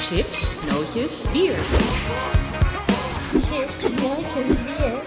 Chips, nootjes, bier. Chips, nootjes, bier.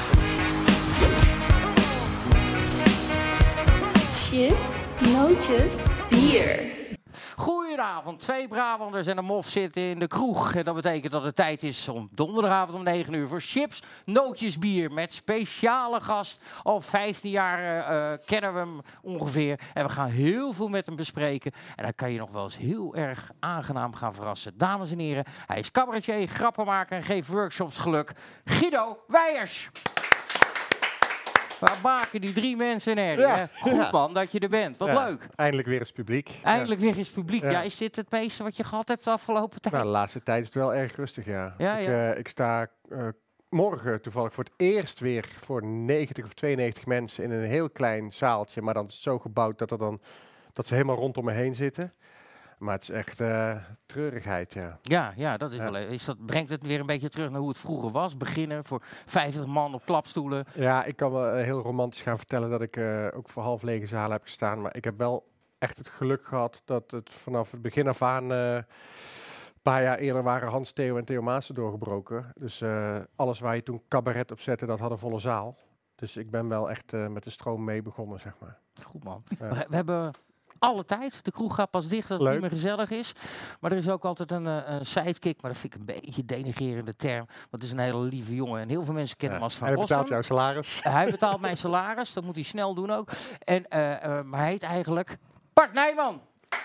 Chips, nootjes, bier. Goedenavond, 2 Brabanders en een mof zitten in de kroeg. En dat betekent dat het tijd is om donderdagavond om 9 uur voor Chips, nootjes, bier. Met speciale gast. Al 15 jaar kennen we hem ongeveer. En we gaan heel veel met hem bespreken. En dan kan je nog wel eens heel erg aangenaam gaan verrassen. Dames en heren, hij is cabaretier, grappenmaker en geeft workshops geluk. Guido Weijers. Waar maken die 3 mensen er? Ja. Goed man, dat je er bent. Wat leuk. Eindelijk weer eens publiek. Eindelijk weer eens publiek. Ja. Ja, is dit het meeste wat je gehad hebt de afgelopen tijd? Nou, de laatste tijd is het wel erg rustig, ja. Ja, Ik sta morgen toevallig voor het eerst weer voor 90 of 92 mensen in een heel klein zaaltje. Maar dan is het zo gebouwd dat ze helemaal rondom me heen zitten. Maar het is echt treurigheid, ja. Ja, dat is wel. Brengt het weer een beetje terug naar hoe het vroeger was? Beginnen voor 50 man op klapstoelen. Ja, ik kan wel heel romantisch gaan vertellen dat ik ook voor half lege zalen heb gestaan. Maar ik heb wel echt het geluk gehad dat het vanaf het begin af aan... een paar jaar eerder waren Hans Theo en Theo Maassen doorgebroken. Dus alles waar je toen cabaret op zette, dat had een volle zaal. Dus ik ben wel echt met de stroom mee begonnen, zeg maar. Goed man. Ja. We hebben alle tijd. De kroeg gaat pas dicht als het niet meer gezellig is. Maar er is ook altijd een sidekick. Maar dat vind ik een beetje denigrerende term. Want het is een hele lieve jongen. En heel veel mensen kennen hem als Van Hij Rossum. betaalt jouw salaris. Hij betaalt mijn salaris. Dat moet hij snel doen ook. En, maar hij heet eigenlijk Bart Nijman.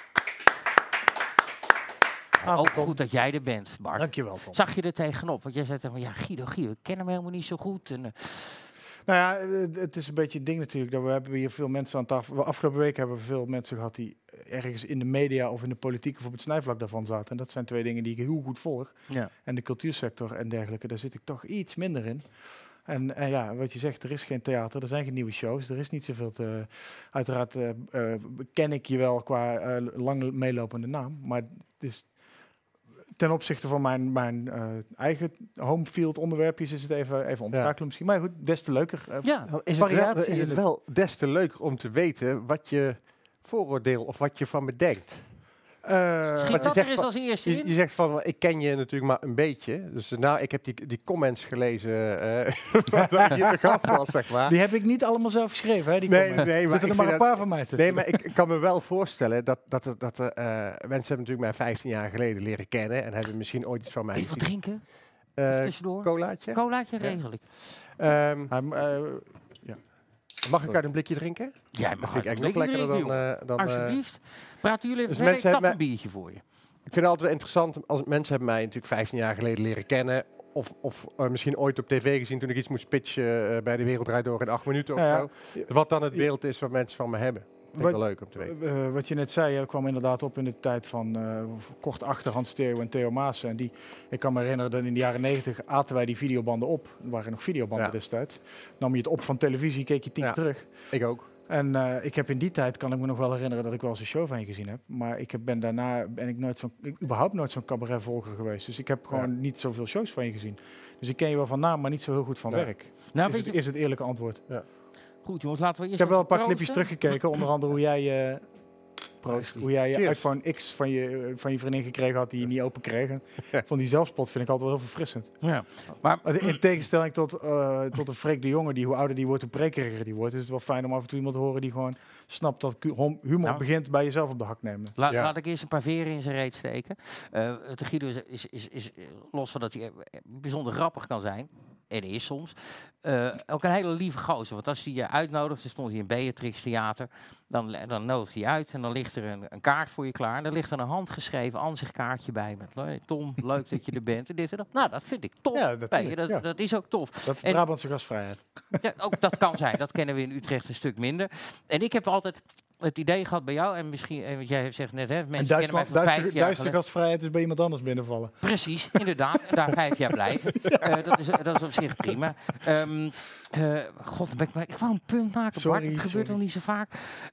Ook goed dat jij er bent, Bart. Dankjewel, Tom. Zag je er tegenop? Want jij zei tegen me, ja, Guido, ik ken hem helemaal niet zo goed. En, Nou ja, het is een beetje het ding natuurlijk. Dat we hebben hier veel mensen aan tafel. Afgelopen week hebben we veel mensen gehad die ergens in de media of in de politiek of op het snijvlak daarvan zaten. En dat zijn 2 dingen die ik heel goed volg. ja. En de cultuursector en dergelijke, daar zit ik toch iets minder in. En ja, wat je zegt, er is geen theater, er zijn geen nieuwe shows, er is niet zoveel te... Uiteraard ken ik je wel qua lang meelopende naam, maar het is... Ten opzichte van mijn eigen homefield onderwerpjes is het even omschakelen misschien. Maar goed, des te leuker. Dan is het wel des te leuker om te weten wat je vooroordeel of wat je van me denkt. Schiet dat er eens als eerste in? Je zegt van, ik ken je natuurlijk maar een beetje. Dus nou, ik heb die comments gelezen wat je te gast was, zeg maar. Die heb ik niet allemaal zelf geschreven, hè? Die Nee, zitten er maar een paar van mij tussen. Nee, maar ik kan me wel voorstellen dat mensen hebben natuurlijk mij 15 jaar geleden leren kennen en hebben misschien ooit iets van mij Even wat gezien. drinken? Tussendoor? Colaatje. Colaatje regel ik. Mag ik uit een blikje drinken? Jij Dat mag vind ik uit echt een nog blikje lekkerder drinken, dan... alsjeblieft. Praten jullie even Dus verder, mensen ik tap hebben een biertje voor je. Ik vind het altijd wel interessant als mensen hebben mij natuurlijk 15 jaar geleden leren kennen. Of misschien ooit op tv gezien toen ik iets moest pitchen bij De Wereld Draait Door in 8 minuten of zo. Wat dan het beeld is wat mensen van me hebben. Vind ik wel leuk om te weten. Wat je net zei, kwam inderdaad op in de tijd van kort achter Hans Theo en Theo Maassen. En ik kan me herinneren dat in de jaren 90 aten wij die videobanden op. Er waren nog videobanden destijds. Nam je het op van televisie, keek je 10 keer terug. Ik ook. En ik heb in die tijd, kan ik me nog wel herinneren dat ik wel eens een show van je gezien heb. Maar überhaupt nooit zo'n cabaretvolger geweest. Dus ik heb gewoon niet zoveel shows van je gezien. Dus ik ken je wel van naam, maar niet zo heel goed van werk. Nou, Is het eerlijke antwoord. Ja. Goed jongens, laten we eerst... Ik heb wel een paar proosten. clipjes teruggekeken, onder andere hoe jij je iPhone X van je vriendin gekregen had die je niet open kreeg. En van die zelfspot vind ik altijd wel heel verfrissend. Ja. Maar In tegenstelling tot een Freek de Jonge, die hoe ouder die wordt, hoe prekeriger die wordt, is het wel fijn om af en toe iemand te horen die gewoon snapt dat humor begint bij jezelf op de hak nemen. Laat ik eerst een paar veren in zijn reet steken. De Guido is los van dat hij bijzonder grappig kan zijn, en is soms, ook een hele lieve gozer. Want als hij je uitnodigt, dan stond hij in Beatrix Theater, dan nodigt hij uit en dan ligt er een kaart voor je klaar. En dan ligt er een handgeschreven ansichtkaartje bij met Tom, leuk dat je er bent. En dit en dat. Nou, dat vind ik tof. Ja, dat is ook tof. Dat is Brabantse gastvrijheid. Ja, ook dat kan zijn. Dat kennen we in Utrecht een stuk minder. En ik heb altijd het idee gehad bij jou, en misschien, want jij zegt net, hè, mensen kennen mij van 5 jaar Duitse gastvrijheid is bij iemand anders binnenvallen. Precies, inderdaad. En daar 5 jaar blijven. Dat is op zich prima. God, ik wou een punt maken, Bart. Het gebeurt nog niet zo vaak.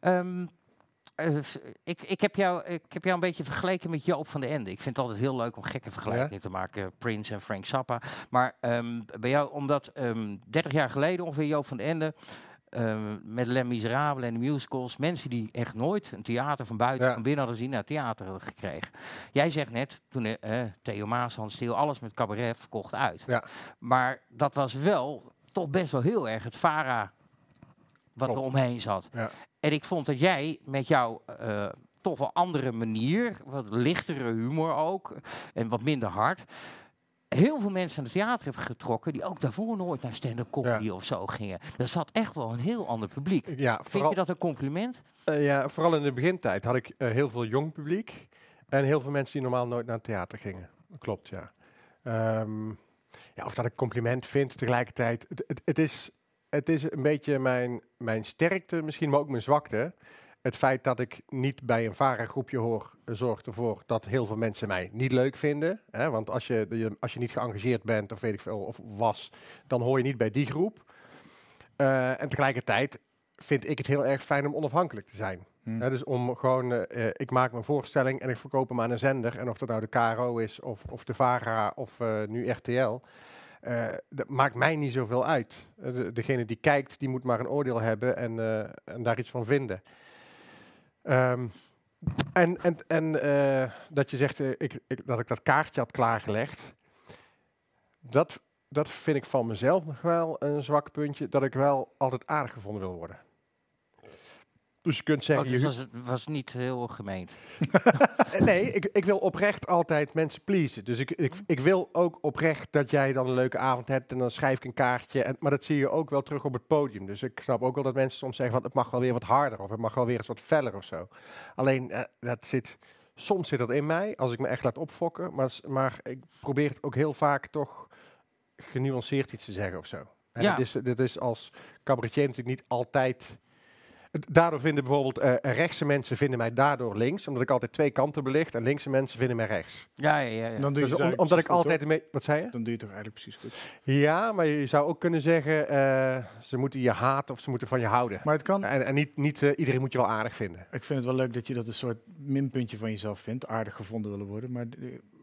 Ik heb jou een beetje vergeleken met Joop van den Ende. Ik vind het altijd heel leuk om gekke vergelijkingen te maken. Prince en Frank Zappa. Maar bij jou, omdat 30 jaar geleden ongeveer Joop van den Ende met Les Miserables en de musicals, mensen die echt nooit een theater van buiten, van binnen hadden gezien, naar het theater hadden gekregen. Jij zegt net, toen Theo Maas, Hans Steeuw, alles met cabaret verkocht uit. Ja. Maar dat was wel toch best wel heel erg het VARA wat er omheen zat. Ja. En ik vond dat jij met jouw toch wel andere manier, wat lichtere humor ook, en wat minder hard, heel veel mensen aan het theater hebben getrokken die ook daarvoor nooit naar stand-up comedy of zo gingen. Er zat echt wel een heel ander publiek. Ja, vind je dat een compliment? Ja, vooral in de begintijd had ik heel veel jong publiek en heel veel mensen die normaal nooit naar het theater gingen. Dat klopt, ja. Of dat ik compliment vind tegelijkertijd. Het is een beetje mijn sterkte misschien, maar ook mijn zwakte. Het feit dat ik niet bij een VARA-groepje hoor, zorgt ervoor dat heel veel mensen mij niet leuk vinden. Hè? Want als je niet geëngageerd bent, of weet ik veel, of was, dan hoor je niet bij die groep. En tegelijkertijd vind ik het heel erg fijn om onafhankelijk te zijn. Dus om gewoon, ik maak mijn voorstelling en ik verkoop hem aan een zender. En of dat nou de KRO is, of de VARA, of nu RTL. Dat maakt mij niet zoveel uit. Degene die kijkt, die moet maar een oordeel hebben en daar iets van vinden. Dat je zegt dat ik dat kaartje had klaargelegd, dat vind ik van mezelf nog wel een zwak puntje, dat ik wel altijd aardig gevonden wil worden. Dus je kunt zeggen... Dus het was niet heel gemeend. Nee, ik wil oprecht altijd mensen pleasen. Dus ik wil ook oprecht dat jij dan een leuke avond hebt en dan schrijf ik een kaartje. Maar dat zie je ook wel terug op het podium. Dus ik snap ook wel dat mensen soms zeggen van het mag wel weer wat harder of het mag wel weer eens wat feller of zo. Alleen, soms zit dat in mij als ik me echt laat opfokken. Maar ik probeer het ook heel vaak toch genuanceerd iets te zeggen of zo. Ja. Dit is als cabaretier natuurlijk niet altijd... Daardoor vinden bijvoorbeeld rechtse mensen vinden mij daardoor links, omdat ik altijd twee kanten belicht en linkse mensen vinden mij rechts. Ja. Dan doe je dus omdat ik altijd wat zei je? Dan doe je toch eigenlijk precies goed. Ja, maar je zou ook kunnen zeggen, ze moeten je haten of ze moeten van je houden. Maar het kan. En niet iedereen moet je wel aardig vinden. Ik vind het wel leuk dat je dat een soort minpuntje van jezelf vindt, aardig gevonden willen worden. Maar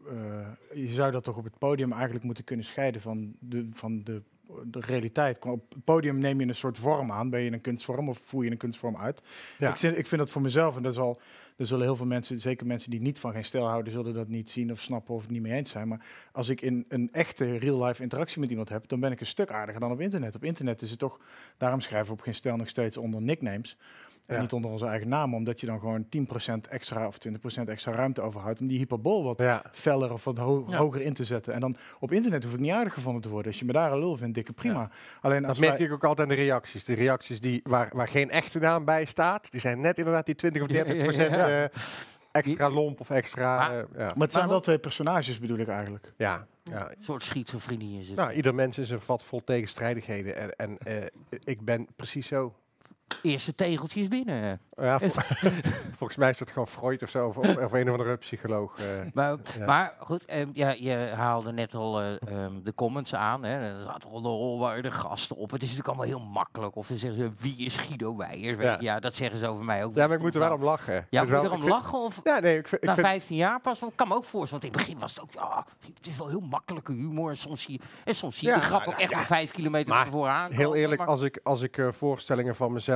je zou dat toch op het podium eigenlijk moeten kunnen scheiden van de realiteit. Op het podium neem je een soort vorm aan. Ben je een kunstvorm of voer je een kunstvorm uit? Ja. Ik vind dat voor mezelf, en er zullen heel veel mensen, zeker mensen die niet van geen stijl houden, zullen dat niet zien of snappen of het niet mee eens zijn. Maar als ik in een echte real-life interactie met iemand heb, dan ben ik een stuk aardiger dan op internet. Op internet is het toch, daarom schrijven we op geen stijl nog steeds onder nicknames. En niet onder onze eigen naam, omdat je dan gewoon 10% extra of 20% extra ruimte overhoudt om die hyperbool wat feller of wat hoger in te zetten. En dan op internet hoef ik niet aardig gevonden te worden. Als je me daar een lul vindt, dikke prima. Ja. Alleen dat merk ik ook altijd aan de reacties. De reacties waar geen echte naam bij staat, die zijn net inderdaad die 20 of 30% extra lomp of extra... Maar het zijn wel twee personages, bedoel ik eigenlijk. Ja. Een soort schizofrenie is het. Nou, ieder mens is een vat vol tegenstrijdigheden. En ik ben precies zo. Eerste tegeltjes binnen. Ja, volgens mij is dat gewoon Freud of zo, of een of andere psycholoog. Maar goed, je haalde net al de comments aan. Hè. Er zaten al de gasten op. Het is natuurlijk allemaal heel makkelijk. Of dan zeggen ze, wie is Guido Weijers? Weet je, dat zeggen ze over mij ook. Ja, maar ik moet er wel om lachen. Ja, moet je erom lachen? Of na 15 jaar pas? Want ik kan me ook voorstellen, want in het begin was het ook... het is wel heel makkelijke humor. En soms zie je de grap ook echt maar 5 kilometer vooraan. Heel eerlijk, als ik voorstellingen van mezelf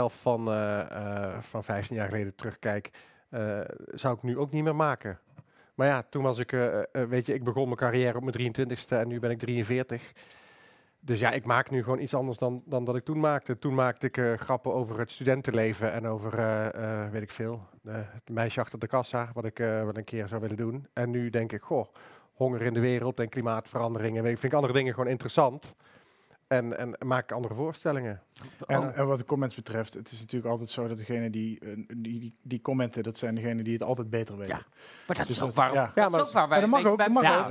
van 15 jaar geleden terugkijk, zou ik nu ook niet meer maken. Maar ja, toen was ik, ik begon mijn carrière op mijn 23ste en nu ben ik 43. Dus ja, ik maak nu gewoon iets anders dan dat ik toen maakte. Toen maakte ik grappen over het studentenleven en over, weet ik veel, het meisje achter de kassa, wat ik een keer zou willen doen. En nu denk ik, honger in de wereld en klimaatveranderingen. Vind ik andere dingen gewoon interessant. En maak andere voorstellingen. En wat de comments betreft, het is natuurlijk altijd zo dat degenen die commenten, dat zijn degenen die het altijd beter weten. Ja, maar dat dus is ook waarom. Dat mag ook.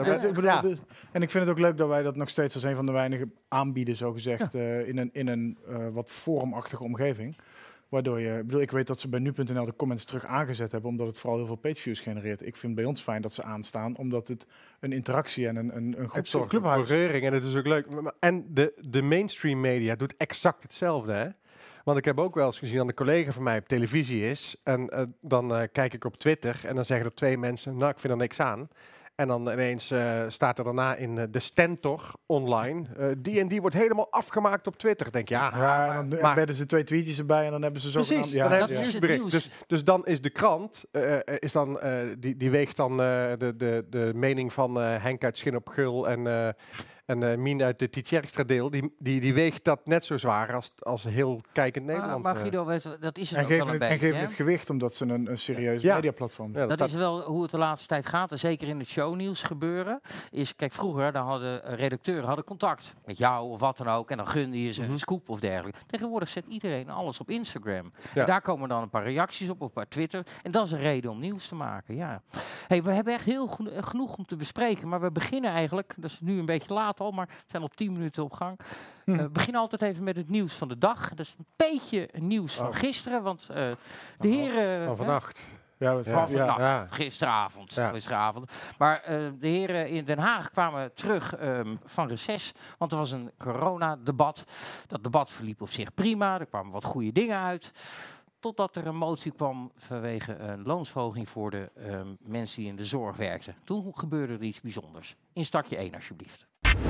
En ik vind het ook leuk dat wij dat nog steeds als een van de weinigen aanbieden, zogezegd, in een wat forumachtige omgeving. Waardoor ik weet dat ze bij nu.nl de comments terug aangezet hebben, omdat het vooral heel veel pageviews genereert. Ik vind bij ons fijn dat ze aanstaan, omdat het een interactie en een groep clubhuis. En het is ook leuk. En de mainstream media doet exact hetzelfde, hè? Want ik heb ook wel eens gezien dat een collega van mij op televisie is. En dan kijk ik op Twitter en dan zeggen er 2 mensen, nou, ik vind er niks aan. En dan ineens staat er daarna in de Stentor online. Die en die wordt helemaal afgemaakt op Twitter. Denk je, En dan bedden ze 2 tweetjes erbij en dan hebben ze zo precies, dan hebben ze nieuwsbericht. Dus dan is de krant, die weegt dan de mening van Henk uit Schin op Gul en Mien uit de Tietjerkstra deel, die weegt dat net zo zwaar als heel kijkend Nederland. Maar Guido, dat is het en ook wel een beetje. En geven het gewicht omdat ze een serieus mediaplatform hebben. Dat is wel hoe het de laatste tijd gaat. En zeker in het shownieuws gebeuren. Kijk, vroeger dan hadden redacteuren contact met jou of wat dan ook. En dan gunde je ze een scoop of dergelijke. Tegenwoordig zet iedereen alles op Instagram. Ja. En daar komen dan een paar reacties op Twitter. En dat is een reden om nieuws te maken. Ja. Hey, we hebben echt heel genoeg om te bespreken. Maar we beginnen eigenlijk, dat is nu een beetje laat al, maar we zijn al 10 minuten op gang. We beginnen altijd even met het nieuws van de dag. Dat is een beetje nieuws van gisteren. Want de heren... Van vannacht. Gisteravond. Maar de heren in Den Haag kwamen terug van reces. Want er was een coronadebat. Dat debat verliep op zich prima. Er kwamen wat goede dingen uit. Totdat er een motie kwam vanwege een loonsverhoging voor de mensen die in de zorg werkten. Toen gebeurde er iets bijzonders. Instartje 1 alsjeblieft.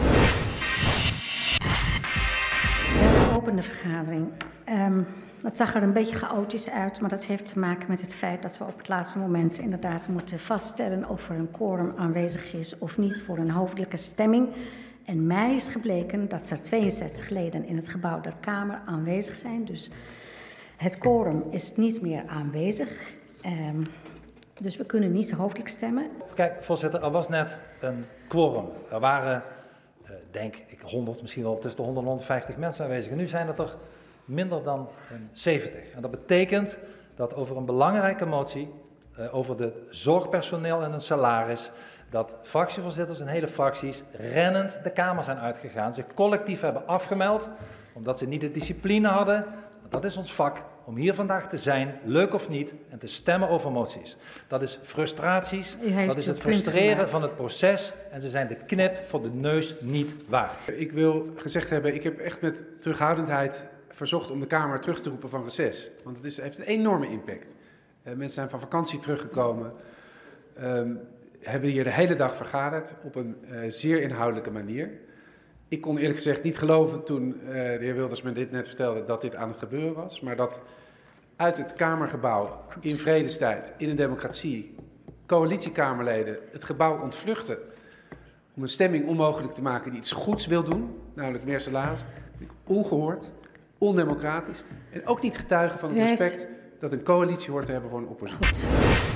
De opende vergadering. Het zag er een beetje chaotisch uit, maar dat heeft te maken met het feit dat we op het laatste moment inderdaad moeten vaststellen of er een quorum aanwezig is of niet voor een hoofdelijke stemming. En mij is gebleken dat er 62 leden in het gebouw der Kamer aanwezig zijn, dus het quorum is niet meer aanwezig. Dus we kunnen niet hoofdelijk stemmen. Kijk, voorzitter, er was net een quorum. Er waren, denk ik, 100, misschien wel tussen de 100 en 150 mensen aanwezig. En nu zijn het er minder dan 70. En dat betekent dat over een belangrijke motie, over de zorgpersoneel en hun salaris, dat fractievoorzitters en hele fracties rennend de Kamer zijn uitgegaan. Zich collectief hebben afgemeld, omdat ze niet de discipline hadden. Dat is ons vak, om hier vandaag te zijn, leuk of niet, en te stemmen over moties. Dat is frustraties, dat is het frustreren van het proces en ze zijn de knip voor de neus niet waard. Ik wil gezegd hebben, ik heb echt met terughoudendheid verzocht om de Kamer terug te roepen van reces. Want het heeft een enorme impact. Mensen zijn van vakantie teruggekomen, hebben hier de hele dag vergaderd op een zeer inhoudelijke manier. Ik kon eerlijk gezegd niet geloven toen de heer Wilders me dit net vertelde dat dit aan het gebeuren was. Maar dat uit het Kamergebouw in vredestijd, in een democratie, coalitiekamerleden het gebouw ontvluchten om een stemming onmogelijk te maken die iets goeds wil doen, namelijk meer salaris, ongehoord, ondemocratisch en ook niet getuigen van het respect dat een coalitie hoort te hebben voor een oppositie. Goed.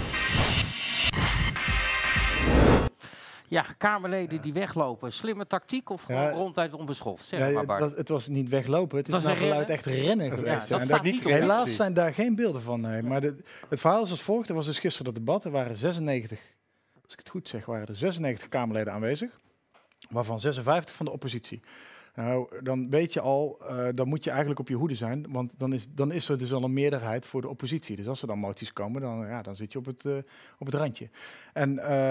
Ja, Kamerleden die weglopen. Slimme tactiek of gewoon ronduit onbeschoft? Zeg maar, Bart. Het was niet weglopen, het is naar geluid echt rennen geweest. Dat staat niet op helaas zijn daar geen beelden van. Nee. Maar het verhaal is als volgt. Er was dus gisteren dat debat. Er waren 96, als ik het goed zeg, waren er 96 Kamerleden aanwezig. Waarvan 56 van de oppositie. Nou, dan weet je al, dan moet je eigenlijk op je hoede zijn. Want dan is er dus al een meerderheid voor de oppositie. Dus als er dan moties komen, dan zit je op het randje. En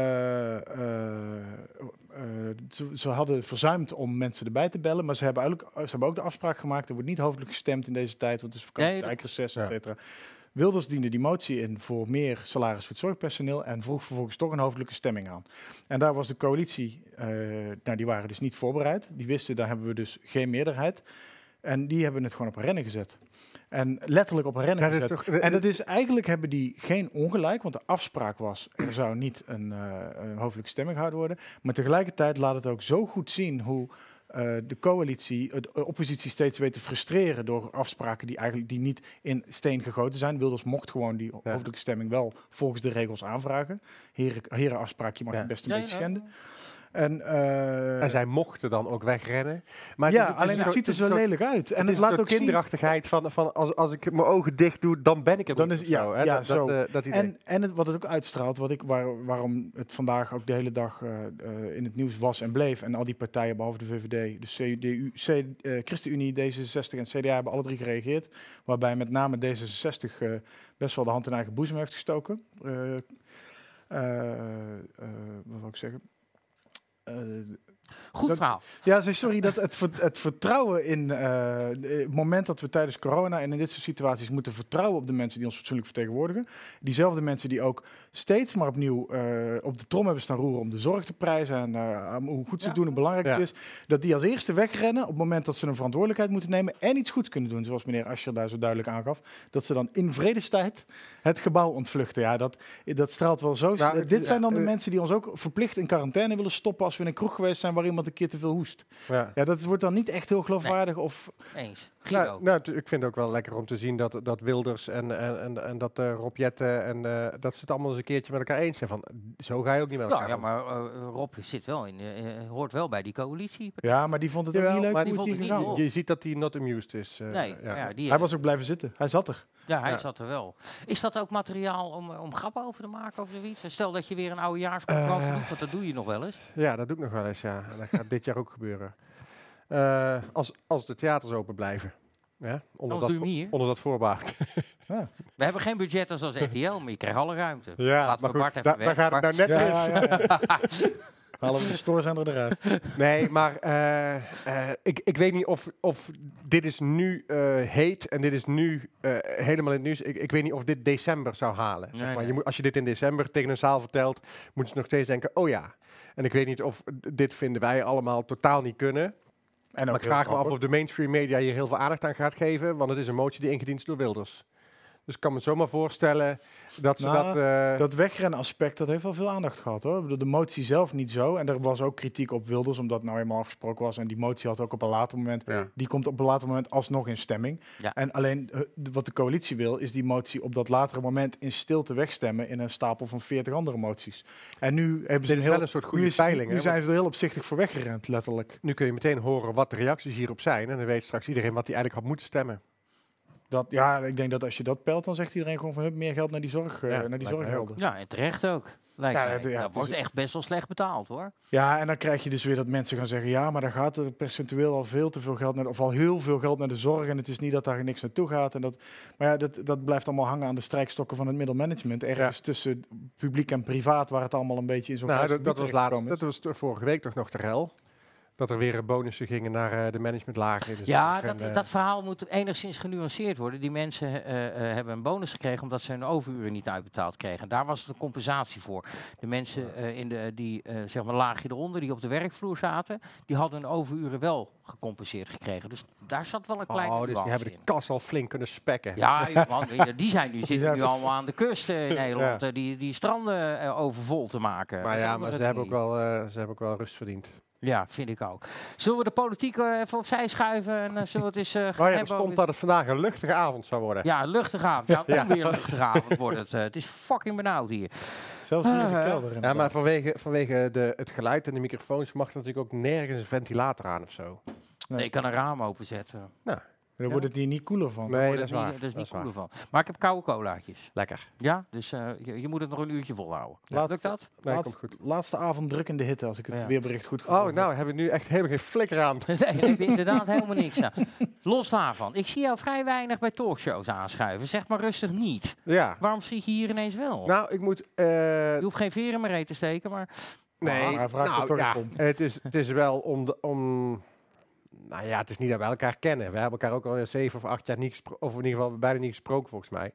ze hadden verzuimd om mensen erbij te bellen. Maar ze hebben ook de afspraak gemaakt. Er wordt niet hoofdelijk gestemd in deze tijd. Want het is vakantie, eikreces, et cetera. Wilders diende die motie in voor meer salaris voor het zorgpersoneel en vroeg vervolgens toch een hoofdelijke stemming aan. En daar was de coalitie, die waren dus niet voorbereid. Die wisten, daar hebben we dus geen meerderheid. En die hebben het gewoon op een rennen gezet. En letterlijk op een rennen gezet. En dat is eigenlijk, hebben die geen ongelijk, want de afspraak was, er zou niet een hoofdelijke stemming gehouden worden. Maar tegelijkertijd laat het ook zo goed zien hoe de coalitie, de oppositie steeds weet te frustreren door afspraken die niet in steen gegoten zijn. Wilders mocht gewoon die hoofdelijke stemming wel volgens de regels aanvragen. Herenafspraak, je mag het best een beetje schenden. En zij mochten dan ook wegrennen. Maar alleen het ziet er zo lelijk uit. En het laat ook kinderachtigheid van als ik mijn ogen dicht doe, dan ben ik er. Dan is zo. Wat het ook uitstraalt, waarom het vandaag ook de hele dag in het nieuws was en bleef. En al die partijen, behalve de VVD, de CDU, ChristenUnie, D66 en CDA hebben alle 3 gereageerd. Waarbij met name D66 best wel de hand in eigen boezem heeft gestoken. Wat wil ik zeggen? Goed verhaal. Ja, sorry, dat het vertrouwen in het moment dat we tijdens corona en in dit soort situaties moeten vertrouwen op de mensen die ons fatsoenlijk vertegenwoordigen. Diezelfde mensen die ook steeds maar opnieuw op de trom hebben staan roeren om de zorg te prijzen en hoe goed ze het doen, hoe belangrijk het is. Dat die als eerste wegrennen op het moment dat ze een verantwoordelijkheid moeten nemen en iets goeds kunnen doen. Zoals meneer Ascher daar zo duidelijk aangaf. Dat ze dan in vredestijd het gebouw ontvluchten. Ja, dat straalt wel zo. Nou, dit zijn dan de mensen die ons ook verplicht in quarantaine willen stoppen als we in een kroeg geweest zijn waar iemand een keer te veel hoest. Ja, dat wordt dan niet echt heel geloofwaardig. Nee. Of Eens. Ik vind het ook wel lekker om te zien dat Wilders en dat Rob Jetten en dat ze het allemaal eens een keertje met elkaar eens zijn. Van, zo ga je ook niet met elkaar. Ja, maar Rob zit wel hoort wel bij die coalitie. Ja, maar die vond het ook niet leuk. Maar die vond het niet leuk. Je ziet dat hij not amused is. Hij was ook blijven zitten. Hij zat er. Ja, hij zat er wel. Is dat ook materiaal om grappen over te maken of zoiets? Stel dat je weer een oudejaarsconferentie doet, want dat doe je nog wel eens. Ja, dat doe ik nog wel eens, ja. En dat gaat dit jaar ook gebeuren. Als de theaters open blijven. Ja, onder dat voorbehoud. Ja. We hebben geen budget als RTL, maar je krijgt alle ruimte. Ja, laten we Bart even weg. Daar gaat het nou net mis. Halen we de stoorzender eruit. Nee, maar ik weet niet of dit is nu heet en dit is nu helemaal in het nieuws. Ik weet niet of dit december zou halen. Nee, zeg maar. nee. Als je dit in december tegen een zaal vertelt, moeten ze nog steeds denken, oh ja. En ik weet niet of dit vinden wij allemaal totaal niet kunnen. Maar ik vraag me af of de mainstream media hier heel veel aandacht aan gaat geven, want het is een motie die ingediend is door Wilders. Dus ik kan me zomaar voorstellen dat ze dat wegrennen aspect, dat heeft wel veel aandacht gehad, hoor. De motie zelf niet zo. En er was ook kritiek op Wilders, omdat het nou eenmaal afgesproken was. En die motie had ook op een later moment, die komt op een later moment alsnog in stemming. Ja. En alleen wat de coalitie wil, is die motie op dat latere moment in stilte wegstemmen in een stapel van 40 andere moties. En nu hebben ze een soort goede peiling. Nu zijn ze er heel opzichtig voor weggerend, letterlijk. Nu kun je meteen horen wat de reacties hierop zijn. En dan weet straks iedereen wat hij eigenlijk had moeten stemmen. Ik denk dat als je dat pelt, dan zegt iedereen gewoon van hup, meer geld naar die zorggelden. Ja, en terecht ook. Dat wordt echt best wel slecht betaald, hoor. Ja, en dan krijg je dus weer dat mensen gaan zeggen, ja, maar daar gaat er percentueel al veel te veel geld naar, of al heel veel geld naar de zorg. En het is niet dat daar niks naartoe gaat. En dat blijft allemaal hangen aan de strijkstokken van het middelmanagement. Ergens tussen publiek en privaat, waar het allemaal een beetje in zo'n dat was vorige week toch nog de rel. Dat er weer bonussen gingen naar de managementlagen. Dus dat verhaal moet enigszins genuanceerd worden. Die mensen hebben een bonus gekregen omdat ze hun overuren niet uitbetaald kregen. Daar was het een compensatie voor. De mensen die zeg maar laagje eronder, die op de werkvloer zaten, die hadden hun overuren wel gecompenseerd gekregen. Dus daar zat wel een kleine nuance dus die hebben de kas al flink kunnen spekken. Ja, man, die zitten nu allemaal aan de kust in Nederland. Die stranden overvol te maken. Maar ze hebben ook wel rust verdiend. Ja, vind ik ook. Zullen we de politiek even opzij schuiven en zullen we het eens er stond dat het vandaag een luchtige avond zou worden. Ja, een luchtige avond. Ja, weer een luchtige avond wordt het. Het is fucking benauwd hier. Zelfs hier in de kelder. Ja, maar vanwege het geluid en de microfoons mag er natuurlijk ook nergens een ventilator aan of zo. Nee, ik kan een raam openzetten. Nou. Daar wordt het hier niet koeler van. Nee, dat is waar. Dat is niet cooler van. Maar ik heb koude colaatjes. Lekker. Ja, dus je moet het nog een uurtje volhouden. Lukt dat? Nee, komt goed. Laatste avond druk in de hitte, als ik het weerbericht goed gevonden heb. Nou, hebben we nu echt helemaal geen flikker aan. Nee, daar heb je inderdaad helemaal niks aan. Los daarvan. Ik zie jou vrij weinig bij talkshows aanschuiven. Zeg maar rustig niet. Ja. Waarom zie je hier ineens wel? Nou, ik moet... Je hoeft geen veren meer te steken, maar... Nee, het is wel om nou ja, het is niet dat we elkaar kennen. We hebben elkaar ook al 7 of 8 jaar niet gesproken, of in ieder geval bijna niet gesproken volgens mij.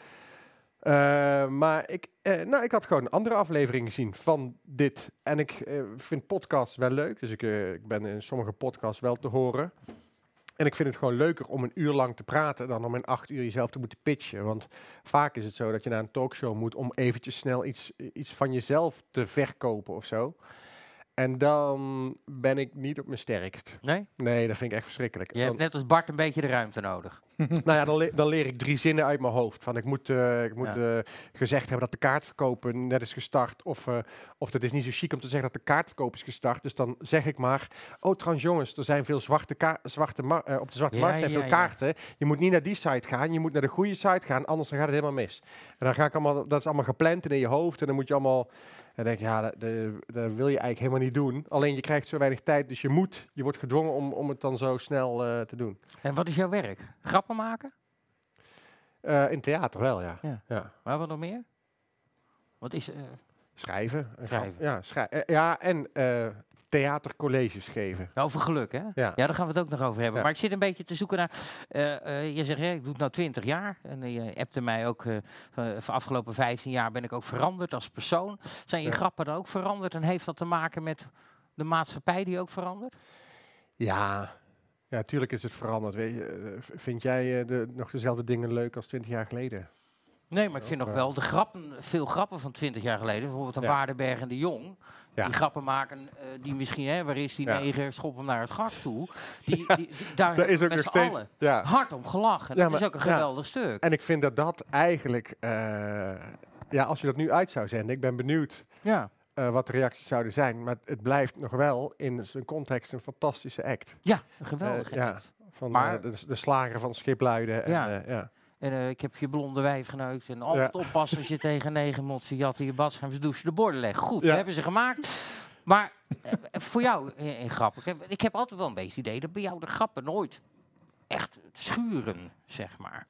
Maar ik had gewoon een andere aflevering gezien van dit. En ik vind podcasts wel leuk, dus ik ben in sommige podcasts wel te horen. En ik vind het gewoon leuker om een uur lang te praten dan om in 8 uur jezelf te moeten pitchen. Want vaak is het zo dat je naar een talkshow moet om eventjes snel iets van jezelf te verkopen of zo. En dan ben ik niet op mijn sterkst. Nee? Nee, dat vind ik echt verschrikkelijk. Je hebt net als Bart een beetje de ruimte nodig. Nou ja, dan leer ik 3 zinnen uit mijn hoofd. Van ik moet gezegd hebben dat de kaartverkopen net is gestart. Of het is niet zo chic om te zeggen dat de kaartverkoop is gestart. Dus dan zeg ik maar, trouwens jongens, er zijn veel op de zwarte markt zijn veel kaarten. Je moet niet naar die site gaan, je moet naar de goede site gaan, anders dan gaat het helemaal mis. En dan ga ik dat is allemaal gepland in je hoofd en dan moet je allemaal... En dan denk ik, dat wil je eigenlijk helemaal niet doen. Alleen je krijgt zo weinig tijd, dus je wordt gedwongen om het dan zo snel te doen. En wat is jouw werk? Grappen maken? In theater wel, ja. Maar wat nog meer? Wat is... Schrijven. Schrijven. En theatercolleges geven. Over geluk, hè? Ja. Daar gaan we het ook nog over hebben. Ja. Maar ik zit een beetje te zoeken naar... je zegt, ik doe het nou 20 jaar. En je appte mij ook... van afgelopen 15 jaar ben ik ook veranderd als persoon. Zijn je grappen dan ook veranderd? En heeft dat te maken met de maatschappij die ook verandert? Ja, natuurlijk is het veranderd. Weet je, vind jij nog dezelfde dingen leuk als 20 jaar geleden? Nee, maar ik vind nog wel veel grappen van 20 jaar geleden. Bijvoorbeeld een Waardenberg en de Jong. Ja. Die grappen maken, die misschien, waar is die neger, schop hem naar het gat toe. Daar is ook met nog z'n steeds allen hard om gelachen. Dat is ook een geweldig stuk. En ik vind dat eigenlijk, als je dat nu uit zou zenden, ik ben benieuwd wat de reacties zouden zijn. Maar het blijft nog wel in zijn context een fantastische act. Ja, een geweldige act. Van maar, de slager van Schipluiden. En ik heb je blonde wijf geneukt. En altijd oppassen als je tegen 9 motsen jat in je badschuim douche de borden legt. Goed, dat hebben ze gemaakt. Maar voor jou in grappen. Ik heb altijd wel een beetje het idee dat bij jou de grappen nooit echt schuren, zeg maar.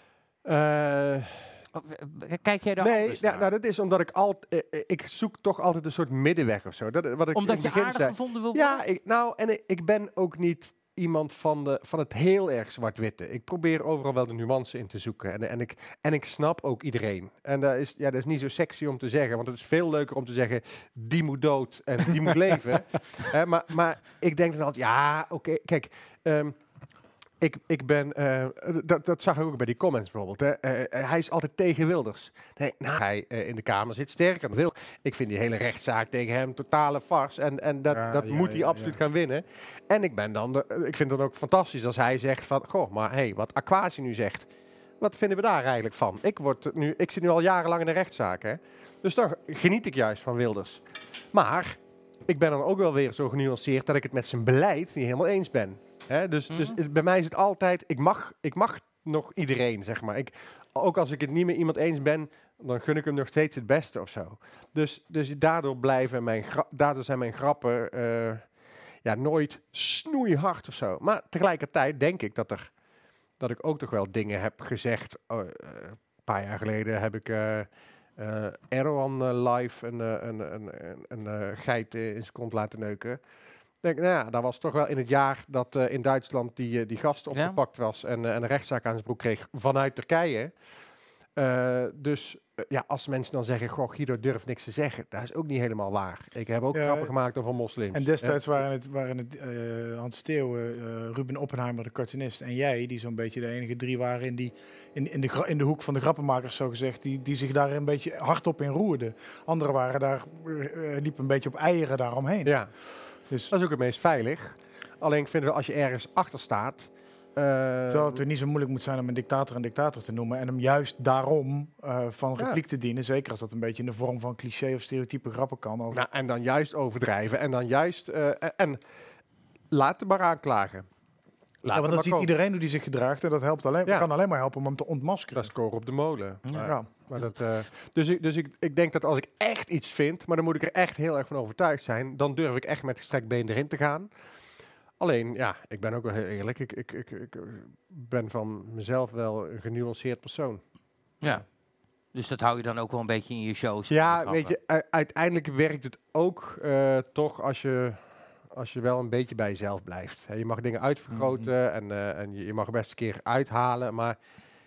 Kijk jij daar anders naar? Nou, dat is omdat ik zoek toch altijd een soort middenweg of zo. Wat ik omdat je aardig gevonden wil worden? Ja, ik ben ook niet iemand van het heel erg zwart-witte. Ik probeer overal wel de nuance in te zoeken. En ik snap ook iedereen. En dat is niet zo sexy om te zeggen. Want het is veel leuker om te zeggen, die moet dood en die moet leven. Maar ik denk dan altijd, oké, kijk... Ik ben, dat zag ik ook bij die comments bijvoorbeeld. Hij is altijd tegen Wilders. Nee, hij in de Kamer zit sterker dan Wilders. Ik vind die hele rechtszaak tegen hem totale farce. En dat moet hij absoluut gaan winnen. En ik vind het dan ook fantastisch als hij zegt van... Goh, maar wat Aquasi nu zegt. Wat vinden we daar eigenlijk van? Ik zit nu al jarenlang in de rechtszaak. Hè? Dus dan geniet ik juist van Wilders. Maar ik ben dan ook wel weer zo genuanceerd... dat ik het met zijn beleid niet helemaal eens ben. Dus bij mij is het altijd, ik mag nog iedereen, zeg maar. Ook als ik het niet met iemand eens ben, dan gun ik hem nog steeds het beste of zo. Dus daardoor zijn mijn grappen nooit snoeihard of zo. Maar tegelijkertijd denk ik dat ik ook toch wel dingen heb gezegd. Een paar jaar geleden heb ik Erdogan live een geit in zijn kont laten neuken. Denk, dat was toch wel in het jaar dat in Duitsland die gast opgepakt was en een rechtszaak aan zijn broek kreeg vanuit Turkije. Als mensen dan zeggen, goh, Guido durft niks te zeggen, dat is ook niet helemaal waar. Ik heb ook grappen gemaakt over moslims. En destijds waren het Hans Steeuwen, Ruben Oppenheimer, de cartoonist, en jij, die zo'n beetje de enige 3 waren in de hoek van de grappenmakers, zo gezegd, die zich daar een beetje hardop in roerden. Anderen waren daar, liepen een beetje op eieren daaromheen. Ja. Dus dat is ook het meest veilig. Alleen ik vind wel, als je ergens achter staat... Terwijl het niet zo moeilijk moet zijn om een dictator te noemen. En hem juist daarom van repliek te dienen. Zeker als dat een beetje in de vorm van cliché of stereotype grappen kan. Nou, en dan juist overdrijven. En dan juist... en laat hem maar aanklagen. Want dan ziet iedereen hoe die zich gedraagt. En dat helpt kan alleen maar helpen om hem te ontmaskeren. Dat is koren op de molen. Ja. Maar dus ik denk dat als ik echt iets vind, maar dan moet ik er echt heel erg van overtuigd zijn, dan durf ik echt met gestrekt been erin te gaan. Alleen, ik ben ook wel heel eerlijk. Ik ben van mezelf wel een genuanceerd persoon. Ja. Dus dat hou je dan ook wel een beetje in je shows? Ja, weet je, uiteindelijk werkt het ook toch als je wel een beetje bij jezelf blijft. Je mag dingen uitvergroten en je mag best een keer uithalen, maar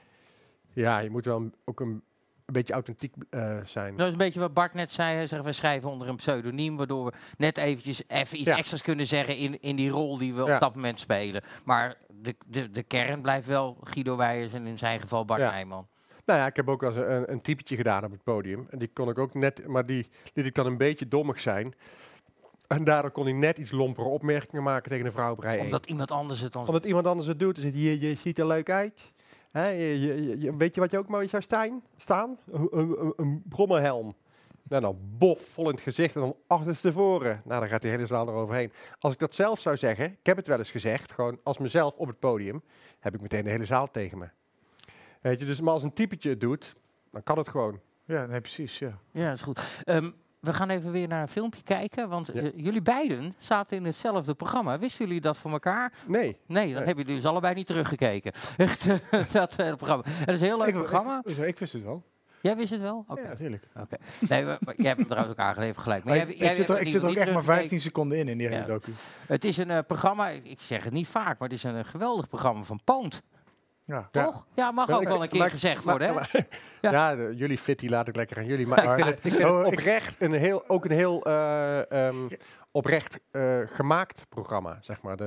je moet wel ook een beetje authentiek zijn. Dat is een beetje wat Bart net zei. We schrijven onder een pseudoniem, waardoor we net even iets extra's kunnen zeggen in die rol die we op dat moment spelen. Maar de kern blijft wel Guido Weijers en in zijn geval Bart Nijman. Nou ja, ik heb ook wel eens een typetje gedaan op het podium. En die kon ik ook net, maar die liet ik dan een beetje dommig zijn. En daardoor kon hij net iets lompere opmerkingen maken tegen de vrouw op rij 1. Omdat iemand anders het doet. Dus je ziet er leuk uit. Weet je wat je ook mooi zou staan? Een brommerhelm. Nou, dan bof, vol in het gezicht en dan achterstevoren. Nou, dan gaat de hele zaal eroverheen. Als ik dat zelf zou zeggen, ik heb het wel eens gezegd, gewoon als mezelf op het podium, heb ik meteen de hele zaal tegen me. Weet je, dus maar als een typetje het doet, dan kan het gewoon. Ja, nee, precies, ja. Ja, dat is goed. We gaan even weer naar een filmpje kijken, want jullie beiden zaten in hetzelfde programma. Wisten jullie dat van elkaar? Nee. Nee, dan hebben jullie dus allebei niet teruggekeken. Echt, dat programma. Het is een heel leuk programma. Ik wist het wel. Jij wist het wel? Oké. Ja, natuurlijk. Oké. Nee, jij hebt hem trouwens ook aangeleverd gelijk. Maar Ik zit er ook echt maar 15 seconden in die hele docu. Het is een programma, ik zeg het niet vaak, maar het is een geweldig programma van Poont. Ja. Toch? Ja, mag ook wel een keer gezegd worden, hè? Jullie fit, die laat ik lekker aan jullie. Maar ik vind het oprecht een heel oprecht gemaakt programma, zeg maar.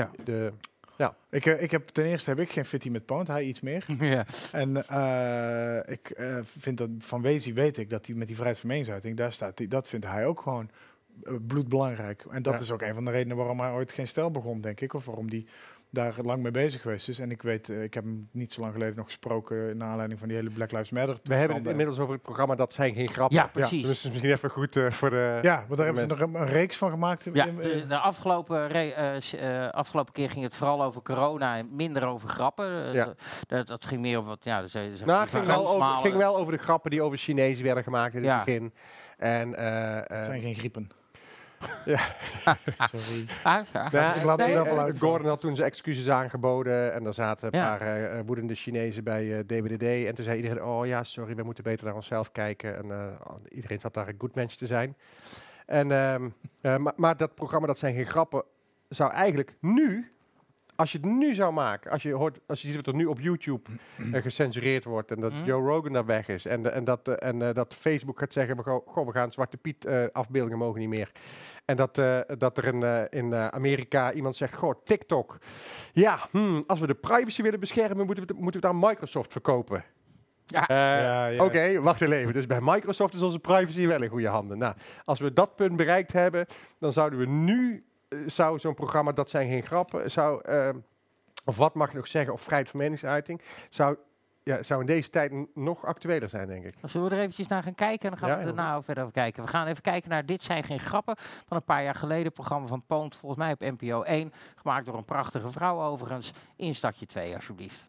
Ik heb ten eerste geen fitty met Poont, hij iets meer. Ja. En ik vind dat van Wezi weet ik dat hij met die vrijheid van meningsuiting daar staat. Dat vindt hij ook gewoon bloedbelangrijk. En dat is ook een van de redenen waarom hij ooit geen stijl begon, denk ik, of waarom die daar lang mee bezig geweest is. En ik weet, ik heb hem niet zo lang geleden nog gesproken naar aanleiding van die hele Black Lives Matter. We hebben het inmiddels over het programma Dat zijn geen grappen. Ja, precies. Dus misschien even goed voor de... Ja, want daar hebben ze nog een reeks van gemaakt. Ja, de afgelopen keer ging het vooral over corona en minder over grappen. Dat ging meer over wat... Ja, het ging wel over de grappen die over Chinezen werden gemaakt in het begin. En, het zijn geen griepen. Ja. Sorry. Ik laat het zelf wel uit. Gordon had toen zijn excuses aangeboden. En er zaten een paar woedende Chinezen bij DWDD. En toen zei iedereen, oh ja, sorry, we moeten beter naar onszelf kijken. En iedereen zat daar een goed mens te zijn. En, maar dat programma Dat zijn geen grappen zou eigenlijk nu... Als je het nu zou maken, als je ziet dat er nu op YouTube gecensureerd wordt en dat Joe Rogan daar weg is en dat Facebook gaat zeggen, we gaan Zwarte Piet afbeeldingen mogen niet meer. En dat er in Amerika iemand zegt, TikTok. Ja, als we de privacy willen beschermen, moeten we het aan Microsoft verkopen. Oké, wacht even. Dus bij Microsoft is onze privacy wel in goede handen. Nou, als we dat punt bereikt hebben, dan zouden we nu... zou zo'n programma Dat zijn geen grappen, of wat mag je nog zeggen, of vrijheid van meningsuiting, zou in deze tijd nog actueler zijn, denk ik. Zullen we er eventjes naar gaan kijken en dan gaan we daarna verder over kijken. We gaan even kijken naar Dit zijn geen grappen van een paar jaar geleden. Het programma van Poont, volgens mij op NPO 1. Gemaakt door een prachtige vrouw overigens. Instartje 2, alsjeblieft.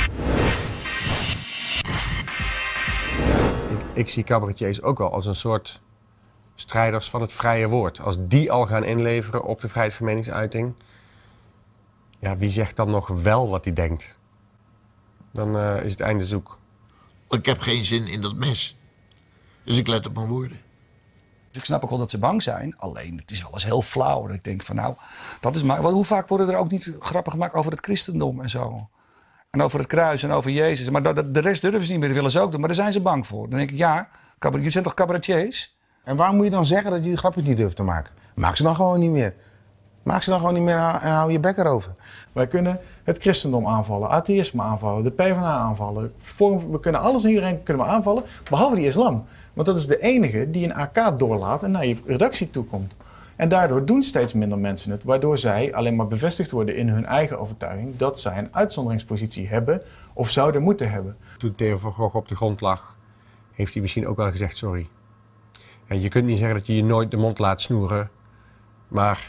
Ik zie cabaretiers ook wel als een soort strijders van het vrije woord. Als die al gaan inleveren op de vrijheid van meningsuiting, ja, wie zegt dan nog wel wat hij denkt? Dan is het einde zoek. Ik heb geen zin in dat mes. Dus ik let op mijn woorden. Dus ik snap ook wel dat ze bang zijn. Alleen, het is wel eens heel flauw. Dat ik denk van nou, dat is maar. Hoe vaak worden er ook niet grappen gemaakt over het christendom en zo? En over het kruis en over Jezus. Maar de rest durven ze niet meer, dat willen ze ook doen. Maar daar zijn ze bang voor. Dan denk ik, ja, jullie zijn toch cabaretiers? En waarom moet je dan zeggen dat je die grapjes niet durft te maken? Maak ze dan gewoon niet meer. Maak ze dan gewoon niet meer en hou je bek erover. Wij kunnen het christendom aanvallen, atheïsme aanvallen, de PvdA aanvallen. We kunnen alles en iedereen kunnen we aanvallen, behalve die islam. Want dat is de enige die een AK doorlaat en naar je redactie toekomt. En daardoor doen steeds minder mensen het, waardoor zij alleen maar bevestigd worden in hun eigen overtuiging dat zij een uitzonderingspositie hebben of zouden moeten hebben. Toen Theo van Gogh op de grond lag, heeft hij misschien ook wel gezegd sorry. En je kunt niet zeggen dat je je nooit de mond laat snoeren, maar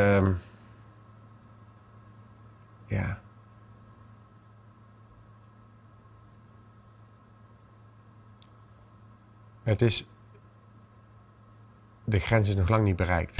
ja. De grens is nog lang niet bereikt.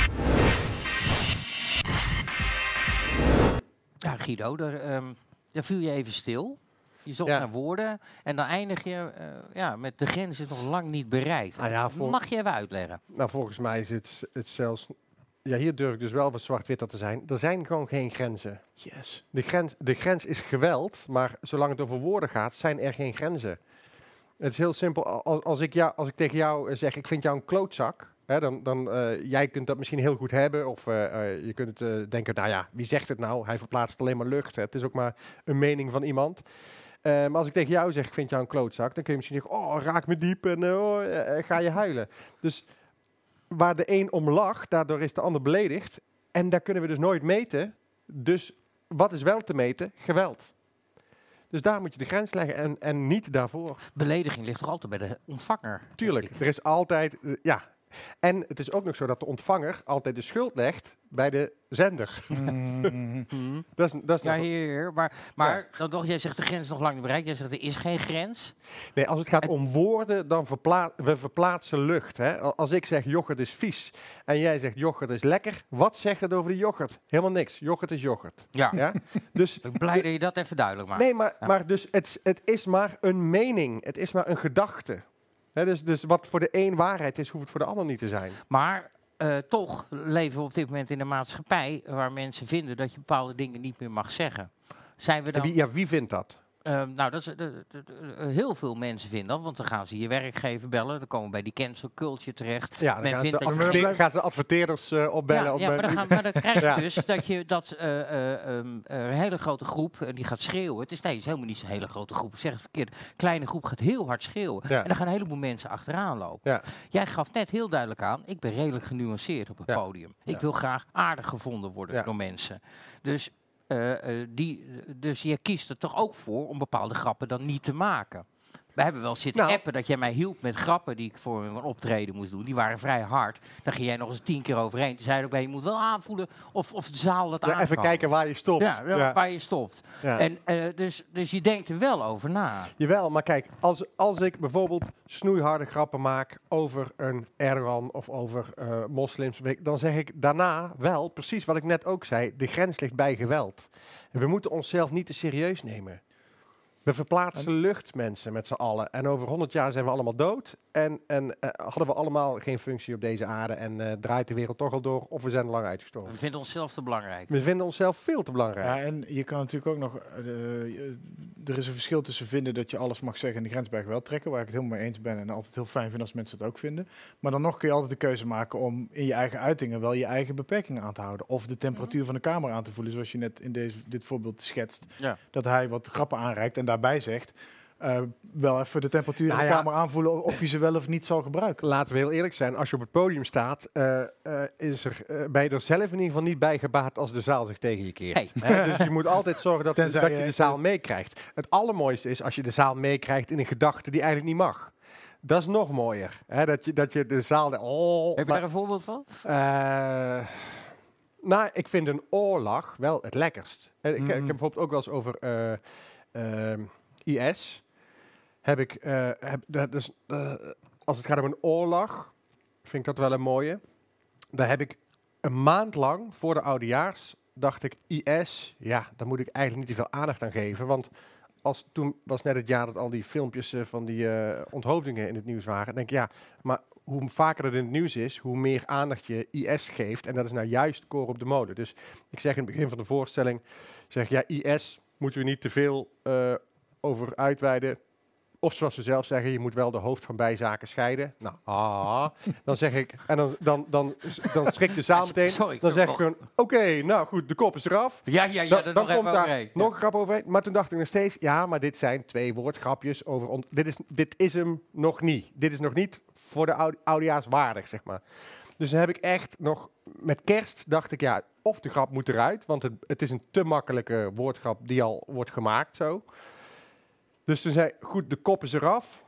Ja, Guido, daar viel je even stil. Je zocht naar woorden en dan eindig je met de grens is nog lang niet bereikt. Mag je even uitleggen? Nou, volgens mij is het zelfs... Ja, hier durf ik dus wel wat zwart-wit te zijn. Er zijn gewoon geen grenzen. Yes. De grens is geweld, maar zolang het over woorden gaat, zijn er geen grenzen. Het is heel simpel. Als ik tegen jou zeg, ik vind jou een klootzak, hè, dan jij kunt dat misschien heel goed hebben. Of je kunt denken, nou ja, wie zegt het nou? Hij verplaatst alleen maar lucht. Hè. Het is ook maar een mening van iemand. Maar als ik tegen jou zeg, ik vind jou een klootzak, dan kun je misschien zeggen, oh, raak me diep en ga je huilen. Dus waar de een om lacht, daardoor is de ander beledigd. En daar kunnen we dus nooit meten. Dus wat is wel te meten? Geweld. Dus daar moet je de grens leggen en niet daarvoor. Belediging ligt toch altijd bij de ontvanger? Tuurlijk, er is altijd... En het is ook nog zo dat de ontvanger altijd de schuld legt bij de zender. Dat is ja, hier. Maar dan toch, jij zegt de grens is nog lang niet bereikt. Jij zegt er is geen grens. Nee, als het gaat om woorden, dan we verplaatsen lucht. Hè? Als ik zeg yoghurt is vies en jij zegt yoghurt is lekker, wat zegt het over de yoghurt? Helemaal niks. Yoghurt is yoghurt. Ja. Dus, ik ben blij dat je dat even duidelijk maakt. Nee, maar dus het is maar een mening. Het is maar een gedachte. Dus wat voor de een waarheid is, hoeft het voor de ander niet te zijn. Maar toch leven we op dit moment in een maatschappij waar mensen vinden dat je bepaalde dingen niet meer mag zeggen. Zijn we dan... Wie vindt dat? Nou, heel veel mensen vinden dat, want dan gaan ze je werkgever bellen. Dan komen we bij die cancel culture terecht. Ja, dan gaan ze adverteerders opbellen. Ja, maar dan krijg je dus dat een hele grote groep die gaat schreeuwen. Het is helemaal niet zo'n hele grote groep. Ik zeg het verkeerd. Een kleine groep gaat heel hard schreeuwen. Ja. En dan gaan een heleboel mensen achteraan lopen. Ja. Jij gaf net heel duidelijk aan, ik ben redelijk genuanceerd op het podium. Ik wil graag aardig gevonden worden door mensen. Dus... dus je kiest er toch ook voor om bepaalde grappen dan niet te maken. We hebben wel zitten appen dat jij mij hielp met grappen die ik voor een optreden moest doen. Die waren vrij hard. Dan ging jij nog eens 10 keer overheen. Toen zei ik ook, je moet wel aanvoelen of de zaal dat aankan. Even kijken waar je stopt. Ja, waar je stopt. Ja. En, dus je denkt er wel over na. Jawel, maar kijk, als ik bijvoorbeeld snoeiharde grappen maak over een Erdogan of over moslims, dan zeg ik daarna wel, precies wat ik net ook zei, de grens ligt bij geweld. En we moeten onszelf niet te serieus nemen. We verplaatsen luchtmensen met z'n allen. En over 100 jaar zijn we allemaal dood. En hadden we allemaal geen functie op deze aarde. En draait de wereld toch al door. Of we zijn er lang uitgestorven. We vinden onszelf te belangrijk. We vinden onszelf veel te belangrijk. Ja, en je kan natuurlijk ook nog... er is een verschil tussen vinden dat je alles mag zeggen en de grens bij geweld trekken. Waar ik het helemaal mee eens ben. En altijd heel fijn vind als mensen het ook vinden. Maar dan nog kun je altijd de keuze maken om in je eigen uitingen wel je eigen beperkingen aan te houden. Of de temperatuur van de kamer aan te voelen. Zoals je net in dit voorbeeld schetst. Ja. Dat hij wat grappen aanreikt en daarbij zegt... wel even de temperatuur in de kamer aanvoelen of je ze wel of niet zal gebruiken. Laten we heel eerlijk zijn, als je op het podium staat, ben je er zelf in ieder geval niet bij gebaat als de zaal zich tegen je keert. Dus je moet altijd zorgen dat je de zaal meekrijgt. Het allermooiste is als je de zaal meekrijgt in een gedachte die eigenlijk niet mag. Dat is nog mooier. Dat je de zaal... Heb je daar een voorbeeld van? Nou, ik vind een oorlog wel het lekkerst. Ik heb bijvoorbeeld ook wel eens over IS... als het gaat om een oorlog, vind ik dat wel een mooie. Daar heb ik een maand lang, voor de oudejaars, dacht ik, IS, daar moet ik eigenlijk niet te veel aandacht aan geven. Want toen was net het jaar dat al die filmpjes van die onthoofdingen in het nieuws waren. Denk ik, maar hoe vaker het in het nieuws is, hoe meer aandacht je IS geeft. En dat is nou juist koor op de mode. Dus ik zeg in het begin van de voorstelling, IS moeten we niet te veel over uitweiden. Of zoals ze zelf zeggen, je moet wel de hoofd van bijzaken scheiden. Nou, dan zeg ik... En dan schrikt de zaal meteen. Dan zeg ik gewoon, oké, nou goed, de kop is eraf. Dan komt daar nog een grap overheen. Maar toen dacht ik nog steeds, maar dit zijn 2 woordgrapjes over... Dit is hem nog niet. Dit is nog niet voor de oudejaars waardig, zeg maar. Dus dan heb ik echt nog... Met kerst dacht ik, of de grap moet eruit. Want het is een te makkelijke woordgrap die al wordt gemaakt zo... Dus toen zei goed, de kop is eraf.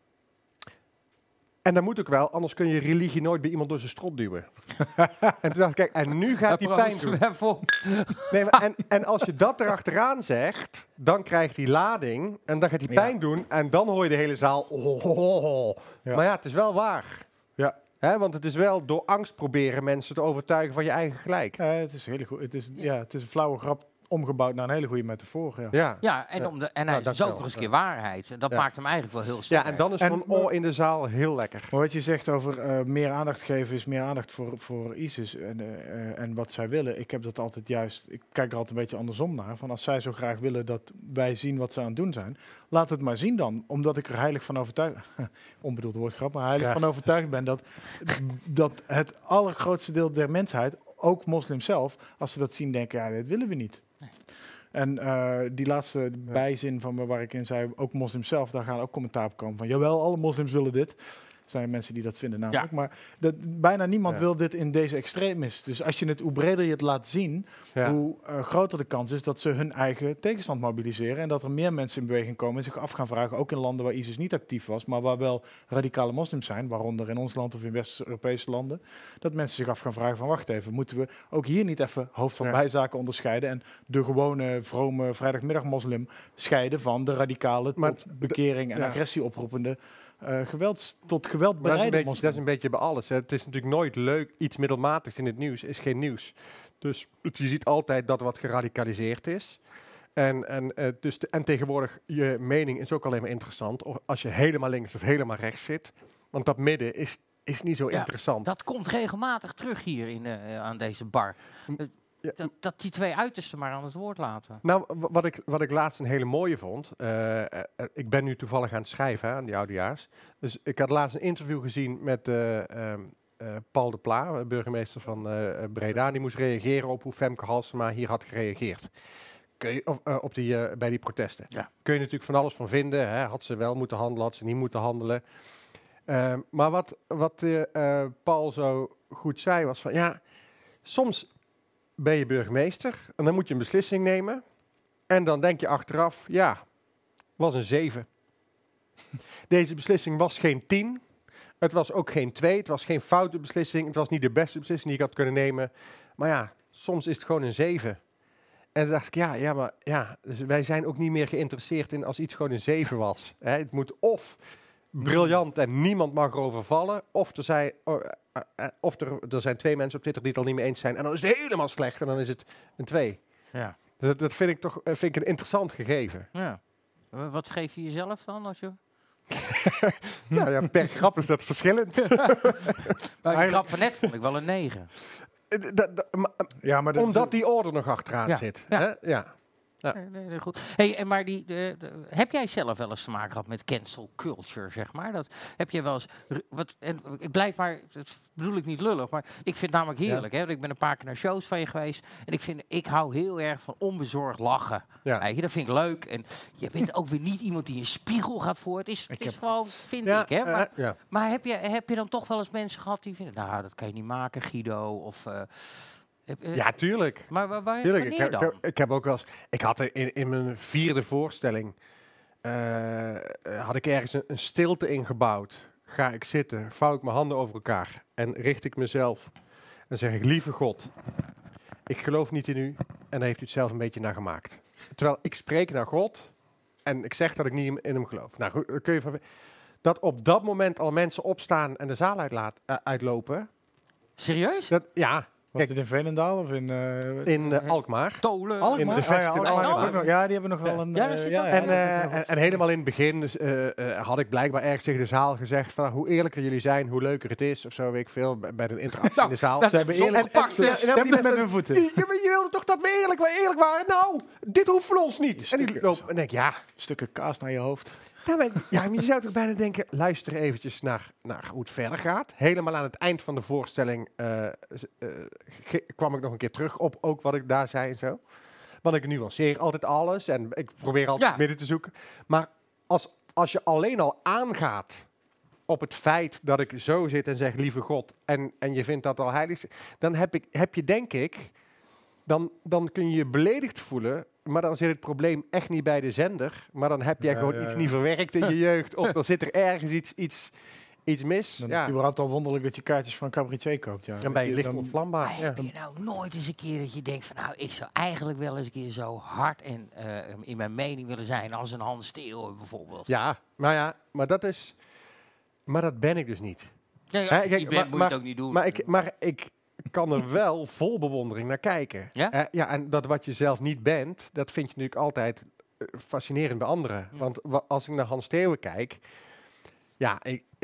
En dat moet ook wel, anders kun je religie nooit bij iemand door zijn strot duwen. En toen dacht ik, kijk, en nu gaat hij pijn doen. Nee, maar en als je dat erachteraan zegt, dan krijgt hij lading en dan gaat hij pijn doen. En dan hoor je de hele zaal, Maar het is wel waar. Ja. Want het is wel door angst proberen mensen te overtuigen van je eigen gelijk. Het is heel goed. Het is een flauwe grap. Omgebouwd naar een hele goede metafoor. En hij is ook nog eens een keer waarheid. En dat maakt hem eigenlijk wel heel sterk. Ja, en dan is zo'n oor in de zaal heel lekker. Maar wat je zegt over meer aandacht geven is meer aandacht voor ISIS en wat zij willen. Ik heb dat altijd juist, ik kijk er altijd een beetje andersom naar. Van als zij zo graag willen dat wij zien wat ze aan het doen zijn, laat het maar zien dan. Omdat ik er heilig van overtuigd, onbedoeld woordgrap, maar heilig van overtuigd ben dat het allergrootste deel der mensheid, ook moslims zelf, als ze dat zien, denken, dit willen we niet. En die laatste bijzin van waar ik in zei, ook moslims zelf, daar gaan ook commentaar op komen van, jawel, alle moslims willen dit. Er zijn mensen die dat vinden namelijk. Ja. Maar bijna niemand wil dit in deze extremis. Dus als je hoe breder je het laat zien, hoe groter de kans is dat ze hun eigen tegenstand mobiliseren. En dat er meer mensen in beweging komen en zich af gaan vragen, ook in landen waar ISIS niet actief was, maar waar wel radicale moslims zijn, waaronder in ons land of in West-Europese landen, dat mensen zich af gaan vragen van, wacht even, moeten we ook hier niet even hoofd van bijzaken onderscheiden en de gewone, vrome vrijdagmiddag moslim scheiden van de radicale tot bekering en agressie oproepende tot geweld bereiden. Dat is een beetje bij alles. Het is natuurlijk nooit leuk. Iets middelmatigs in het nieuws is geen nieuws. Dus je ziet altijd dat wat geradicaliseerd is. En tegenwoordig, je mening is ook alleen maar interessant of als je helemaal links of helemaal rechts zit. Want dat midden is niet zo interessant. Dat komt regelmatig terug hier aan deze bar. Dat die twee uitersten maar aan het woord laten. Nou, wat ik laatst een hele mooie vond. Ik ben nu toevallig aan het schrijven aan die oudejaars. Dus ik had laatst een interview gezien met Paul de Pla, burgemeester van Breda. Die moest reageren op hoe Femke Halsema hier had gereageerd. Bij die protesten. Ja. Kun je natuurlijk van alles van vinden. Hè? Had ze wel moeten handelen, had ze niet moeten handelen. Maar wat Paul zo goed zei was van... Ja, soms ben je burgemeester en dan moet je een beslissing nemen. En dan denk je achteraf, was een 7. Deze beslissing was geen 10. Het was ook geen 2. Het was geen foute beslissing. Het was niet de beste beslissing die ik had kunnen nemen. Maar soms is het gewoon een 7. En toen dacht ik, dus wij zijn ook niet meer geïnteresseerd in als iets gewoon een 7 was. Hè? Het moet of briljant en niemand mag erover vallen, of er zijn 2 mensen op Twitter die het al niet mee eens zijn en dan is het helemaal slecht en dan is het een 2. Ja. Dat vind ik toch een interessant gegeven. Ja. Wat geef je jezelf dan als je... Per grap is dat verschillend. Maar die grap van net vond ik wel een 9. Omdat die orde nog achteraan zit. Ja. Hè? Ja. Nee, goed. Hey, maar heb jij zelf wel eens te maken gehad met cancel culture, zeg maar? Dat heb je wel eens... ik blijf maar... Dat bedoel ik niet lullig, maar ik vind het namelijk heerlijk. Hè? Ik ben een paar keer naar shows van je geweest. En ik hou heel erg van onbezorgd lachen. Ja. Weet je, dat vind ik leuk. En je bent ook weer niet iemand die een spiegel gaat voor. Het is gewoon, vind ik. Hè? Maar heb je dan toch wel eens mensen gehad die vinden... Nou, dat kan je niet maken, Guido. Of... Ja, tuurlijk. Maar wanneer dan? Ik heb ook wel eens... Ik had in mijn 4e voorstelling... had ik ergens een stilte ingebouwd. Ga ik zitten, vouw ik mijn handen over elkaar... en richt ik mezelf en zeg ik... Lieve God, ik geloof niet in u... en daar heeft u het zelf een beetje naar gemaakt. Terwijl ik spreek naar God... en ik zeg dat ik niet in hem geloof. Nou, goed, kun je dat op dat moment al mensen opstaan... en de zaal uitlopen... Serieus? Ja... Was het in Veenendaal of in Alkmaar? Tolen. In de vestiging. Ja, die hebben nog wel een... En helemaal in het begin had ik blijkbaar ergens tegen de zaal gezegd... van hoe eerlijker jullie zijn, hoe leuker het is. Of zo, weet ik veel, bij een interactie in de zaal. Ze hebben eerlijk stemmen met hun voeten. Je wilde toch dat we eerlijk waren? Nou, dit hoeft voor ons niet. En die lopen en denk stukken kaas naar je hoofd. Maar je zou toch bijna denken, luister eventjes naar hoe het verder gaat. Helemaal aan het eind van de voorstelling kwam ik nog een keer terug op ook wat ik daar zei en zo. Want ik nuanceer altijd alles en ik probeer altijd het midden te zoeken. Maar als je alleen al aangaat op het feit dat ik zo zit en zeg, lieve God, en je vindt dat al heilig, dan heb je denk ik, dan kun je je beledigd voelen. Maar dan zit het probleem echt niet bij de zender. Maar dan heb jij gewoon iets niet verwerkt in je jeugd. Of dan zit er ergens iets mis. Dan is het überhaupt al wonderlijk dat je kaartjes van een cabaretier koopt. Ja. Dan ben je licht ontvlambaar. Maar heb je nou nooit eens een keer dat je denkt van... Nou, ik zou eigenlijk wel eens een keer zo hard en in mijn mening willen zijn... als een Hans Steeuwen bijvoorbeeld. Ja, maar dat is... Maar dat ben ik dus niet. Nee, als je niet bent, moet je het ook niet doen. Maar ik kan er wel vol bewondering naar kijken. Ja? En dat wat je zelf niet bent, dat vind je natuurlijk altijd fascinerend bij anderen. Ja. Want als ik naar Hans Steeuwen kijk... Ja,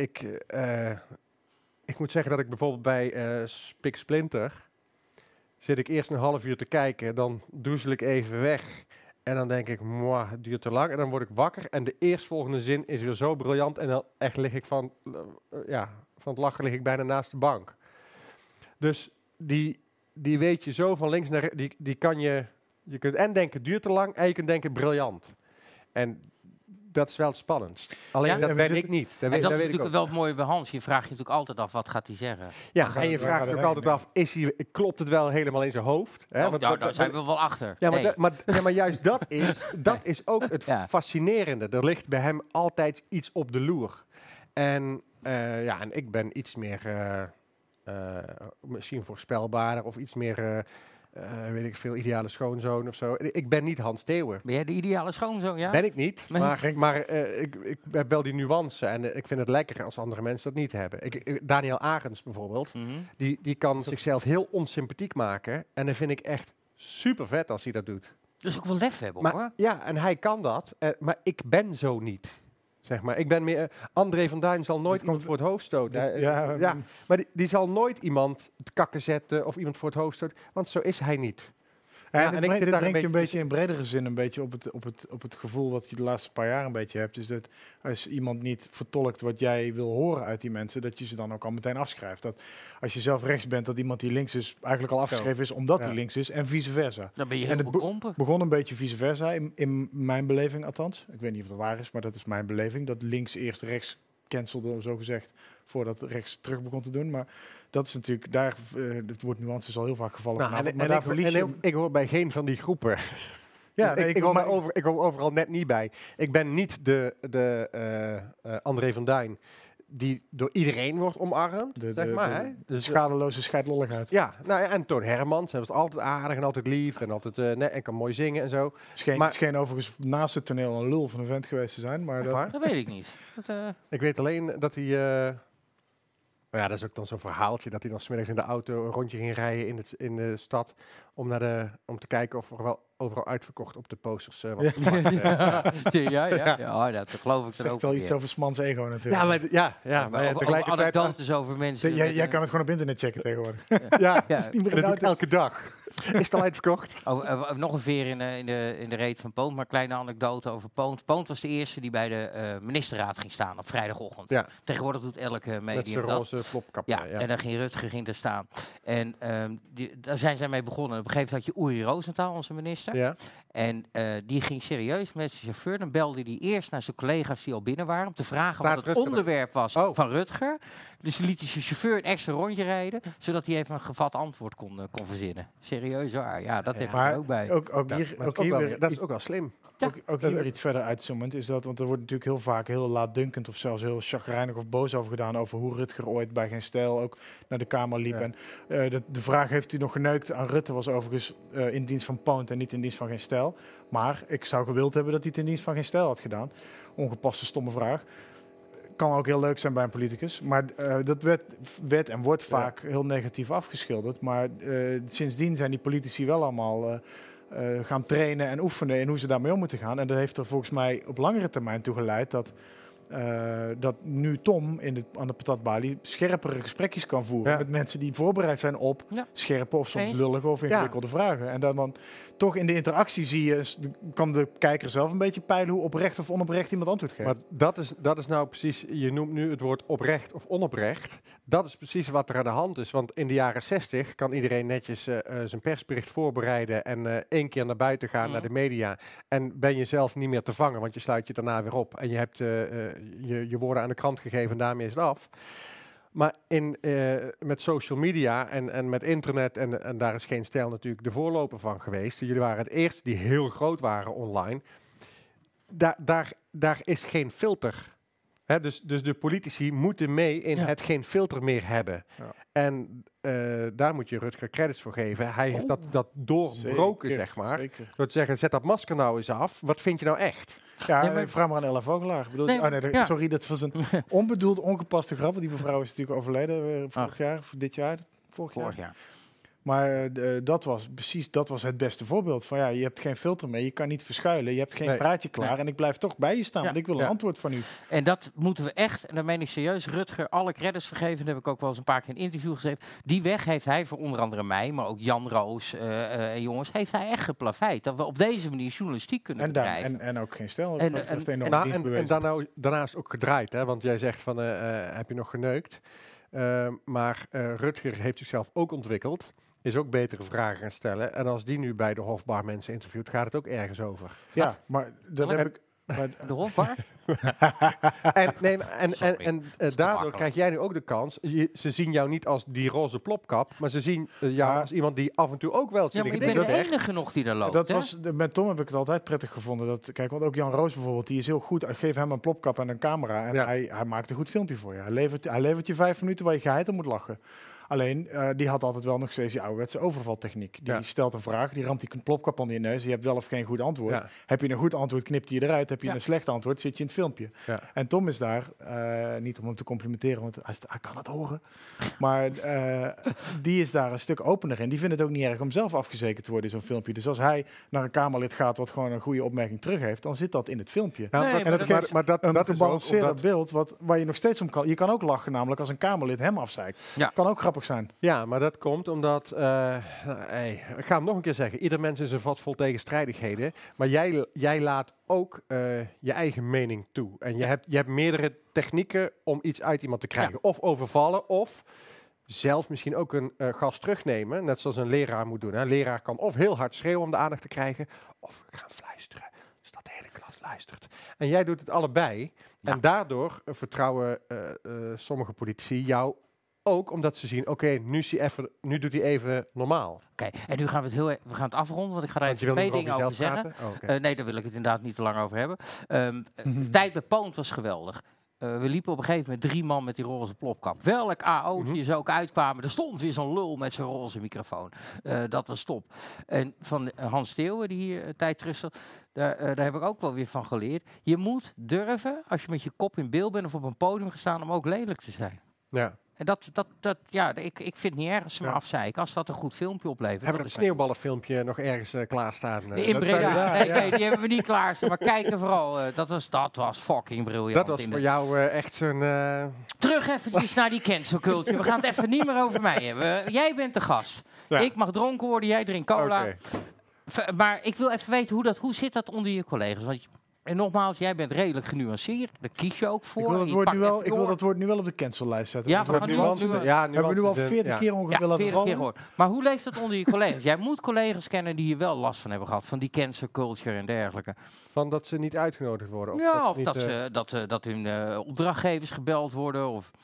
ik moet zeggen dat ik bijvoorbeeld bij Spik Splinter... zit ik eerst een half uur te kijken, dan doezel ik even weg... En dan denk ik, het duurt te lang. En dan word ik wakker. En de eerstvolgende zin is weer zo briljant. En dan echt lig ik van het lachen lig ik bijna naast de bank. Dus die weet je zo van links naar rechts. Die kan je kunt en denken, duurt te lang. En je kunt denken, briljant. En dat is wel het spannendst. Alleen dat ben ik niet. Dat is natuurlijk wel het mooie bij Hans. Je vraagt je natuurlijk altijd af, wat gaat hij zeggen? Ja, en je vraagt je ook altijd af, klopt het wel helemaal in zijn hoofd? Hè? Daar zijn we wel achter. Ja, maar juist dat is ook het fascinerende. Er ligt bij hem altijd iets op de loer. En ik ben iets meer misschien voorspelbaarder of iets meer... weet ik veel, ideale schoonzoon of zo. Ik ben niet Hans Steeuwen. Ben jij de ideale schoonzoon, ja? Ben ik niet, maar ik heb wel die nuance en ik vind het lekker als andere mensen dat niet hebben. Daniel Arends bijvoorbeeld, die kan zichzelf heel onsympathiek maken en dat vind ik echt super vet als hij dat doet. Dus ook wel lef hebben, Maar, hoor. ja, en hij kan dat. Maar ik ben zo niet. Zeg maar. Ik ben meer... André van Duin zal nooit iemand voor het hoofd stoten. Maar die zal nooit iemand het kakken zetten of iemand voor het hoofd stoten. Want zo is hij niet. En dit brengt je een beetje in bredere zin een beetje op het gevoel wat je de laatste paar jaar een beetje hebt. Dus dat als iemand niet vertolkt wat jij wil horen uit die mensen, dat je ze dan ook al meteen afschrijft. Dat als je zelf rechts bent, dat iemand die links is eigenlijk al afgeschreven is omdat hij links is en vice versa. Dan ben je heel en het begon een beetje vice versa, in mijn beleving althans. Ik weet niet of dat waar is, maar dat is mijn beleving. Dat links eerst rechts cancelde, zo gezegd, voordat rechts terug begon te doen. Maar dat is natuurlijk, het woord nuance is al heel vaak gevallen vanavond, maar daar verlies je... Ik hoor bij geen van die groepen. Ja, ik hoor overal net niet bij. Ik ben niet de André van Duin die door iedereen wordt omarmd, zeg maar. De schadeloze scheidlolligheid. Ja, nou ja, en Toon Hermans, hij was altijd aardig en altijd lief en altijd en kan mooi zingen en zo. Het scheen overigens naast het toneel een lul van een vent geweest te zijn, maar dat weet ik niet. Ik weet alleen dat hij... Maar ja, dat is ook dan zo'n verhaaltje dat hij dan 's middags in de auto een rondje ging rijden in de stad om te kijken of er wel overal uitverkocht op de posters ja, dat geloof ik. Zegt wel iets over 's mans ego natuurlijk. Maar tegelijkertijd anekdotes over mensen. Jij kan het gewoon op internet checken tegenwoordig. Dat doe ik elke dag. Is het al uitverkocht? Nog een veer in de reet van Poont, maar een kleine anekdote over Poont. Poont was de eerste die bij de ministerraad ging staan op vrijdagochtend. Ja. Tegenwoordig doet elke medium dat. Roze flopkap. En dan ging Rutger er staan. En daar zijn zij mee begonnen. Op een gegeven moment had je Uri Rosenthal, onze minister. Ja. En die ging serieus met zijn chauffeur. Dan belde hij eerst naar zijn collega's die al binnen waren om te vragen wat het onderwerp was van Rutger. Dus die liet zijn chauffeur een extra rondje rijden, zodat hij even een gevat antwoord kon verzinnen. Serieus waar. Ja, dat heb ik ook bij. Dat is ook wel slim. Ja. Ook hier weer iets verder uitzoomend is dat, want er wordt natuurlijk heel vaak heel laatdunkend of zelfs heel chagrijnig of boos over gedaan over hoe Rutger ooit bij Geen Stijl ook naar de Kamer liep. Ja. En de vraag heeft hij nog geneukt aan Rutte was overigens in dienst van Poont en niet in dienst van Geen Stijl. Maar ik zou gewild hebben dat hij het in dienst van Geen Stijl had gedaan. Ongepaste stomme vraag. Kan ook heel leuk zijn bij een politicus. Maar dat werd en wordt vaak heel negatief afgeschilderd. Maar sindsdien zijn die politici wel allemaal gaan trainen en oefenen in hoe ze daarmee om moeten gaan. En dat heeft er volgens mij op langere termijn toe geleid dat nu Tom aan de patatbalie scherpere gesprekjes kan voeren met mensen die voorbereid zijn op scherpe of soms lullige of ingewikkelde vragen. En dan toch in de interactie kan de kijker zelf een beetje peilen hoe oprecht of onoprecht iemand antwoord geeft. Maar dat is nou precies, je noemt nu het woord oprecht of onoprecht. Dat is precies wat er aan de hand is. Want in de jaren 60 kan iedereen netjes zijn persbericht voorbereiden en 1 keer naar buiten gaan naar de media. En ben je zelf niet meer te vangen, want je sluit je daarna weer op. En je hebt je woorden aan de krant gegeven en daarmee is het af. Maar met social media en met internet, en daar is Geen Stijl natuurlijk de voorloper van geweest. Jullie waren het eerste die heel groot waren online. Daar is geen filter. Hè, dus de politici moeten mee in het geen filter meer hebben. Ja. En daar moet je Rutger credits voor geven. Hij heeft dat doorbroken, zeg maar. Zeker. Door te zeggen, zet dat masker nou eens af. Wat vind je nou echt? Ja, vraag maar aan Ella Vogelaar. Sorry, dat was een onbedoeld, ongepaste grap. Want die mevrouw is natuurlijk overleden vorig jaar. Maar dat was het beste voorbeeld van je hebt geen filter meer, je kan niet verschuilen, je hebt geen praatje klaar en ik blijf toch bij je staan, want ik wil een antwoord van u. En dat moeten we echt, en dan meen ik serieus, Rutger alle credits gegeven, dat heb ik ook wel eens een paar keer in een interview gezegd. Die weg heeft hij voor onder andere mij, maar ook Jan Roos en jongens, heeft hij echt geplaveid. Dat we op deze manier journalistiek kunnen bedrijven. En ook Geen Stijl. En daarnaast ook gedraaid, hè? Want jij zegt van, heb je nog geneukt? Maar Rutger heeft zichzelf ook ontwikkeld. Is ook betere vragen gaan stellen. En als die nu bij de Hofbar mensen interviewt, gaat het ook ergens over. Ja, maar dat heb ik... De Hofbar? En daardoor krijg jij nu ook de kans. Ze zien jou niet als die roze plopkap, maar ze zien jou als iemand die af en toe ook wel zinnige dingen zegt. Ik ben de enige nog die daar loopt. Met Tom heb ik het altijd prettig gevonden. Want ook Jan Roos bijvoorbeeld, die is heel goed. Geef hem een plopkap en een camera en hij maakt een goed filmpje voor je. Hij levert je 5 minuten waar je geheid om moet lachen. Alleen, die had altijd wel nog steeds die ouderwetse overvaltechniek. Die stelt een vraag, die ramt die plopkap onder je neus. Je hebt wel of geen goed antwoord. Ja. Heb je een goed antwoord, knipt hij je eruit. Heb je een slecht antwoord, zit je in het filmpje. Ja. En Tom is daar, niet om hem te complimenteren, want hij kan het horen. Maar die is daar een stuk opener in. Die vindt het ook niet erg om zelf afgezekerd te worden in zo'n filmpje. Dus als hij naar een Kamerlid gaat wat gewoon een goede opmerking terug heeft, dan zit dat in het filmpje. Ja, en dat geeft een gebalanceerd beeld waar je nog steeds om kan. Je kan ook lachen, namelijk als een Kamerlid hem afzeikt. Ja. Kan ook grappig zijn. Ja, maar dat komt omdat, ik ga hem nog een keer zeggen, ieder mens is een vat vol tegenstrijdigheden, maar jij laat ook je eigen mening toe. En je hebt meerdere technieken om iets uit iemand te krijgen. Ja. Of overvallen, of zelf misschien ook een gast terugnemen, net zoals een leraar moet doen. Een leraar kan of heel hard schreeuwen om de aandacht te krijgen, of gaan fluisteren, zodat de hele klas luistert. En jij doet het allebei. Ja. En daardoor vertrouwen sommige politici jou ook, omdat ze zien, oké, nu doet hij even normaal. Oké, en nu gaan we het afronden, want ik ga er even 2 dingen over zeggen. Nee, daar wil ik het inderdaad niet te lang over hebben. De tijd bij Poont was geweldig. We liepen op een gegeven moment 3 man met die roze plopkap. Welk AO'tje ze ook uitkwamen. Er stond weer zo'n lul met zijn roze microfoon. Dat was top. En van Hans Theeuwen, die hier een tijd terug zat, daar heb ik ook wel weer van geleerd. Je moet durven, als je met je kop in beeld bent of op een podium gestaan, om ook lelijk te zijn. Ja. En ik vind het niet erg als ze me afzeiken, als dat een goed filmpje oplevert. Hebben we het sneeuwballenfilmpje nog ergens klaarstaan? In Breda. Nee, die hebben we niet klaarstaan. Maar kijk er vooral. Dat was fucking briljant. Dat was voor jou echt zo'n... Terug eventjes naar die cancel culture. We gaan het even niet meer over mij hebben. Jij bent de gast. Ja. Ik mag dronken worden, jij drinkt cola. Okay. Maar ik wil even weten, hoe zit dat onder je collega's? Want en nogmaals, jij bent redelijk genuanceerd. Daar kies je ook voor. Ik wil dat woord nu wel op de cancellijst zetten. Ja, we hebben nu al 40 keer ongeveer laten vallen. Maar hoe leeft het onder je collega's? Jij moet collega's kennen die hier wel last van hebben gehad. Van die cancel culture en dergelijke. Van dat ze niet uitgenodigd worden? Dat hun opdrachtgevers gebeld worden.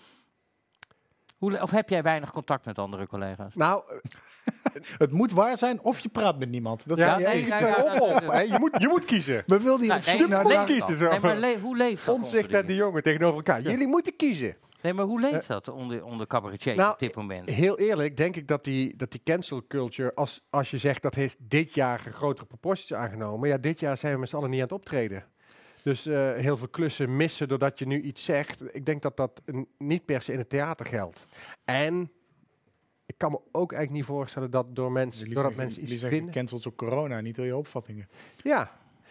Of heb jij weinig contact met andere collega's? Nou, het moet waar zijn of je praat met niemand. Dat je moet kiezen. We wilden hier kiezen. Zo. Nee, maar hoe leeft dat? Omtzigt en de Jonge tegenover elkaar. Ja. Jullie moeten kiezen. Nee, maar hoe leeft dat onder cabaretiers op dit moment? Heel eerlijk, denk ik dat die cancel culture, als je zegt dat heeft dit jaar grotere proporties aangenomen. Ja, dit jaar zijn we met z'n allen niet aan het optreden. Dus heel veel klussen missen doordat je nu iets zegt. Ik denk dat dat niet per se in het theater geldt. En ik kan me ook eigenlijk niet voorstellen dat mensen iets vinden. Cancelt op corona, niet door je opvattingen. Ja.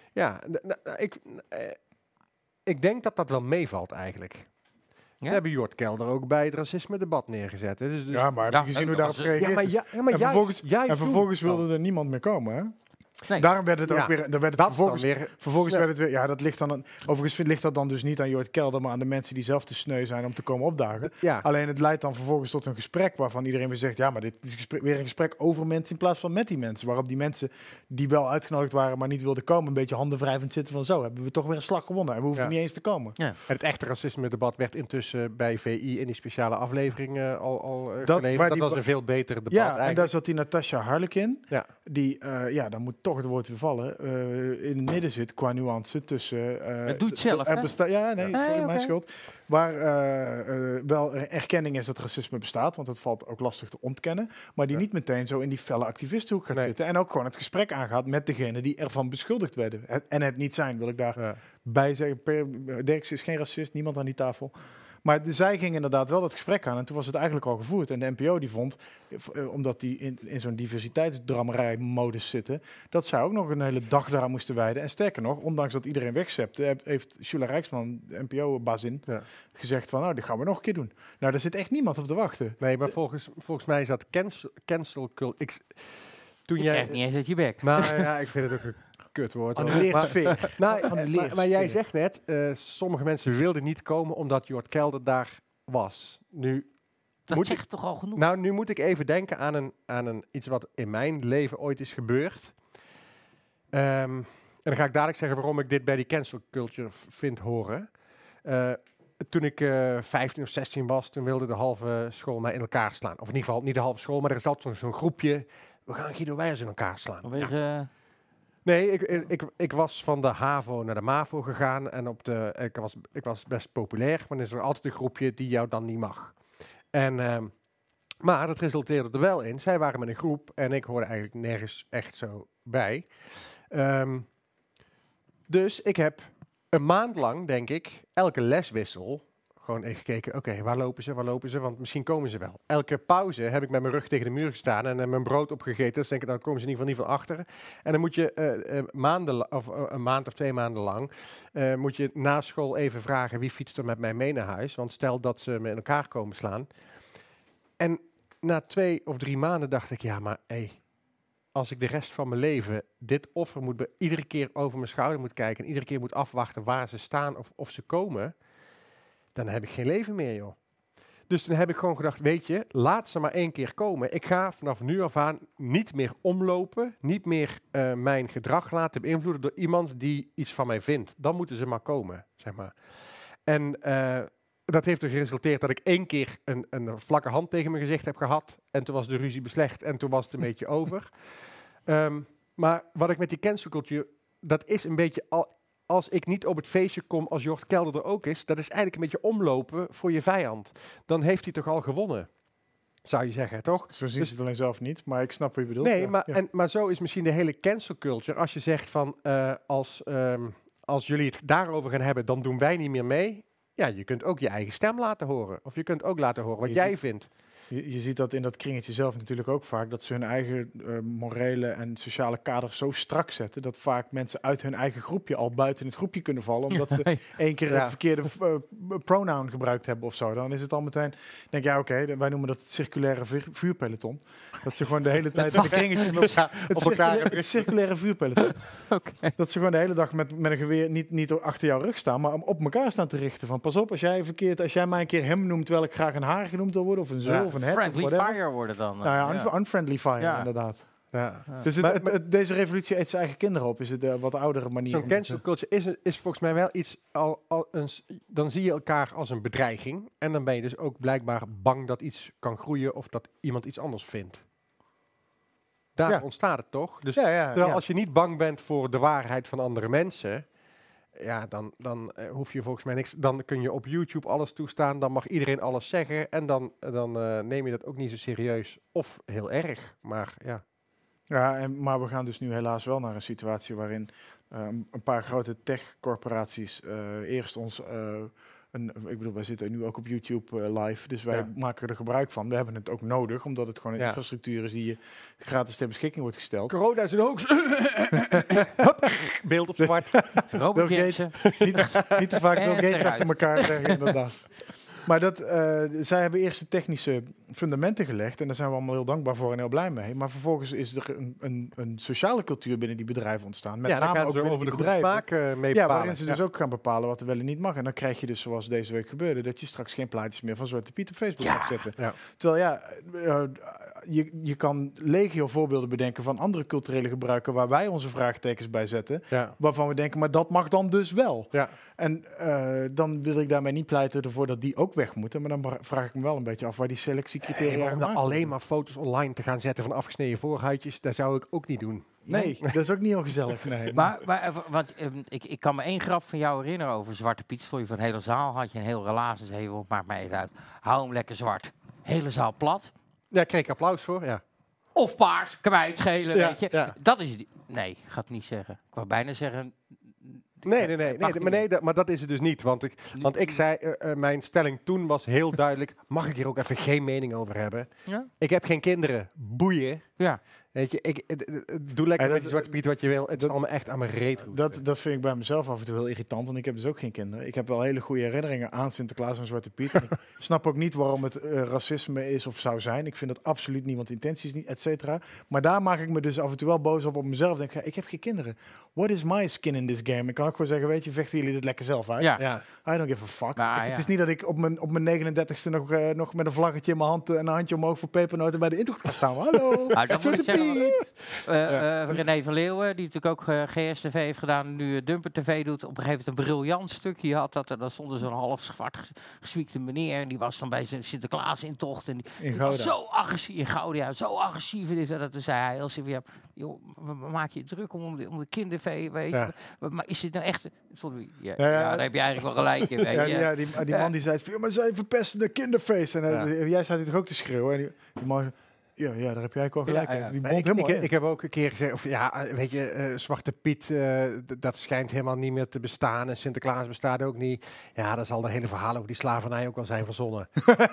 Ik denk dat dat wel meevalt eigenlijk. Ja? Ze hebben Jort Kelder ook bij het racisme-debat neergezet. Hè. Dus ja, maar heb je gezien hoe daarop reageert? En vervolgens wilde er niemand meer komen, hè? Nee. Daarom werd het ook weer. Vervolgens werd het weer. Ja, dat ligt dan. Overigens ligt dat dan dus niet aan Jort Kelder, maar aan de mensen die zelf te sneu zijn om te komen opdagen. Ja. Alleen het leidt dan vervolgens tot een gesprek waarvan iedereen weer zegt: ja, maar dit is weer een gesprek over mensen in plaats van met die mensen. Waarop die mensen die wel uitgenodigd waren, maar niet wilden komen, een beetje handenwrijvend zitten van zo hebben we toch weer een slag gewonnen en we hoeven niet eens te komen. Ja. En het echte racisme-debat werd intussen bij VI in die speciale aflevering al geleverd. Dat was een veel beter debat. Ja, en daar zat die Natasha Harlekin. Ja. Die, dan moet toch het woord weer vallen, in het midden zit qua nuance tussen... het doet zelf, hè? Mijn schuld. Waar wel erkenning is dat racisme bestaat, want het valt ook lastig te ontkennen, maar die niet meteen zo in die felle activistenhoek gaat zitten en ook gewoon het gesprek aangaat met degene die ervan beschuldigd werden. Het niet zijn, wil ik daarbij zeggen. Dirks is geen racist, niemand aan die tafel. Maar zij ging inderdaad wel dat gesprek aan en toen was het eigenlijk al gevoerd. En de NPO die vond, omdat die in zo'n diversiteitsdrammerij-modus zitten, dat zij ook nog een hele dag daaraan moesten wijden. En sterker nog, ondanks dat iedereen wegzepte, heeft Shula Rijksman, de NPO-bazin, gezegd van, nou, dit gaan we nog een keer doen. Nou, daar zit echt niemand op te wachten. Nee, maar volgens mij is dat cancel culture. Je krijgt niet eens uit je bek. Nou ja, ik vind het ook een kutwoord. Annuleersfeer. Maar jij zegt net, sommige mensen wilden niet komen omdat Jort Kelder daar was. Dat zegt toch al genoeg? Nou, nu moet ik even denken aan iets wat in mijn leven ooit is gebeurd. En dan ga ik dadelijk zeggen waarom ik dit bij die cancel culture vind horen. Toen ik 15 of 16 was, toen wilde de halve school mij in elkaar slaan. Of in ieder geval niet de halve school, maar er zat zo'n groepje. We gaan Guido Weijers in elkaar slaan. Nee, ik was van de HAVO naar de MAVO gegaan en ik was best populair, maar er is er altijd een groepje die jou dan niet mag. En Maar dat resulteerde er wel in. Zij waren met een groep en ik hoorde eigenlijk nergens echt zo bij. Dus ik heb een maand lang, denk ik, elke leswissel gewoon even gekeken. Oké, waar lopen ze? Want misschien komen ze wel. Elke pauze heb ik met mijn rug tegen de muur gestaan en mijn brood opgegeten. Dus denk ik, dan komen ze in ieder geval niet van achter. En dan moet je een maand of 2 maanden lang, moet je na school even vragen wie fietst er met mij mee naar huis. Want stel dat ze me in elkaar komen slaan. En na 2 of 3 maanden dacht ik, ja, maar als ik de rest van mijn leven dit offer iedere keer over mijn schouder moet kijken en iedere keer moet afwachten waar ze staan of ze komen, dan heb ik geen leven meer, joh. Dus toen heb ik gewoon gedacht, weet je, laat ze maar 1 keer komen. Ik ga vanaf nu af aan niet meer omlopen, niet meer mijn gedrag laten beïnvloeden door iemand die iets van mij vindt. Dan moeten ze maar komen, zeg maar. En dat heeft er geresulteerd dat ik 1 keer een vlakke hand tegen mijn gezicht heb gehad. En toen was de ruzie beslecht en toen was het een beetje over. Maar wat ik met die cancelcultuur, dat is een beetje als ik niet op het feestje kom als Jort Kelder er ook is, dat is eigenlijk een beetje omlopen voor je vijand. Dan heeft hij toch al gewonnen, zou je zeggen, toch? Zo zien ze het alleen zelf niet, maar ik snap wat je bedoelt. Nee, maar zo is misschien de hele cancel culture. Als je zegt van, als jullie het daarover gaan hebben, dan doen wij niet meer mee. Ja, je kunt ook je eigen stem laten horen. Of je kunt ook laten horen wat jij vindt. Je ziet dat in dat kringetje zelf natuurlijk ook vaak, dat ze hun eigen morele en sociale kader zo strak zetten, dat vaak mensen uit hun eigen groepje al buiten het groepje kunnen vallen, omdat ze 1 keer een verkeerde pronoun gebruikt hebben of zo. Dan is het al meteen, denk je, ja, oké, wij noemen dat het circulaire vuurpeloton. Dat ze gewoon de hele tijd in een kringetje het circulaire vuurpeloton. Okay. Dat ze gewoon de hele dag met een geweer niet achter jouw rug staan, maar op elkaar staan te richten. Van pas op, als jij mij een keer hem noemt, terwijl ik graag een haar genoemd wil worden, of een zo. Friendly fire worden dan. Unfriendly fire, inderdaad. Ja. Dus deze revolutie eet zijn eigen kinderen op, is het wat oudere manier. Zo'n cancel culture is volgens mij wel iets, dan zie je elkaar als een bedreiging. En dan ben je dus ook blijkbaar bang dat iets kan groeien of dat iemand iets anders vindt. Daar ontstaat het toch? Dus terwijl als je niet bang bent voor de waarheid van andere mensen, ja, dan hoef je volgens mij niks. Dan kun je op YouTube alles toestaan. Dan mag iedereen alles zeggen. En dan neem je dat ook niet zo serieus. Of heel erg. Maar ja. Ja, maar we gaan dus nu helaas wel naar een situatie waarin een paar grote tech-corporaties eerst ons... ik bedoel, wij zitten nu ook op YouTube live, dus wij maken er gebruik van. We hebben het ook nodig, omdat het gewoon een infrastructuur is die je gratis ter beschikking wordt gesteld. Corona is een hoax. Beeld op zwart. Bill Gates. Niet te vaak Bill Gates achter elkaar zeggen, inderdaad. Maar zij hebben eerst de technische fundamenten gelegd. En daar zijn we allemaal heel dankbaar voor en heel blij mee. Maar vervolgens is er een sociale cultuur binnen die bedrijven ontstaan. Met name ook binnen over die de bedrijven. Mee waarin ze dus ook gaan bepalen wat er wel en niet mag. En dan krijg je dus, zoals deze week gebeurde, dat je straks geen plaatjes meer van Zwarte Piet op Facebook mag zetten. Ja. Terwijl je kan legio voorbeelden bedenken van andere culturele gebruiken waar wij onze vraagtekens bij zetten. Ja. Waarvan we denken, maar dat mag dan dus wel. Ja. En dan wil ik daarmee niet pleiten ervoor dat die ook weg moeten. Maar dan vraag ik me wel een beetje af waar die selectiecriteria om dan alleen maar foto's online te gaan zetten van afgesneden voorhuidjes, dat zou ik ook niet doen. Nee, dat is ook niet heel gezellig. Nee. Want ik kan me 1 grap van jou herinneren over Zwarte Piet. Stond je van de hele zaal, had je een heel relaas en zei, maakt mij even uit. Hou hem lekker zwart. Hele zaal plat. Ja, kreeg ik applaus voor, ja. Of paars, kan mij het schelen, weet je. Ja. Dat is nee, ik ga het niet zeggen. Ik wou bijna zeggen... Nee, maar dat is het dus niet. Want ik zei, mijn stelling toen was heel duidelijk, mag ik hier ook even geen mening over hebben? Ja? Ik heb geen kinderen, boeien. Ja. Weet je, doe lekker met die Zwarte Piet wat je wil. Het is allemaal echt aan mijn reet. Dat vind ik bij mezelf af en toe heel irritant, want ik heb dus ook geen kinderen. Ik heb wel hele goede herinneringen aan Sinterklaas en Zwarte Piet. En ik snap ook niet waarom het racisme is of zou zijn. Ik vind dat absoluut niet, want intenties niet, et cetera. Maar daar maak ik me dus af en toe wel boos op mezelf. Denk ik heb geen kinderen. What is my skin in this game? Ik kan ook gewoon zeggen, weet je, vechten jullie dit lekker zelf uit? Ja. I don't give a fuck. Maar, het is niet dat ik op mijn 39ste nog met een vlaggetje in mijn hand en een handje omhoog voor pepernoten bij de intocht ga staan. Hallo, Zwarte Piet. Piet! René van Leeuwen, die natuurlijk ook GSTV heeft gedaan, nu Dumper TV doet, op een gegeven moment een briljant stukje had. Daar stond er zo'n half zwart gezwiekte meneer en die was dan bij zijn Sinterklaas-intocht. En die was zo agressief, in Gouda, zo agressief. En dat toen zei hij heel serieus, joh, maak je druk om de kindervee, weet je. Maar is dit nou echt... Sorry, daar heb je eigenlijk wel gelijk in, weet je. Die man die zei, maar zij verpesten de kinderfeest. En jij staat hier toch ook te schreeuwen. En die man... Ja, daar heb jij ook wel gelijk. Die bond helemaal ik heb ook een keer gezegd, weet je, Zwarte Piet, dat schijnt helemaal niet meer te bestaan. En Sinterklaas bestaat ook niet. Ja, daar zal de hele verhaal over die slavernij ook wel zijn verzonnen.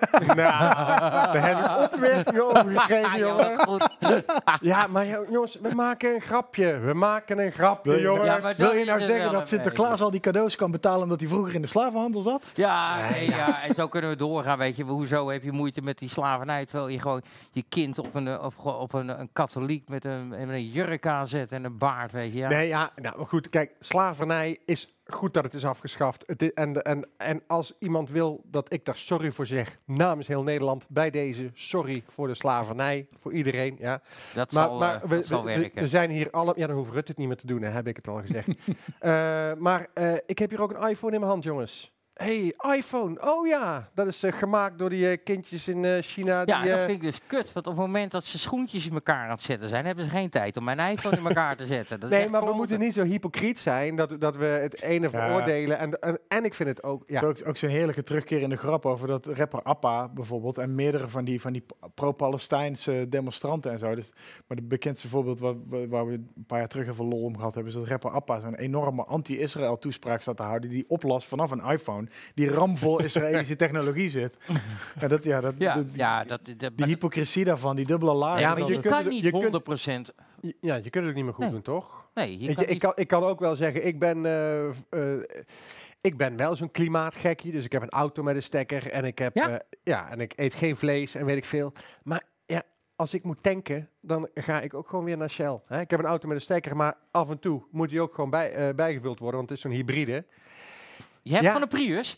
Daar heb ik opmerkingen over gekregen, jongen. Ja, maar jongens, we maken een grapje. Jongen. Ja, wil je nou zeggen dat Sinterklaas al die cadeaus kan betalen omdat hij vroeger in de slavenhandel zat? Ja, en zo kunnen we doorgaan, weet je. Hoezo heb je moeite met die slavernij, terwijl je gewoon je kind op een katholiek met een jurk aanzet en een baard, weet je. Ja. Nee, nou goed, kijk, slavernij is goed dat het is afgeschaft. En als iemand wil dat ik daar sorry voor zeg, namens heel Nederland, bij deze, sorry voor de slavernij, voor iedereen. Ja. Dat zal werken. We zijn hier allemaal... Ja, dan hoeft Rutte het niet meer te doen, hè, heb ik het al gezegd. Maar ik heb hier ook een iPhone in mijn hand, jongens. Hey, iPhone. Oh ja, dat is gemaakt door die kindjes in China. Ja, dat vind ik dus kut. Want op het moment dat ze schoentjes in elkaar aan het zetten zijn, hebben ze geen tijd om mijn iPhone in elkaar te zetten. Dat nee, maar we moeten niet zo hypocriet zijn dat we het ene veroordelen. En ik vind het ook... Ja. Ook zo'n heerlijke terugkeer in de grap over dat rapper Appa bijvoorbeeld en meerdere van die pro-Palestijnse demonstranten en zo. Dus, maar het bekendste voorbeeld waar we een paar jaar terug even lol om gehad hebben, is dat rapper Appa zo'n enorme anti-Israël toespraak staat te houden die oplast vanaf een iPhone. Die ramvol Israëlische technologie zit. En die hypocrisie daarvan, die dubbele laag. Ja, maar je kan niet 100%. Ja, je kunt het ook niet meer goed doen, toch? Nee, ik kan ook wel zeggen, ik ben wel zo'n klimaatgekkie, dus ik heb een auto met een stekker en ik heb en ik eet geen vlees en weet ik veel. Maar ja, als ik moet tanken, dan ga ik ook gewoon weer naar Shell. Hè? Ik heb een auto met een stekker, maar af en toe moet die ook gewoon bijgevuld worden, want het is zo'n hybride. Je hebt van een Prius?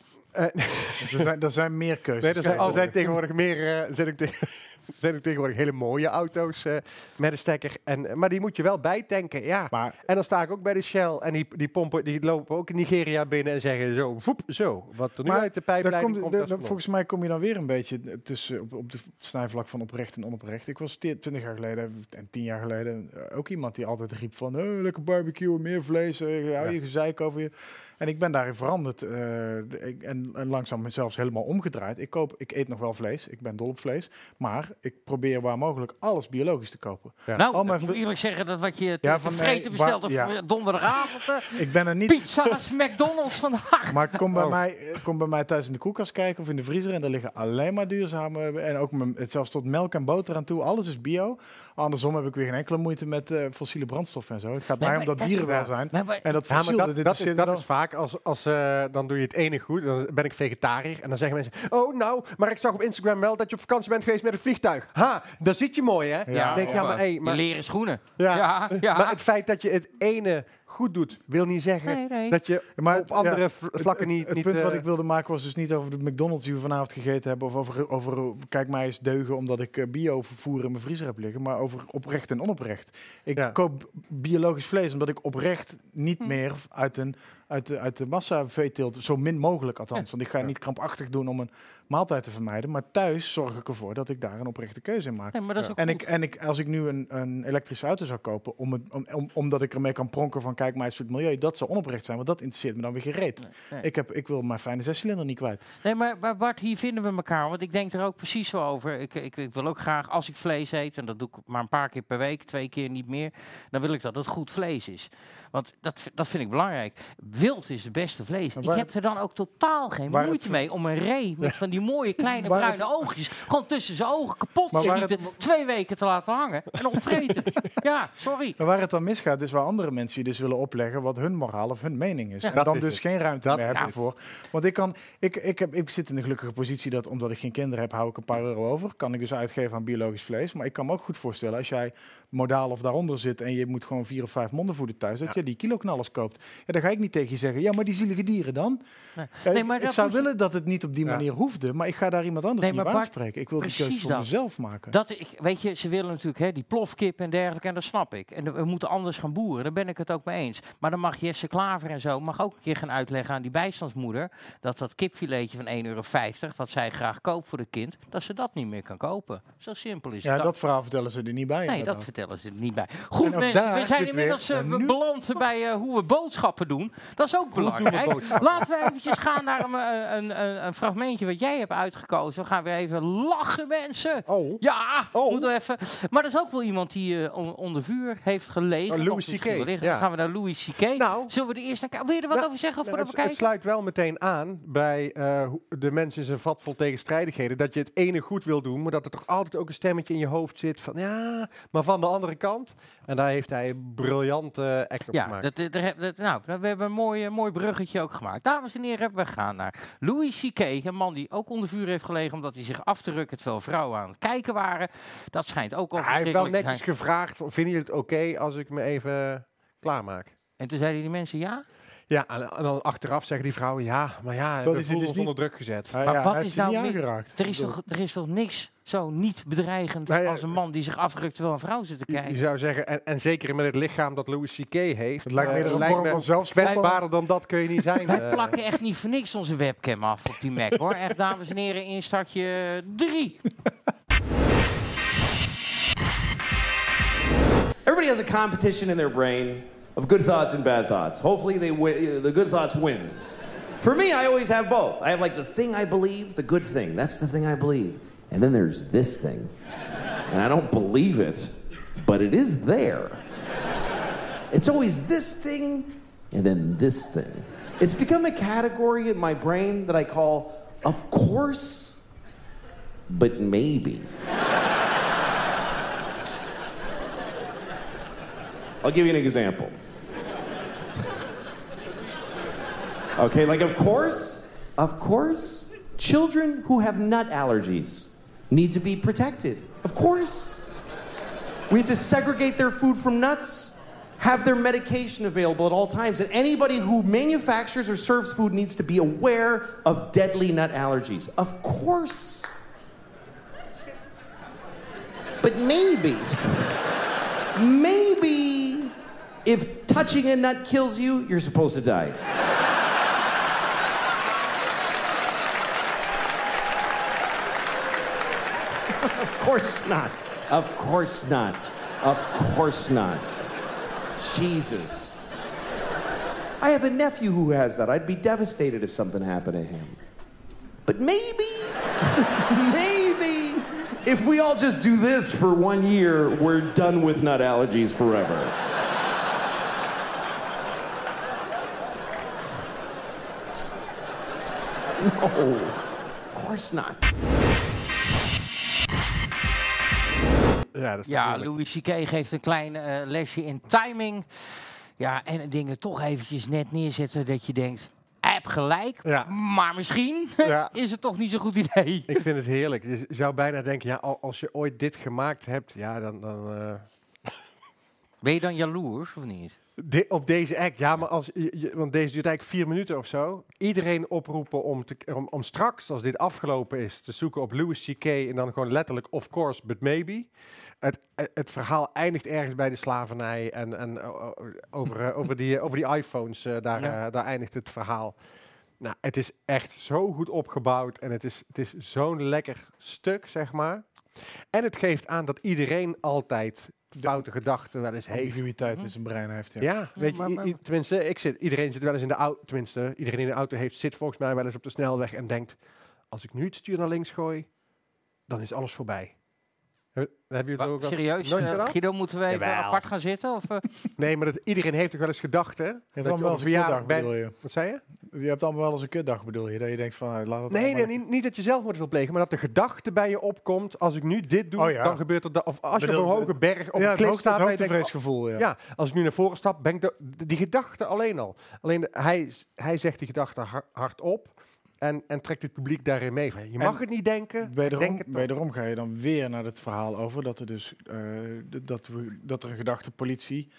Er zijn meer keuzes. Nee, er zijn tegenwoordig meer... zijn ook tegenwoordig hele mooie auto's met een stekker. Maar die moet je wel bijtanken, ja. En dan sta ik ook bij de Shell. En die pompen, die lopen ook in Nigeria binnen en zeggen zo. Wat er nu uit de pijpleiding komt. Volgens mij kom je dan weer een beetje tussen op de snijvlak van oprecht en onoprecht. Ik was 20 jaar geleden en 10 jaar geleden ook iemand die altijd riep van lekker barbecue, meer vlees, hou je gezeik over je. En ik ben daarin veranderd en langzaam zelfs helemaal omgedraaid. Ik eet nog wel vlees, ik ben dol op vlees, maar ik probeer waar mogelijk alles biologisch te kopen. Ja. Nou, ik moet eerlijk zeggen dat wat je te vreten bestelt op donderdagavond, ik ben er niet... pizza's, McDonald's vandaag. Maar kom bij mij thuis in de koelkast kijken of in de vriezer en daar liggen alleen maar duurzame en ook zelfs tot melk en boter aan toe. Alles is bio. Andersom heb ik weer geen enkele moeite met fossiele brandstoffen en zo. Het gaat mij om dat dierenwelzijn. En dat fossiel, dat is vaak als dan doe je het ene goed, dan ben ik vegetariër en dan zeggen mensen, oh nou, maar ik zag op Instagram wel dat je op vakantie bent geweest met een vliegtuig. Ha, daar zit je mooi, hè? Ja, denk, maar leren schoenen. Ja. Maar het feit dat je het ene goed doet, wil niet zeggen dat je op andere vlakken niet... Het punt wat ik wilde maken was dus niet over de McDonald's die we vanavond gegeten hebben, of over kijk mij eens deugen omdat ik bio-vervoer in mijn vriezer heb liggen, maar over oprecht en onoprecht. Ik koop biologisch vlees omdat ik oprecht niet meer uit de massa-veeteelt, zo min mogelijk althans. Want ik ga niet krampachtig doen om een maaltijd te vermijden, maar thuis zorg ik ervoor dat ik daar een oprechte keuze in maak. Nee, maar dat is als ik nu een elektrische auto zou kopen, omdat ik ermee kan pronken van kijk maar eens voor het milieu, dat zou onoprecht zijn, want dat interesseert me dan weer gereed. Nee. Ik wil mijn fijne 6-cilinder niet kwijt. Nee, maar Bart, hier vinden we elkaar, want ik denk er ook precies zo over. Ik wil ook graag, als ik vlees eet, en dat doe ik maar een paar keer per week, 2 keer niet meer, dan wil ik dat het goed vlees is. Want dat vind ik belangrijk. Wild is het beste vlees. Ik heb er dan ook totaal geen moeite mee om een ree met van die mooie kleine bruine oogjes gewoon tussen zijn ogen kapot te schieten, 2 weken te laten hangen en opvreten. Ja, sorry. Maar waar het dan misgaat is waar andere mensen je dus willen opleggen wat hun moraal of hun mening is. Ja, en dan dus geen ruimte meer hebben voor. Want ik zit in de gelukkige positie dat omdat ik geen kinderen heb, hou ik een paar euro over. Kan ik dus uitgeven aan biologisch vlees. Maar ik kan me ook goed voorstellen als jij modaal of daaronder zit en je moet gewoon 4 of 5 monden voeden thuis, dat je die kiloknallers koopt. Ja, dan ga ik niet tegen je zeggen, ja, maar die zielige dieren dan? Nee, maar ik zou willen dat het niet op die manier hoefde, maar ik ga daar iemand anders niet op aanspreken. Ik wil die keuze voor mezelf maken. Weet je, ze willen natuurlijk die plofkip en dergelijke, en dat snap ik. En we moeten anders gaan boeren, daar ben ik het ook mee eens. Maar dan mag Jesse Klaver en zo mag ook een keer gaan uitleggen aan die bijstandsmoeder dat kipfiletje van €1,50, wat zij graag koopt voor de kind, dat ze dat niet meer kan kopen. Zo simpel is het. Ja, dat verhaal vertellen ze er niet bij. Nee, dat vertellen ze er niet bij. Goed mensen, we zijn inmiddels beland bij hoe we boodschappen doen. Dat is ook belangrijk. Laten we eventjes gaan naar een fragmentje wat jij hebt uitgekozen. We gaan weer even lachen, mensen. Oh. Ja, moeten we even. Maar dat is ook wel iemand die onder vuur heeft gelegen. Louis C.K. Dan gaan we naar Louis C.K. Nou, zullen we er eerst naar kijken? Wil je er wat over zeggen voordat we kijken? Het sluit wel meteen aan bij de mensen in zijn vat vol tegenstrijdigheden. Dat je het ene goed wil doen, maar dat er toch altijd ook een stemmetje in je hoofd zit van ja, maar van de andere kant. En daar heeft hij een briljante act op gemaakt. We hebben een mooi bruggetje ook gemaakt. Dames en heren, we gaan naar Louis C.K., een man die ook onder vuur heeft gelegen omdat hij zich af te rukken terwijl vrouwen aan het kijken waren. Dat schijnt ook al verschrikkelijk te zijn. Hij heeft wel netjes gevraagd, vinden jullie het oké als ik me even klaarmaak? En toen zeiden die mensen ja? Ja, en dan achteraf zeggen die vrouwen ja, maar ja, we voelen ons onder druk gezet. Maar wat is nou aangeraakt? Er is toch niks zo niet bedreigend als een man die zich afrukt terwijl een vrouw zit te kijken? Je zou zeggen, en zeker met het lichaam dat Louis C.K. heeft. Het lijkt me een vorm van zelfspot. Kwetsbaarder dan dat kun je niet zijn. Wij plakken echt niet voor niks onze webcam af op die Mac, hoor. Echt, dames en heren, instartje 3. Everybody has a competition in their brain of good thoughts and bad thoughts. Hopefully the good thoughts win. For me, I always have both. I have like the thing I believe, the good thing. That's the thing I believe. And then there's this thing. And I don't believe it, but it is there. It's always this thing and then this thing. It's become a category in my brain that I call, of course, but maybe. I'll give you an example. Okay, like of course, children who have nut allergies need to be protected. Of course. We have to segregate their food from nuts, have their medication available at all times, and anybody who manufactures or serves food needs to be aware of deadly nut allergies. Of course. But maybe, if touching a nut kills you, you're supposed to die. Of course not. Of course not. Of course not. Jesus. I have a nephew who has that. I'd be devastated if something happened to him. But maybe, if we all just do this for 1 year, we're done with nut allergies forever. No, of course not. Ja, Louis C.K. geeft een klein lesje in timing. Ja, en dingen toch eventjes net neerzetten dat je denkt, hij heeft gelijk, maar misschien is het toch niet zo'n goed idee. Ik vind het heerlijk. Je zou bijna denken, ja, als je ooit dit gemaakt hebt, ja, dan Ben je dan jaloers of niet? Op deze act, ja, maar want deze duurt eigenlijk 4 minuten of zo. Iedereen oproepen om straks, als dit afgelopen is, te zoeken op Louis C.K. en dan gewoon letterlijk, of course, but maybe. Het verhaal eindigt ergens bij de slavernij en over die iPhones, daar eindigt het verhaal. Nou, het is echt zo goed opgebouwd en het is zo'n lekker stuk, zeg maar. En het geeft aan dat iedereen altijd foute gedachten wel eens heeft. Ambiguïteit in zijn brein heeft, ja. Weet je, tenminste, iedereen zit wel eens in de auto, tenminste, iedereen die een auto heeft, zit volgens mij wel eens op de snelweg en denkt, als ik nu het stuur naar links gooi, dan is alles voorbij. Heb je het ook serieus? Guido, moeten we even apart gaan zitten? Of, Nee, maar iedereen heeft toch wel eens gedachten? Je hebt allemaal wel eens een kutdag, bedoel je? Wat zei je? Je hebt allemaal wel eens een kutdag, bedoel je? Dat je denkt van, laat het Nee, niet dat je zelfmoord wil plegen, maar dat de gedachte bij je opkomt, als ik nu dit doe, dan gebeurt er dat. Of als je op een hoge berg op een klif staat, het hoogtevreesgevoel, ja, als ik nu naar voren stap, ben ik die gedachte alleen al. Alleen hij zegt die gedachte hardop. En trekt het publiek daarin mee. Je mag het niet denken. Wederom ga je dan weer naar het verhaal over dat er dus dat er een gedachte politie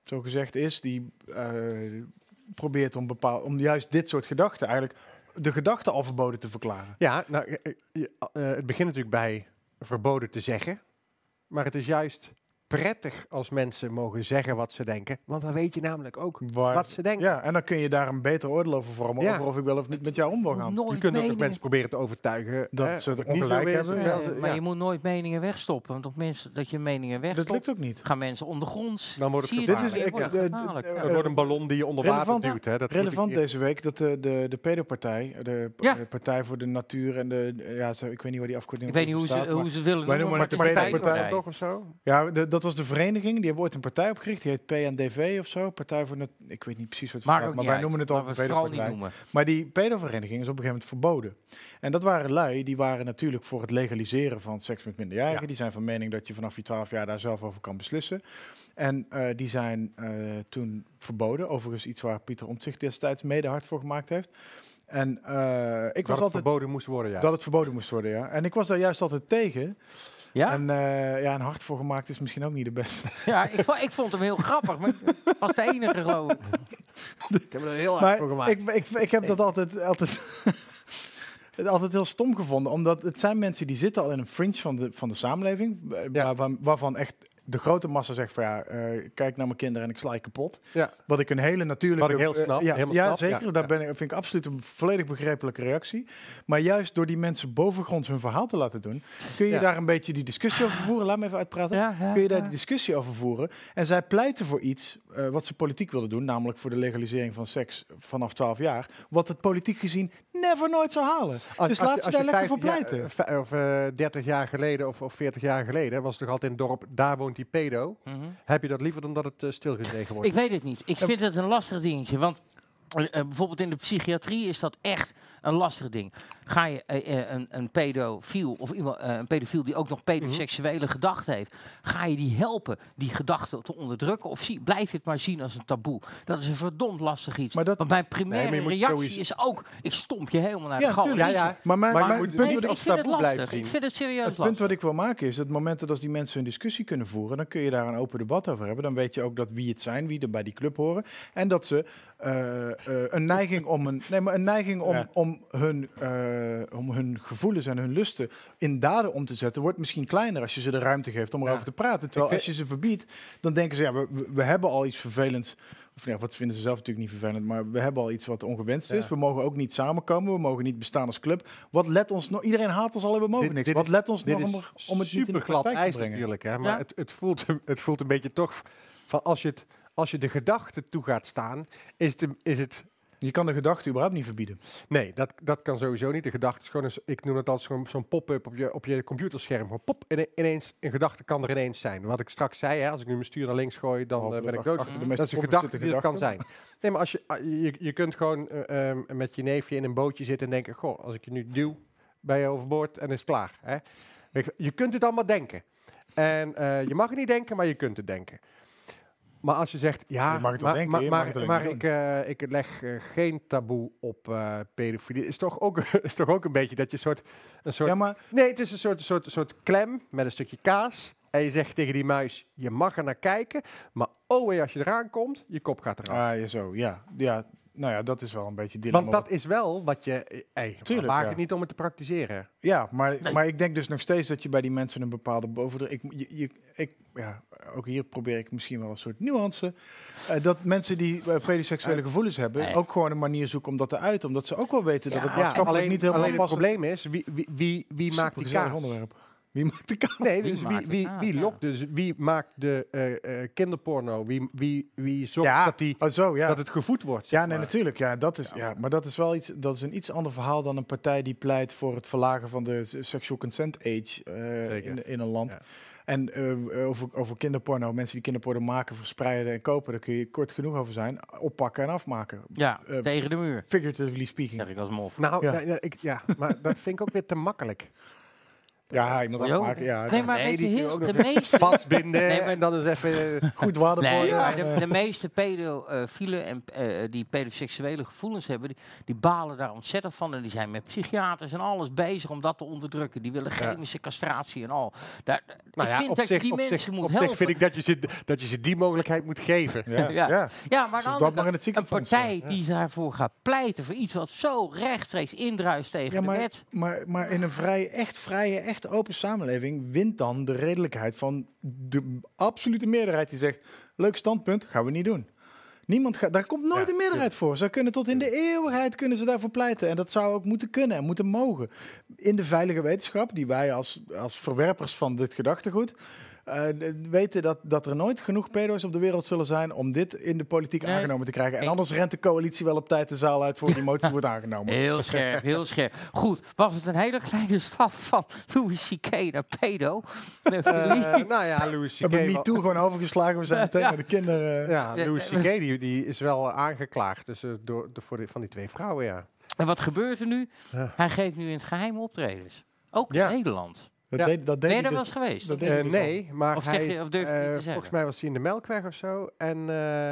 zo gezegd is, die probeert om juist dit soort gedachten, eigenlijk de gedachten al verboden te verklaren. Ja, nou, het begint natuurlijk bij verboden te zeggen. Maar het is juist prettig als mensen mogen zeggen wat ze denken. Want dan weet je namelijk ook wat ze denken. Ja, en dan kun je daar een beter oordeel over vormen. Ja. Over of ik wel of niet met jou om wil gaan. Je kunt ook nog mensen proberen te overtuigen dat ze het niet ongelijk zo hebben. wezen. Maar je moet nooit meningen wegstoppen. Want op mensen dat je meningen wegstopt, dat lukt ook niet. Gaan mensen ondergronds. Dan wordt het Zie je gevaarlijk. gevaarlijk. Het wordt een ballon die je onder water duwt. Hè. Dat relevant deze week dat de pedopartij, de Partij voor de Natuur en ik weet niet waar die afkorting ik weet niet hoe ze willen wij noemen het de pedopartij toch of zo? Ja, dat was de vereniging. Die hebben ooit een partij opgericht. Die heet PNDV of zo. Partij voor ik weet niet precies wat het staat, maar wij noemen het al de pedopartij. Maar die pedovereniging is op een gegeven moment verboden. En dat waren lui, die waren natuurlijk voor het legaliseren van seks met minderjarigen. Ja. Die zijn van mening dat je vanaf je 12 jaar daar zelf over kan beslissen. En die zijn toen verboden. Overigens iets waar Pieter Omtzigt destijds mede hard voor gemaakt heeft. En ik was altijd verboden moest worden, ja. Dat het verboden moest worden, ja. En ik was daar juist altijd tegen. Ja? En een hart voor gemaakt is misschien ook niet de beste. Ja, ik vond hem heel grappig, maar ik was de enige, geloof ik. Ik heb er heel hard voor gemaakt. Ik heb dat altijd heel stom gevonden. Omdat het zijn mensen die zitten al in een fringe van de samenleving. Waarvan echt de grote massa zegt van kijk naar mijn kinderen en ik sla je kapot. Ja. Wat ik een hele natuurlijke... Wat ik heel snap. Ja, zeker. Ja. Daar vind ik absoluut een volledig begrijpelijke reactie. Maar juist door die mensen bovengronds hun verhaal te laten doen, kun je daar een beetje die discussie over voeren. Laat me even uitpraten. Kun je daar die discussie over voeren. En zij pleiten voor iets wat ze politiek wilden doen, namelijk voor de legalisering van seks vanaf 12 jaar. Wat het politiek gezien nooit zou halen. Dus laat ze daar lekker voor pleiten. 30 jaar geleden of 40 jaar geleden was het toch altijd in het dorp, daar woont die pedo. Heb je dat liever dan dat het stilgezwegen wordt? Ik weet het niet. Ik vind het een lastig dingetje. Want bijvoorbeeld in de psychiatrie is dat echt een lastig ding. Ga je een pedofiel of iemand, een pedofiel die ook nog pedoseksuele gedachten heeft, ga je die helpen die gedachten te onderdrukken? Of blijf je het maar zien als een taboe? Dat is een verdomd lastig iets. Want mijn primaire reactie is ook, ik stomp je helemaal naar de galg. Ja. Maar ik vind het lastig. Ik vind het serieus lastig. Het punt wat ik wil maken is, dat het moment dat als die mensen een discussie kunnen voeren, dan kun je daar een open debat over hebben. Dan weet je ook dat wie het zijn, wie er bij die club horen. En dat ze een neiging om hun gevoelens en hun lusten in daden om te zetten, wordt misschien kleiner als je ze de ruimte geeft om erover te praten. Terwijl als je ze verbiedt, dan denken ze, we hebben al iets vervelends. Of wat vinden ze zelf natuurlijk niet vervelend, maar we hebben al iets wat ongewenst is. We mogen ook niet samenkomen, we mogen niet bestaan als club. Wat let ons nog? Iedereen haat ons al en we mogen niks. Wat let ons nog om het niet in de praktijk te brengen? Natuurlijk, hè? Maar het voelt een beetje toch van als je de gedachte toe gaat staan, is het. Je kan de gedachte überhaupt niet verbieden. Nee, dat kan sowieso niet. De gedachte is gewoon, ik noem het altijd zo'n pop-up op je computerscherm. Gewoon pop, ineens, een gedachte kan er ineens zijn. Wat ik straks zei, hè, als ik nu mijn stuur naar links gooi, dan ben ik dood. Dat is een gedachte die er kan zijn. Nee, maar als je kunt gewoon met je neefje in een bootje zitten en denken, goh, als ik je nu duw, ben je overboord en is het klaar. Hè? Je kunt het allemaal denken. En je mag het niet denken, maar je kunt het denken. Maar als je zegt, ik leg geen taboe op pedofilie, is toch ook een beetje dat je een soort... Ja, maar... Nee, het is een soort klem met een stukje kaas. En je zegt tegen die muis, je mag er naar kijken, maar als je eraan komt, je kop gaat eraan. Ja. Nou ja, dat is wel een beetje dilemma. Want dat is wel wat je... maak het niet om het te praktiseren. Ja, maar ik denk dus nog steeds dat je bij die mensen een bepaalde ook hier probeer ik misschien wel een soort nuance. Dat mensen die pedoseksuele gevoelens hebben, ook gewoon een manier zoeken om dat te uiten. Omdat ze ook wel weten dat het maatschappelijk niet helemaal past. Het probleem is, wie maakt die kaas? Onderwerp. Wie maakt de kaas? Nee, dus wie lokt dus? Wie maakt de kinderporno? Wie zorgt dat het gevoed wordt? Ja, nee, natuurlijk. Ja, maar dat is wel een iets ander verhaal dan een partij die pleit voor het verlagen van de sexual consent age in een land. Ja. En over kinderporno, mensen die kinderporno maken, verspreiden en kopen, daar kun je kort genoeg over zijn. Oppakken en afmaken. Ja, tegen de muur. Figuratively speaking. Zeg ik als mof. Maar dat vind ik ook weer te makkelijk. Ja, iemand afmaken. Ja. Nee, maar weet je, die kun je ook de nog meeste... vastbinden Nee, maar- en dan is even Goed waardevol. Nee, ja. maar de meeste pedofielen en die pedoseksuele gevoelens hebben, die balen daar ontzettend van. En die zijn met psychiaters en alles bezig om dat te onderdrukken. Die willen chemische castratie en al. Ik vind dat je die mensen moet op helpen. zich vind ik dat je ze die mogelijkheid moet geven. Ja, maar aan de andere kant, een ziekenfonds partij die daarvoor gaat pleiten voor iets wat zo rechtstreeks indruist tegen de wet. Maar in een echt vrije, echt open samenleving wint dan de redelijkheid van de absolute meerderheid die zegt, leuk standpunt, gaan we niet doen. Daar komt nooit een meerderheid voor. Ze kunnen tot in de eeuwigheid kunnen ze daarvoor pleiten. En dat zou ook moeten kunnen en moeten mogen. In de veilige wetenschap, die wij als verwerpers van dit gedachtegoed weten dat er nooit genoeg pedo's op de wereld zullen zijn om dit in de politiek aangenomen te krijgen. En anders rent de coalitie wel op tijd de zaal uit voor die motie wordt aangenomen. Heel scherp, heel scherp. Goed, was het een hele kleine stap van Louis C.K. naar pedo? Nou ja, Louis C.K. We hebben MeToo gewoon overgeslagen. We zijn meteen naar de kinderen. Louis C.K. die is wel aangeklaagd van die 2 vrouwen, ja. En wat gebeurt er nu? Hij geeft nu in het geheim optredens. Ook in Nederland. Dat deed ben je hij daar wel dus- eens geweest? dat deed hij dus Nee, maar Of hij zeg je- of durf je niet te zeggen? volgens mij was hij in de Melkweg of zo. En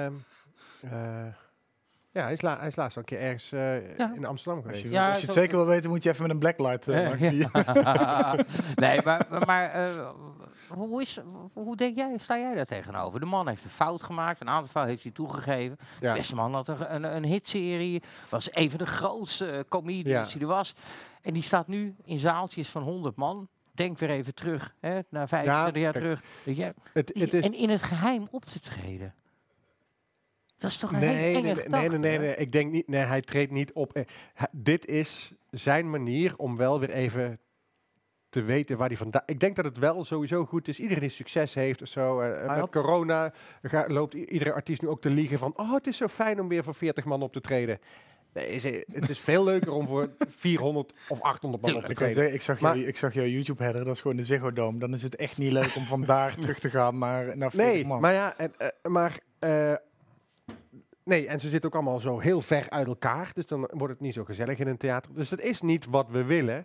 hij is laatst al een keer ergens in Amsterdam geweest. Als je het zeker wil weten, moet je even met een blacklight langs. Nee, maar hoe denk jij, sta jij daar tegenover? De man heeft een fout gemaakt, een aantal fouten heeft hij toegegeven. Ja. De beste man had een hitserie, was een van de grootste comedians die er was. En die staat nu in zaaltjes van 100 man. Denk weer even terug, naar 25 jaar terug. En in het geheim op te treden. Dat is toch een hele enge gedachte? Nee. Ik denk niet. Nee, hij treedt niet op. Dit is zijn manier om wel weer even te weten waar hij vandaan... Ik denk dat het wel sowieso goed is. Iedereen die succes heeft of zo. Met corona loopt iedere artiest nu ook te liegen van... Oh, het is zo fijn om weer voor 40 man op te treden. Nee, het is veel leuker om voor 400 of 800 man op te treden. Ik zag jouw YouTube-header, dat is gewoon de Ziggo Dome. Dan is het echt niet leuk om vandaar terug te gaan naar 40 man. Maar ja, nee, en ze zitten ook allemaal zo heel ver uit elkaar. Dus dan wordt het niet zo gezellig in een theater. Dus dat is niet wat we willen.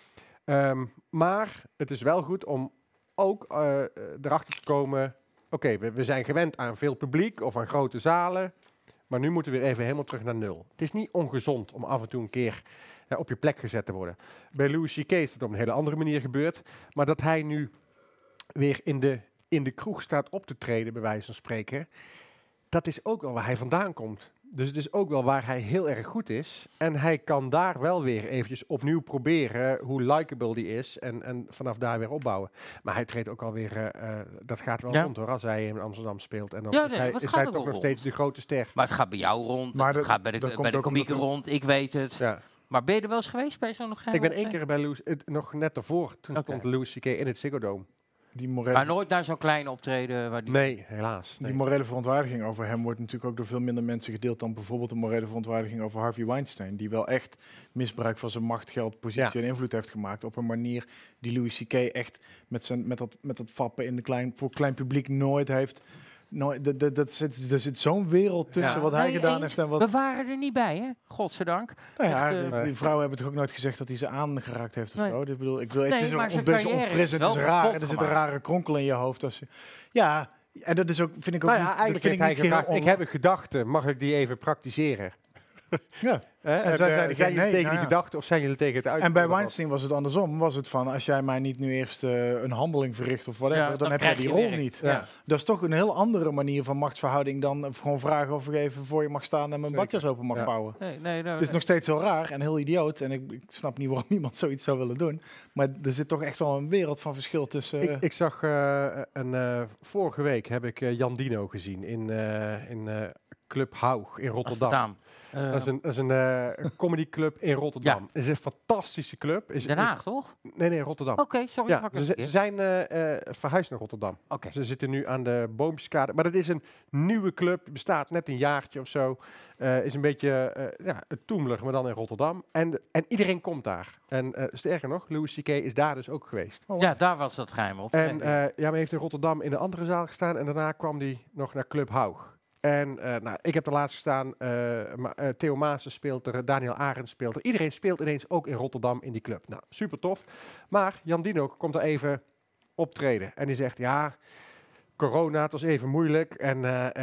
Maar het is wel goed om ook erachter te komen... Oké, we zijn gewend aan veel publiek of aan grote zalen... Maar nu moeten we weer even helemaal terug naar 0. Het is niet ongezond om af en toe een keer op je plek gezet te worden. Bij Louis C.K. is het op een hele andere manier gebeurd. Maar dat hij nu weer in de kroeg staat op te treden, bij wijze van spreken... dat is ook wel waar hij vandaan komt. Dus het is ook wel waar hij heel erg goed is. En hij kan daar wel weer eventjes opnieuw proberen hoe likable die is. En vanaf daar weer opbouwen. Maar hij treedt ook alweer... dat gaat wel rond hoor, als hij in Amsterdam speelt. En dan is hij toch nog steeds de grote ster. Maar het gaat bij jou rond, het gaat bij de komieken rond, ik weet het. Ja. Maar ben je er wel eens geweest bij zo'n geheim? Ik ben 1 keer bij Louis... nog net daarvoor, toen stond Louis C.K. in het Ziggo Dome. Maar nooit naar zo'n klein optreden? Waar Nee, helaas. Die morele verontwaardiging over hem wordt natuurlijk ook door veel minder mensen gedeeld dan bijvoorbeeld de morele verontwaardiging over Harvey Weinstein. Die wel echt misbruik van zijn macht, geld, positie en invloed heeft gemaakt. Op een manier die Louis C.K. echt met dat fappen in voor klein publiek nooit heeft. Er zit zo'n wereld tussen wat hij gedaan heeft en wat... We waren er niet bij, hè? Godzijdank. Nou ja, die vrouwen hebben toch ook nooit gezegd dat hij ze aangeraakt heeft of zo. Het is een beetje onfris, het is raar. Er zit een rare kronkel in je hoofd. En dat is ook, vind ik ook eigenlijk heeft hij gevraagd, ik heb een gedachte, mag ik die even praktiseren? Ja. En zijn jullie tegen die gedachte of zijn jullie tegen het uit? En bij Weinstein was het andersom. Was het van, als jij mij niet nu eerst een handeling verricht of whatever, dan heb jij die rol niet. Ja. Dat is toch een heel andere manier van machtsverhouding dan gewoon vragen of ik even voor je mag staan en mijn badjas open mag vouwen. Het is nog steeds heel raar en heel idioot. En ik snap niet waarom iemand zoiets zou willen doen. Maar er zit toch echt wel een wereld van verschil tussen... Ik zag vorige week heb ik Jan Dino gezien in Club Haug in Rotterdam. Dat is een comedyclub in Rotterdam. Het is een fantastische club. Den Haag, toch? Nee, Rotterdam. Oké, sorry. Ja, ze zijn verhuisd naar Rotterdam. Ze zitten nu aan de Boompjeskade. Maar dat is een nieuwe club. Bestaat net een jaartje of zo. Is een beetje het Toemler, maar dan in Rotterdam. En iedereen komt daar. En sterker nog, Louis C.K. is daar dus ook geweest. Ja, daar was dat geheim op. En hij heeft in Rotterdam in een andere zaal gestaan. En daarna kwam hij nog naar Club Haug. En ik heb er laatst gestaan. Theo Maassen speelt er, Daniel Arends speelt er. Iedereen speelt ineens ook in Rotterdam in die club. Nou, super tof. Maar Jan Dino komt er even optreden. En die zegt, ja, corona, het was even moeilijk. En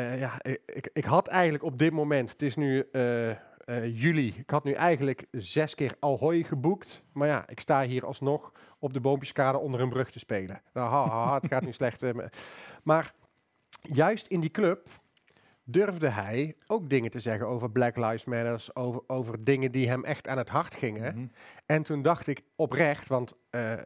ik had eigenlijk op dit moment, het is nu juli, ik had nu eigenlijk 6 keer Ahoy geboekt. Maar ja, ik sta hier alsnog op de Boompjeskade onder een brug te spelen. Nou, het gaat nu slecht. Maar juist in die club durfde hij ook dingen te zeggen over Black Lives Matter, over dingen die hem echt aan het hart gingen. Mm-hmm. En toen dacht ik oprecht, want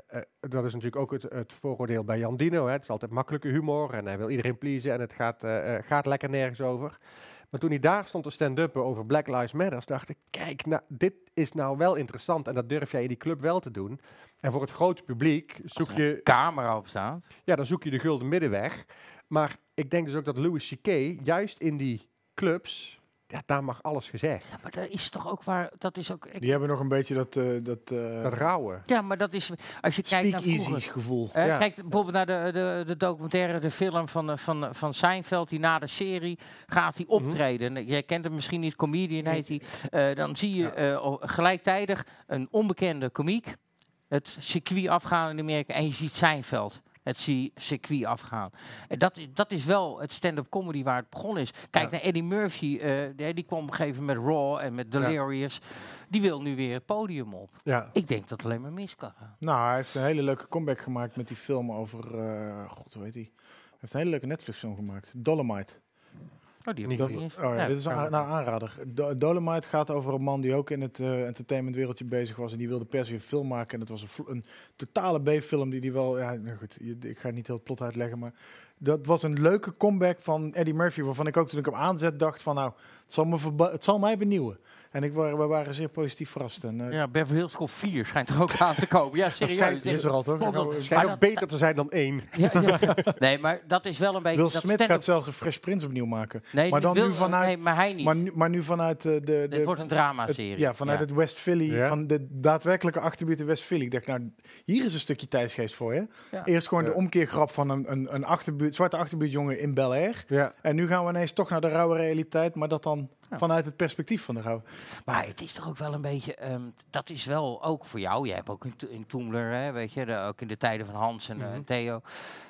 dat is natuurlijk ook het vooroordeel bij Jan Dino. Hè. Het is altijd makkelijke humor en hij wil iedereen pleasen en het gaat lekker nergens over. Maar toen hij daar stond te stand-uppen over Black Lives Matter, dacht ik, kijk, nou, dit is nou wel interessant en dat durf jij in die club wel te doen. En voor het grote publiek zoek je... Als er camera op staat. Ja, dan zoek je de gulden middenweg. Maar ik denk dus ook dat Louis C.K. juist in die clubs, ja, daar mag alles gezegd. Ja, maar dat is toch ook waar, dat is ook... Die hebben nog een beetje dat rauwe. Ja, maar dat is, als je kijkt naar vroeger... gevoel. Kijk bijvoorbeeld naar de documentaire, de film van Seinfeld, die na de serie gaat hij optreden. Mm-hmm. Jij kent hem misschien niet, Comedian heet hij. Dan zie je gelijktijdig een onbekende komiek het circuit afgaan in Amerika en je ziet Seinfeld het circuit afgaan. En dat is wel het stand-up comedy waar het begonnen is. Kijk naar Eddie Murphy, die kwam op een gegeven moment met Raw en met Delirious. Ja. Die wil nu weer het podium op. Ja. Ik denk dat het alleen maar mis kan gaan. Nou, hij heeft een hele leuke comeback gemaakt met die film over... hoe heet die? Hij heeft een hele leuke Netflix-film gemaakt. Dolomite. Oh, die heb ik niet eens. Dit is een aanrader. Dolomite gaat over een man die ook in het entertainmentwereldje bezig was. En die wilde per se een film maken. En dat was een totale B-film die wel... Ja, nou goed, ik ga niet heel het plot uitleggen, maar... Dat was een leuke comeback van Eddie Murphy, waarvan ik ook toen ik hem aanzet dacht van nou, het zal mij benieuwen. En we waren zeer positief verrast. En, ja, Beverly Hills Cop 4 schijnt er ook aan te komen. Ja, serieus. Is er al toch? Het schijnt ook beter te zijn dan 1. Ja. Nee, maar dat is wel een beetje... Will Smith gaat zelfs een Fresh Prince opnieuw maken. Nee, maar dan nu vanuit, nee, maar hij niet. Maar nu vanuit het wordt een drama-serie. Vanuit het West Philly, van de daadwerkelijke achterbuurt in West Philly. Ik dacht, nou, hier is een stukje tijdsgeest voor je. Ja. Eerst gewoon de omkeergrap van een zwarte achterbuurtjongen in Bel Air. Ja. En nu gaan we ineens toch naar de rauwe realiteit, maar dat dan vanuit het perspectief van de rauwe. Maar het is toch ook wel een beetje, dat is wel ook voor jou. Jij hebt ook in Toemler, hè, weet je, ook in de tijden van Hans en Theo.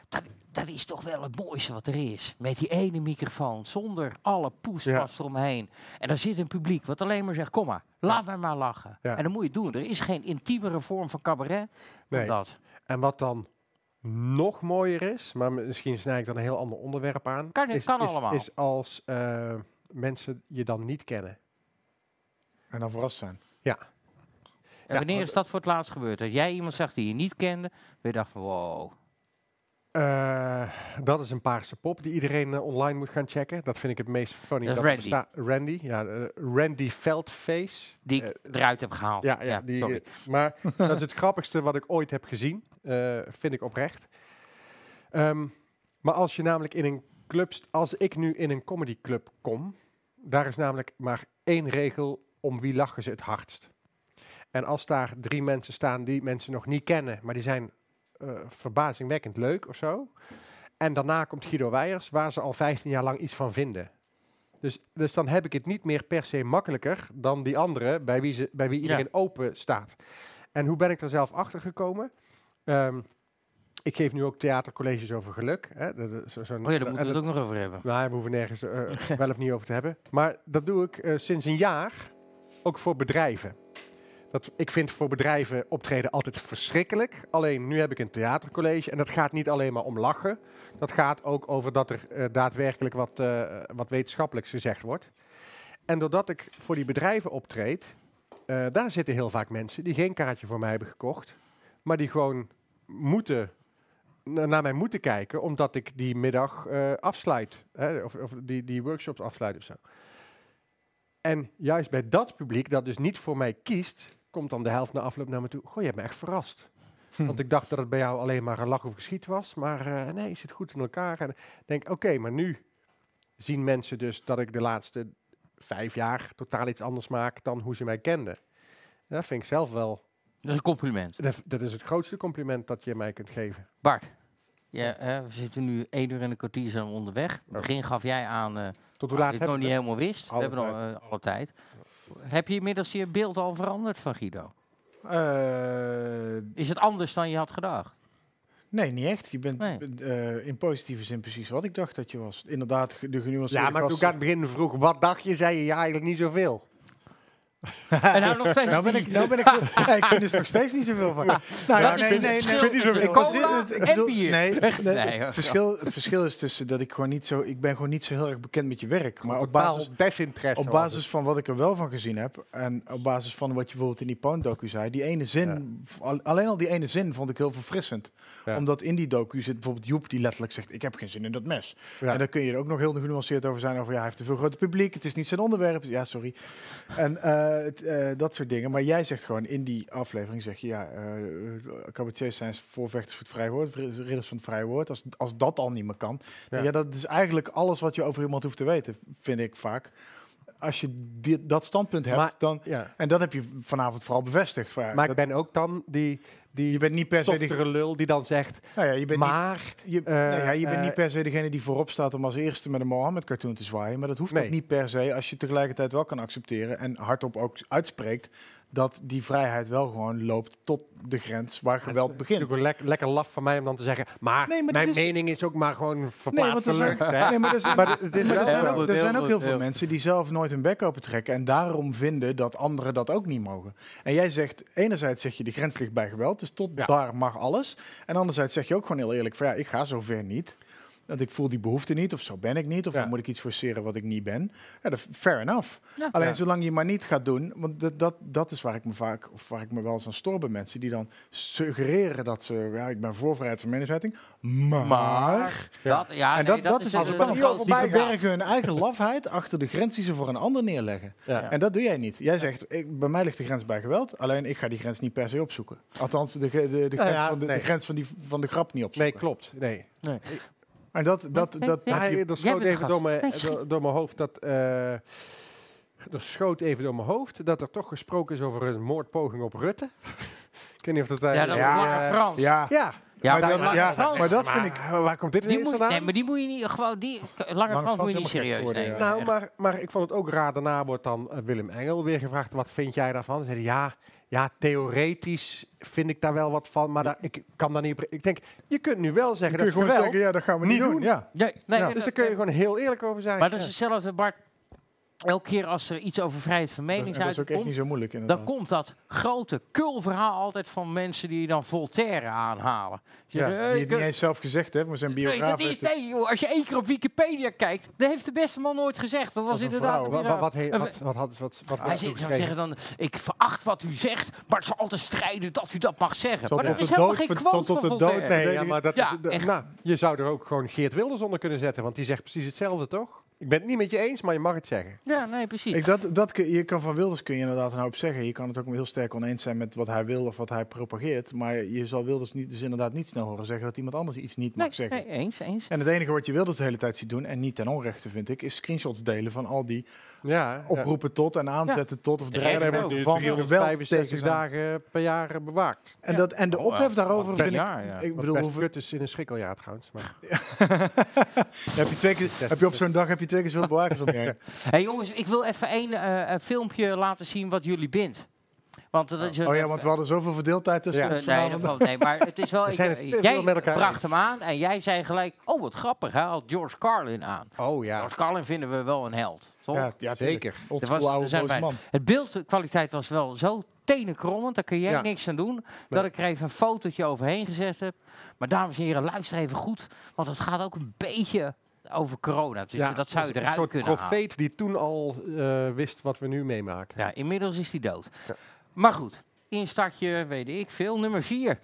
Dat is toch wel het mooiste wat er is. Met die ene microfoon, zonder alle poespas eromheen. En dan zit een publiek wat alleen maar zegt, kom maar, laat mij maar lachen. Ja. En dan moet je het doen. Er is geen intiemere vorm van cabaret dan dat. En wat dan nog mooier is, maar misschien snij ik dan een heel ander onderwerp aan. Kan allemaal. Is als mensen je dan niet kennen. En dan verrast zijn. Ja. En wanneer is dat voor het laatst gebeurd? Dat jij iemand zag die je niet kende, je dacht van wow. Dat is een paarse pop die iedereen online moet gaan checken. Dat vind ik het meest funny. Dat is Randy. Randy, ja, Randy Feldface. Die ik eruit heb gehaald. Ja, sorry. Maar dat is het grappigste wat ik ooit heb gezien. Vind ik oprecht. Maar als je namelijk in een club... Als ik nu in een comedyclub kom... Daar is namelijk maar 1 regel om wie lachen ze het hardst. En als daar 3 mensen staan die mensen nog niet kennen... maar die zijn verbazingwekkend leuk of zo... en daarna komt Guido Weijers... waar ze al 15 jaar lang iets van vinden. Dus dan heb ik het niet meer per se makkelijker... dan die anderen bij wie iedereen open staat. En hoe ben ik er zelf achter gekomen? Ik geef nu ook theatercolleges over geluk. Hè. Daar moeten we het ook nog over hebben. Nou, we hoeven nergens wel of niet over te hebben. Maar dat doe ik sinds een jaar ook voor bedrijven. Ik vind voor bedrijven optreden altijd verschrikkelijk. Alleen nu heb ik een theatercollege en dat gaat niet alleen maar om lachen. Dat gaat ook over dat er daadwerkelijk wat wetenschappelijks gezegd wordt. En doordat ik voor die bedrijven optreed, daar zitten heel vaak mensen die geen kaartje voor mij hebben gekocht. Maar die gewoon naar mij moeten kijken, omdat ik die middag afsluit. Hè, of die workshops afsluit of zo. En juist bij dat publiek, dat dus niet voor mij kiest, komt dan de helft na afloop naar me toe. Goh, je hebt me echt verrast. Want ik dacht dat het bij jou alleen maar een lach of geschiet was. Maar nee, je zit goed in elkaar. En ik denk, oké, maar nu zien mensen dus dat ik de laatste 5 jaar totaal iets anders maak dan hoe ze mij kenden. Dat vind ik zelf wel... Dat is een compliment. Dat is het grootste compliment dat je mij kunt geven. Bart, we zitten nu 1 uur en een kwartier zijn onderweg. In het begin gaf jij aan Tot hoe laat ik nog niet helemaal wist. We hebben nog alle tijd. Heb je inmiddels je beeld al veranderd van Guido? Is het anders dan je had gedacht? Nee, niet echt. Je bent in positieve zin precies wat ik dacht dat je was. Inderdaad, de genuanceerde Ja, maar toen ik aan het begin vroeg, wat dacht je, zei je ja, eigenlijk niet zoveel. En nou nog steeds nou ben ik ik vind er nog steeds niet zoveel van. Nee. Ik vind niet zoveel. Cola en bier. Het verschil is tussen dat ik gewoon niet zo... Ik ben gewoon niet zo heel erg bekend met je werk. Maar op basis van wat ik er wel van gezien heb... en op basis van wat je bijvoorbeeld in die Pound-docu zei... die ene zin, alleen al die ene zin vond ik heel verfrissend. Ja. Omdat in die docu zit bijvoorbeeld Joep die letterlijk zegt... ik heb geen zin in dat mes. Ja. En daar kun je er ook nog heel genuanceerd over zijn... over hij heeft te veel groot publiek, het is niet zijn onderwerp. Ja, sorry. En... dat soort dingen. Maar jij zegt gewoon in die aflevering, zeg je cabaretiers zijn voorvechters voor het vrije woord, ridders van het vrije woord. Als dat al niet meer kan. Ja, dat is eigenlijk alles wat je over iemand hoeft te weten, vind ik vaak. Als je dat standpunt hebt, dan... Ja. En dat heb je vanavond vooral bevestigd. Maar ik ben ook dan je bent niet per se de lul die dan zegt... Nou ja, je bent niet per se degene die voorop staat om als eerste met een Mohammed-cartoon te zwaaien. Maar dat hoeft ook niet per se als je tegelijkertijd wel kan accepteren en hardop ook uitspreekt dat die vrijheid wel gewoon loopt tot de grens waar geweld begint. Het is ook lekker laf van mij om dan te zeggen, maar mijn mening is ook maar gewoon verplaatselijk. Er zijn ook heel veel mensen die zelf nooit hun bek open trekken en daarom vinden dat anderen dat ook niet mogen. En jij zegt, enerzijds zeg je de grens ligt bij geweld, dus tot daar mag alles. En anderzijds zeg je ook gewoon heel eerlijk van ik ga zover niet. Dat ik voel die behoefte niet, of zo ben ik niet, of dan moet ik iets forceren wat ik niet ben. Ja, fair enough. Ja. Alleen zolang je maar niet gaat doen, want dat is waar ik me wel eens aan stoor bij mensen die dan suggereren dat ze, ik ben voor vrijheid van meningsuiting, maar dat is irritant. Die verbergen hun eigen lafheid achter de grens die ze voor een ander neerleggen. Ja. En dat doe jij niet. Jij zegt, bij mij ligt de grens bij geweld, alleen ik ga die grens niet per se opzoeken. Althans, de grens van de grap niet opzoeken. Nee, klopt. Nee. En er schoot even door mijn hoofd dat... er schoot even door mijn hoofd dat er toch gesproken is over een moordpoging op Rutte. Ik weet niet of dat... dat is Frans. Maar dat vind ik... Waar komt dit ineens vandaan? Nee, maar die moet je niet... Gewoon die Lange Frans moet je niet serieus nemen. Nou, maar ik vond het ook raar. Daarna wordt dan Willem Engel weer gevraagd, wat vind jij daarvan? Ze zei ja, theoretisch vind ik daar wel wat van, maar ik kan daar niet... Ik denk, je kunt nu wel zeggen dat gewoon zeggen, dat gaan we niet doen. Ja. Dus daar kun je gewoon heel eerlijk over zijn. Maar dat is hetzelfde, Bart. Elke keer als er iets over vrijheid van meningsuiting komt, niet zo moeilijk, inderdaad. Dan komt dat grote kulverhaal altijd van mensen die dan Voltaire aanhalen. Die het niet eens zelf gezegd heeft, maar zijn biograaf joh, als je 1 keer op Wikipedia kijkt, dat heeft de beste man nooit gezegd. Dat was inderdaad... Hij zou zeggen dan, ik veracht wat u zegt, maar ik zal altijd strijden dat u dat mag zeggen. Maar dat is helemaal geen quote van Voltaire. Nee, maar dat je zou er ook gewoon Geert Wilders onder kunnen zetten, want die zegt precies hetzelfde, toch? Ik ben het niet met je eens, maar je mag het zeggen. Ja, nee, precies. Je kan van Wilders kun je inderdaad een hoop zeggen. Je kan het ook heel sterk oneens zijn met wat hij wil of wat hij propageert. Maar je zal Wilders dus inderdaad niet snel horen zeggen dat iemand anders iets niet mag zeggen. Nee, eens. En het enige wat je Wilders de hele tijd ziet doen, en niet ten onrechte vind ik, is screenshots delen van al die oproepen tot en aanzetten tot of dreigen van geweld 65 dagen per jaar bewaakt. En de ophef daarover vind ik... Ik bedoel, hoeveel het is in een schrikkeljaar trouwens. Maar. heb je op zo'n dag 2 keer zoveel bewakers om je heen. Hey jongens, ik wil even één filmpje laten zien wat jullie bindt. Want dat is want we hadden zoveel verdeeldheid tussen nee, maar het is wel... Jij bracht hem aan en jij zei gelijk... Oh, wat grappig, hij haalt George Carlin aan. Oh ja. George Carlin vinden we wel een held, toch? Ja, zeker. Het beeldkwaliteit was wel zo tenenkrommend, daar kun jij niks aan doen. Dat ik er even een fotootje overheen gezet heb. Maar dames en heren, luister even goed. Want het gaat ook een beetje... over corona. Dus dat zou je eruit kunnen halen. Een soort profeet die toen al wist wat we nu meemaken. Ja, inmiddels is hij dood. Ja. Maar goed, instartje, weet ik veel, nummer 4.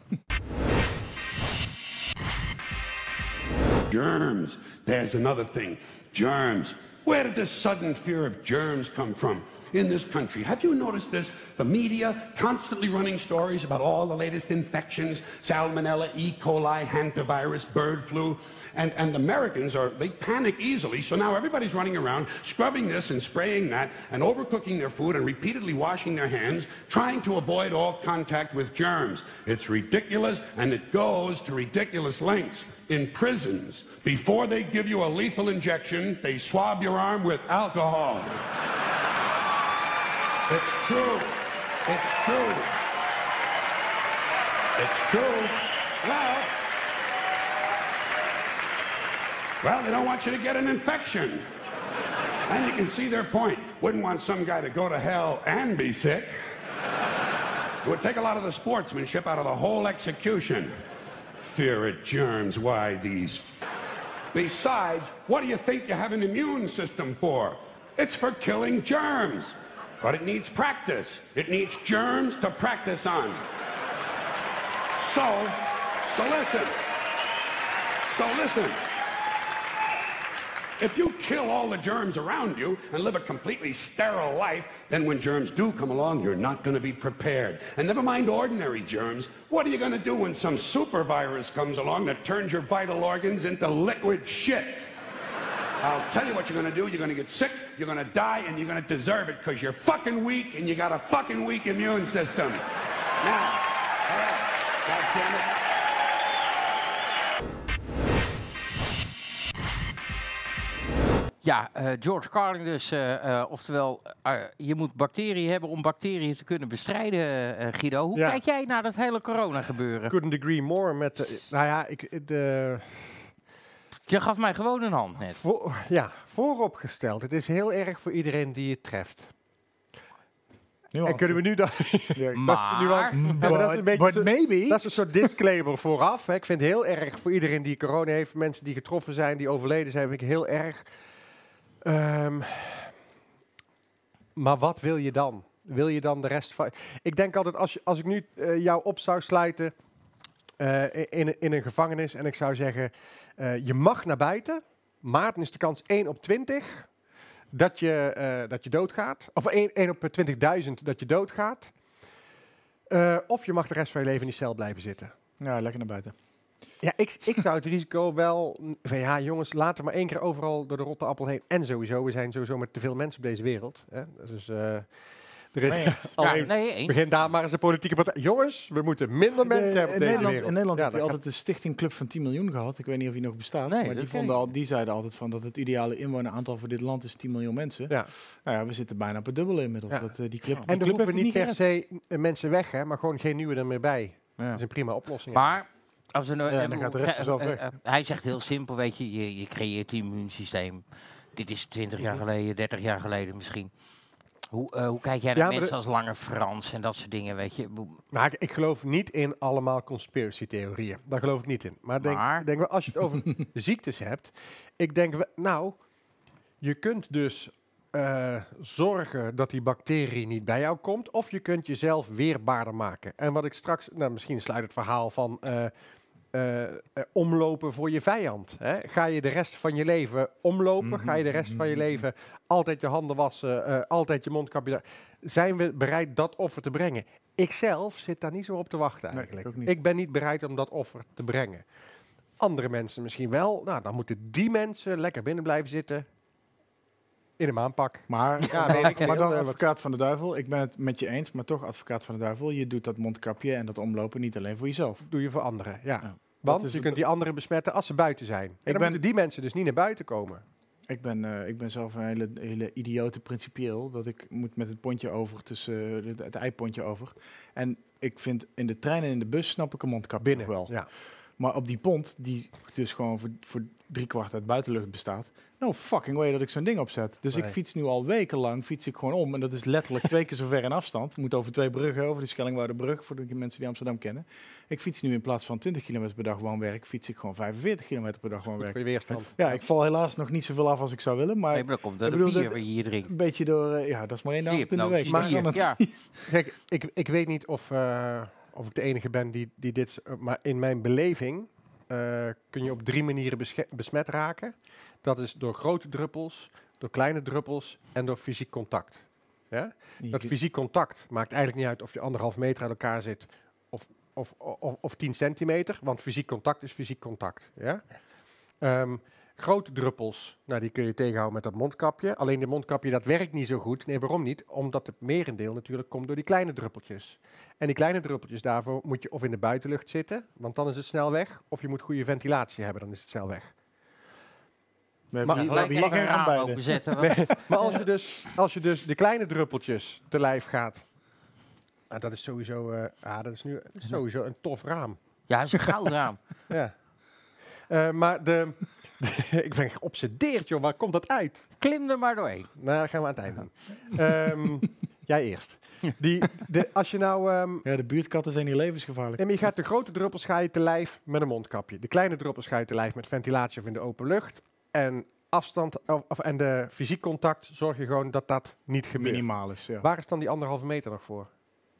Germs. There's another thing. Germs. Where did the sudden fear of germs come from? in this country. Have you noticed this? The media constantly running stories about all the latest infections, salmonella, E. coli, hantavirus, bird flu. And Americans they panic easily, so now everybody's running around scrubbing this and spraying that and overcooking their food and repeatedly washing their hands, trying to avoid all contact with germs. It's ridiculous, and it goes to ridiculous lengths. In prisons, before they give you a lethal injection, they swab your arm with alcohol. It's true. It's true. It's true. Well, they don't want you to get an infection. And you can see their point. Wouldn't want some guy to go to hell and be sick. It would take a lot of the sportsmanship out of the whole execution. Fear of germs, why these... Besides, what do you think you have an immune system for? It's for killing germs. But it needs practice. It needs germs to practice on. So listen. If you kill all the germs around you and live a completely sterile life, then when germs do come along, you're not going to be prepared. And never mind ordinary germs, what are you going to do when some super virus comes along that turns your vital organs into liquid shit? I'll tell you what you're going to do. You're going to get sick, you're going to die, and you're going to deserve it because you're fucking weak and you got a fucking weak immune system. Now, all right, God damn it. Ja, George Carlin dus. Oftewel, je moet bacteriën hebben om bacteriën te kunnen bestrijden, Guido. Hoe kijk jij naar dat hele corona gebeuren? Couldn't agree more met... Je gaf mij gewoon een hand net. Vooropgesteld. Het is heel erg voor iedereen die het treft. En kunnen we nu dat... Dat is een soort disclaimer vooraf. Hè. Ik vind het heel erg voor iedereen die corona heeft. Mensen die getroffen zijn, die overleden zijn, vind ik heel erg. Maar wat wil je dan? Wil je dan de rest van... Ik denk altijd, als ik nu jou op zou sluiten in een gevangenis en ik zou zeggen, je mag naar buiten, maar dan is de kans 1 op 20 dat je doodgaat. Of 1 op 20.000 dat je doodgaat. Of je mag de rest van je leven in die cel blijven zitten. Ja, lekker naar buiten. Ja, ik zou het risico wel... Van ja, jongens, laten we maar 1 keer overal door de rotte appel heen. En sowieso, we zijn sowieso met te veel mensen op deze wereld. Hè? Dus begin daar maar eens een politieke partij. Jongens, we moeten minder mensen hebben op deze wereld. In Nederland heb je altijd de Stichting Club van 10 miljoen gehad. Ik weet niet of die nog bestaat. Nee, maar die zeiden altijd van dat het ideale inwoneraantal voor dit land is 10 miljoen mensen. Ja. Nou ja, we zitten bijna op het dubbele inmiddels. Ja. Die club, en er hoeven niet per se mensen weg, hè, maar gewoon geen nieuwe er meer bij. Ja. Dat is een prima oplossing. Maar... Als we dan gaat de rest vanzelf weg. Hij zegt heel simpel, weet je creëert een immuunsysteem. Dit is 20 jaar geleden, 30 jaar geleden misschien. Hoe kijk jij naar mensen als Lange Frans en dat soort dingen, weet je? Nou, ik geloof niet in allemaal conspiracy-theorieën. Daar geloof ik niet in. Maar denk wel, als je het over ziektes hebt, ik denk, je kunt dus zorgen dat die bacterie niet bij jou komt, of je kunt jezelf weerbaarder maken. En wat ik straks, misschien sluit het verhaal van omlopen voor je vijand. Hè? Ga je de rest van je leven omlopen? Ga je de rest van je leven altijd je handen wassen, altijd je mondkapje? Zijn we bereid dat offer te brengen? Ik zelf zit daar niet zo op te wachten eigenlijk. Nee, ik ben niet bereid om dat offer te brengen. Andere mensen misschien wel. Nou, dan moeten die mensen lekker binnen blijven zitten. In een maanpak. Maar dan advocaat van de duivel. Ik ben het met je eens, maar toch advocaat van de duivel. Je doet dat mondkapje en dat omlopen niet alleen voor jezelf. Doe je voor anderen, ja. Want je kunt die anderen besmetten als ze buiten zijn. En dan moeten die mensen dus niet naar buiten komen. Ik ben zelf een hele idiote principieel. Dat ik moet met het pontje over, tussen het eipontje over. En ik vind in de trein en in de bus snap ik een mondkapje binnen wel. Ja. Maar op die pont, die dus gewoon voor 3/4 uit buitenlucht bestaat, no fucking way dat ik zo'n ding opzet. Dus ik fiets nu al wekenlang, fiets ik gewoon om. En dat is letterlijk 2 keer zo ver in afstand. Ik moet over 2 bruggen, over de Schellingwouderbrug, voor de mensen die Amsterdam kennen. Ik fiets nu in plaats van 20 kilometer per dag woonwerk, fiets ik gewoon 45 kilometer per dag woonwerk. Voor je weerstand. Ja, ik val helaas nog niet zoveel af als ik zou willen. Maar nee, maar dat komt door de bier waar je hier drinkt. Een beetje door, dat is maar 1 avond in de week. Maar kijk, ik weet niet of ik de enige ben die dit... Maar in mijn beleving kun je op 3 manieren besmet raken. Dat is door grote druppels, door kleine druppels en door fysiek contact. Ja? Dat fysiek contact maakt eigenlijk niet uit of je 1,5 meter uit elkaar zit of 10 centimeter, want fysiek contact is fysiek contact. Ja? Grote druppels, nou, die kun je tegenhouden met dat mondkapje. Alleen die mondkapje, dat werkt niet zo goed. Nee, waarom niet? Omdat het merendeel natuurlijk komt door die kleine druppeltjes. En die kleine druppeltjes, daarvoor moet je of in de buitenlucht zitten, want dan is het snel weg. Of je moet goede ventilatie hebben, dan is het snel weg. Maar geen aan beide. Nee, maar als je dus de kleine druppeltjes te lijf gaat, dat is sowieso, dat is sowieso een tof raam. Ja, het is een goudraam. Ja. Maar ik ben geobsedeerd, joh. Waar komt dat uit? Klim er maar doorheen. Nou, dat gaan we aan het eind doen. Jij eerst. Als je nou... de buurtkatten zijn hier levensgevaarlijk. En je gaat de grote druppels ga je te lijf met een mondkapje. De kleine druppels ga je te lijf met ventilatie of in de open lucht. En afstand en de fysiek contact zorg je gewoon dat dat niet gebeurt. Minimaal is, ja. Waar is dan die 1,5 meter nog voor?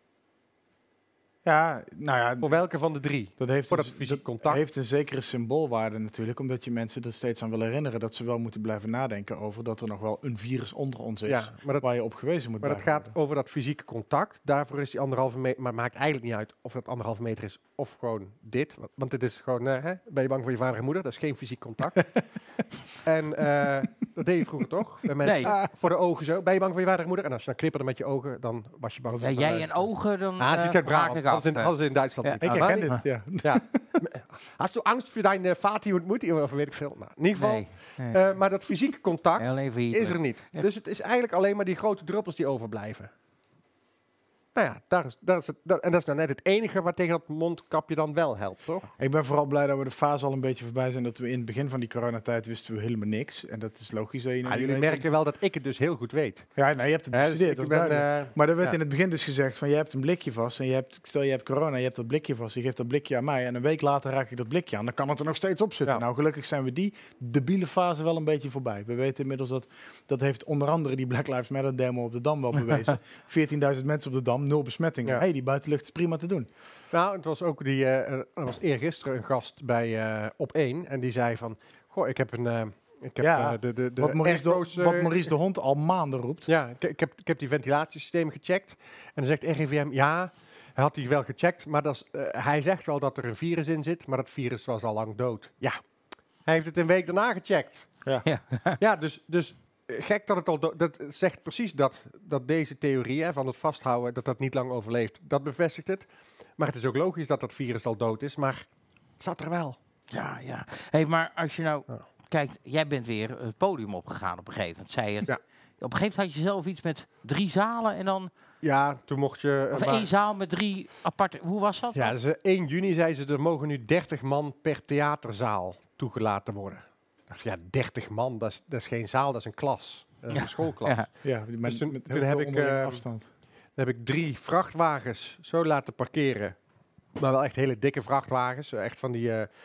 Ja, nou ja. Voor welke van de 3? Dat heeft voor dat fysiek contact. Heeft een zekere symboolwaarde natuurlijk, omdat je mensen er steeds aan wil herinneren dat ze wel moeten blijven nadenken over dat er nog wel een virus onder ons is, waar je op gewezen moet blijven. Maar dat gaat over dat fysieke contact. Daarvoor is die 1,5 meter, maar het maakt eigenlijk niet uit of dat 1,5 meter is of gewoon dit. Want dit is gewoon, ben je bang voor je vader en moeder? Dat is geen fysiek contact. En dat deed je vroeger toch? Nee. Voor de ogen zo. Ben je bang voor je vader en moeder? En als je dan knipperde met je ogen, dan was je bang. Ja, jij en ogen, dan ze zijn braaf. Hadden ze in Duitsland niet. Ik herken dit, ja. Hast du Angst voor deine Vati und Mutti? Of weet ik veel. Nou, in ieder geval. Nee. Maar dat fysieke contact is er niet. Dus het is eigenlijk alleen maar die grote druppels die overblijven. Nou ja, en dat is nou net het enige wat tegen dat mondkapje dan wel helpt, toch? Ik ben vooral blij dat we de fase al een beetje voorbij zijn. Dat we in het begin van die coronatijd wisten we helemaal niks. En dat is logisch. Dat jullie merken wel dat ik het dus heel goed weet. Ja, nou, je hebt het bestudeerd. Dus maar er werd in het begin dus gezegd van je hebt een blikje vast. En stel je hebt corona, je hebt dat blikje vast. Je geeft dat blikje aan mij. En een week later raak ik dat blikje aan. Dan kan het er nog steeds op zitten. Ja. Nou, gelukkig zijn we die debiele fase wel een beetje voorbij. We weten inmiddels dat heeft onder andere die Black Lives Matter demo op de Dam wel bewezen. 14.000 mensen op de Dam. 0 besmettingen. Ja. Die buitenlucht is prima te doen. Nou, het was ook er was eergisteren een gast bij Op1 en die zei van, goh, ik heb een... wat Maurice de Hond al maanden roept. Ja, ik heb die ventilatiesystemen gecheckt en dan zegt RIVM, ja, hij had die wel gecheckt, maar hij zegt wel dat er een virus in zit, maar dat virus was al lang dood. Ja, hij heeft het een week daarna gecheckt. Ja, dus gek dat het al dat zegt precies dat deze theorie van het vasthouden dat niet lang overleeft. Dat bevestigt het. Maar het is ook logisch dat dat virus al dood is. Maar het zat er wel. Ja. Hey, maar als je nou kijkt, jij bent weer het podium opgegaan op een gegeven moment. Zei je. Ja. Op een gegeven moment had je zelf iets met 3 zalen en dan. Ja, toen mocht je. Of 1 zaal met 3 aparte. Hoe was dat? Ja, dus 1 juni zei ze er mogen nu 30 man per theaterzaal toegelaten worden. Ja, 30 man, dat is geen zaal, dat is een klas. Een schoolklas. Ja, maar dus met heel veel onderlinge afstand. Dan heb ik 3 vrachtwagens zo laten parkeren. Maar wel echt hele dikke vrachtwagens. Echt van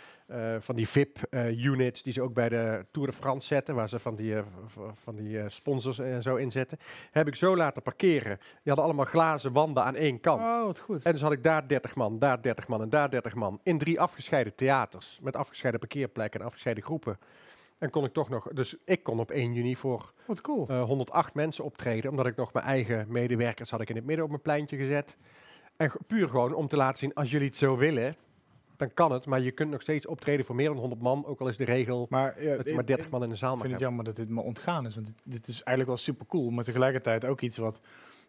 die VIP-units die ze ook bij de Tour de France zetten. Waar ze van die sponsors en zo inzetten. Heb ik zo laten parkeren. Die hadden allemaal glazen wanden aan één kant. Oh, wat goed. En dus had ik daar 30 man, daar 30 man en daar 30 man. In 3 afgescheiden theaters. Met afgescheiden parkeerplekken en afgescheiden groepen. En kon ik toch nog... Dus ik kon op 1 juni voor 108 mensen optreden. Omdat ik nog mijn eigen medewerkers had ik in het midden op mijn pleintje gezet. En puur gewoon om te laten zien, als jullie het zo willen, dan kan het. Maar je kunt nog steeds optreden voor meer dan 100 man. Ook al is de regel dat je maar 30 man in de zaal mag hebben. Ik vind het jammer dat dit me ontgaan is. Want dit is eigenlijk wel super cool. Maar tegelijkertijd ook iets wat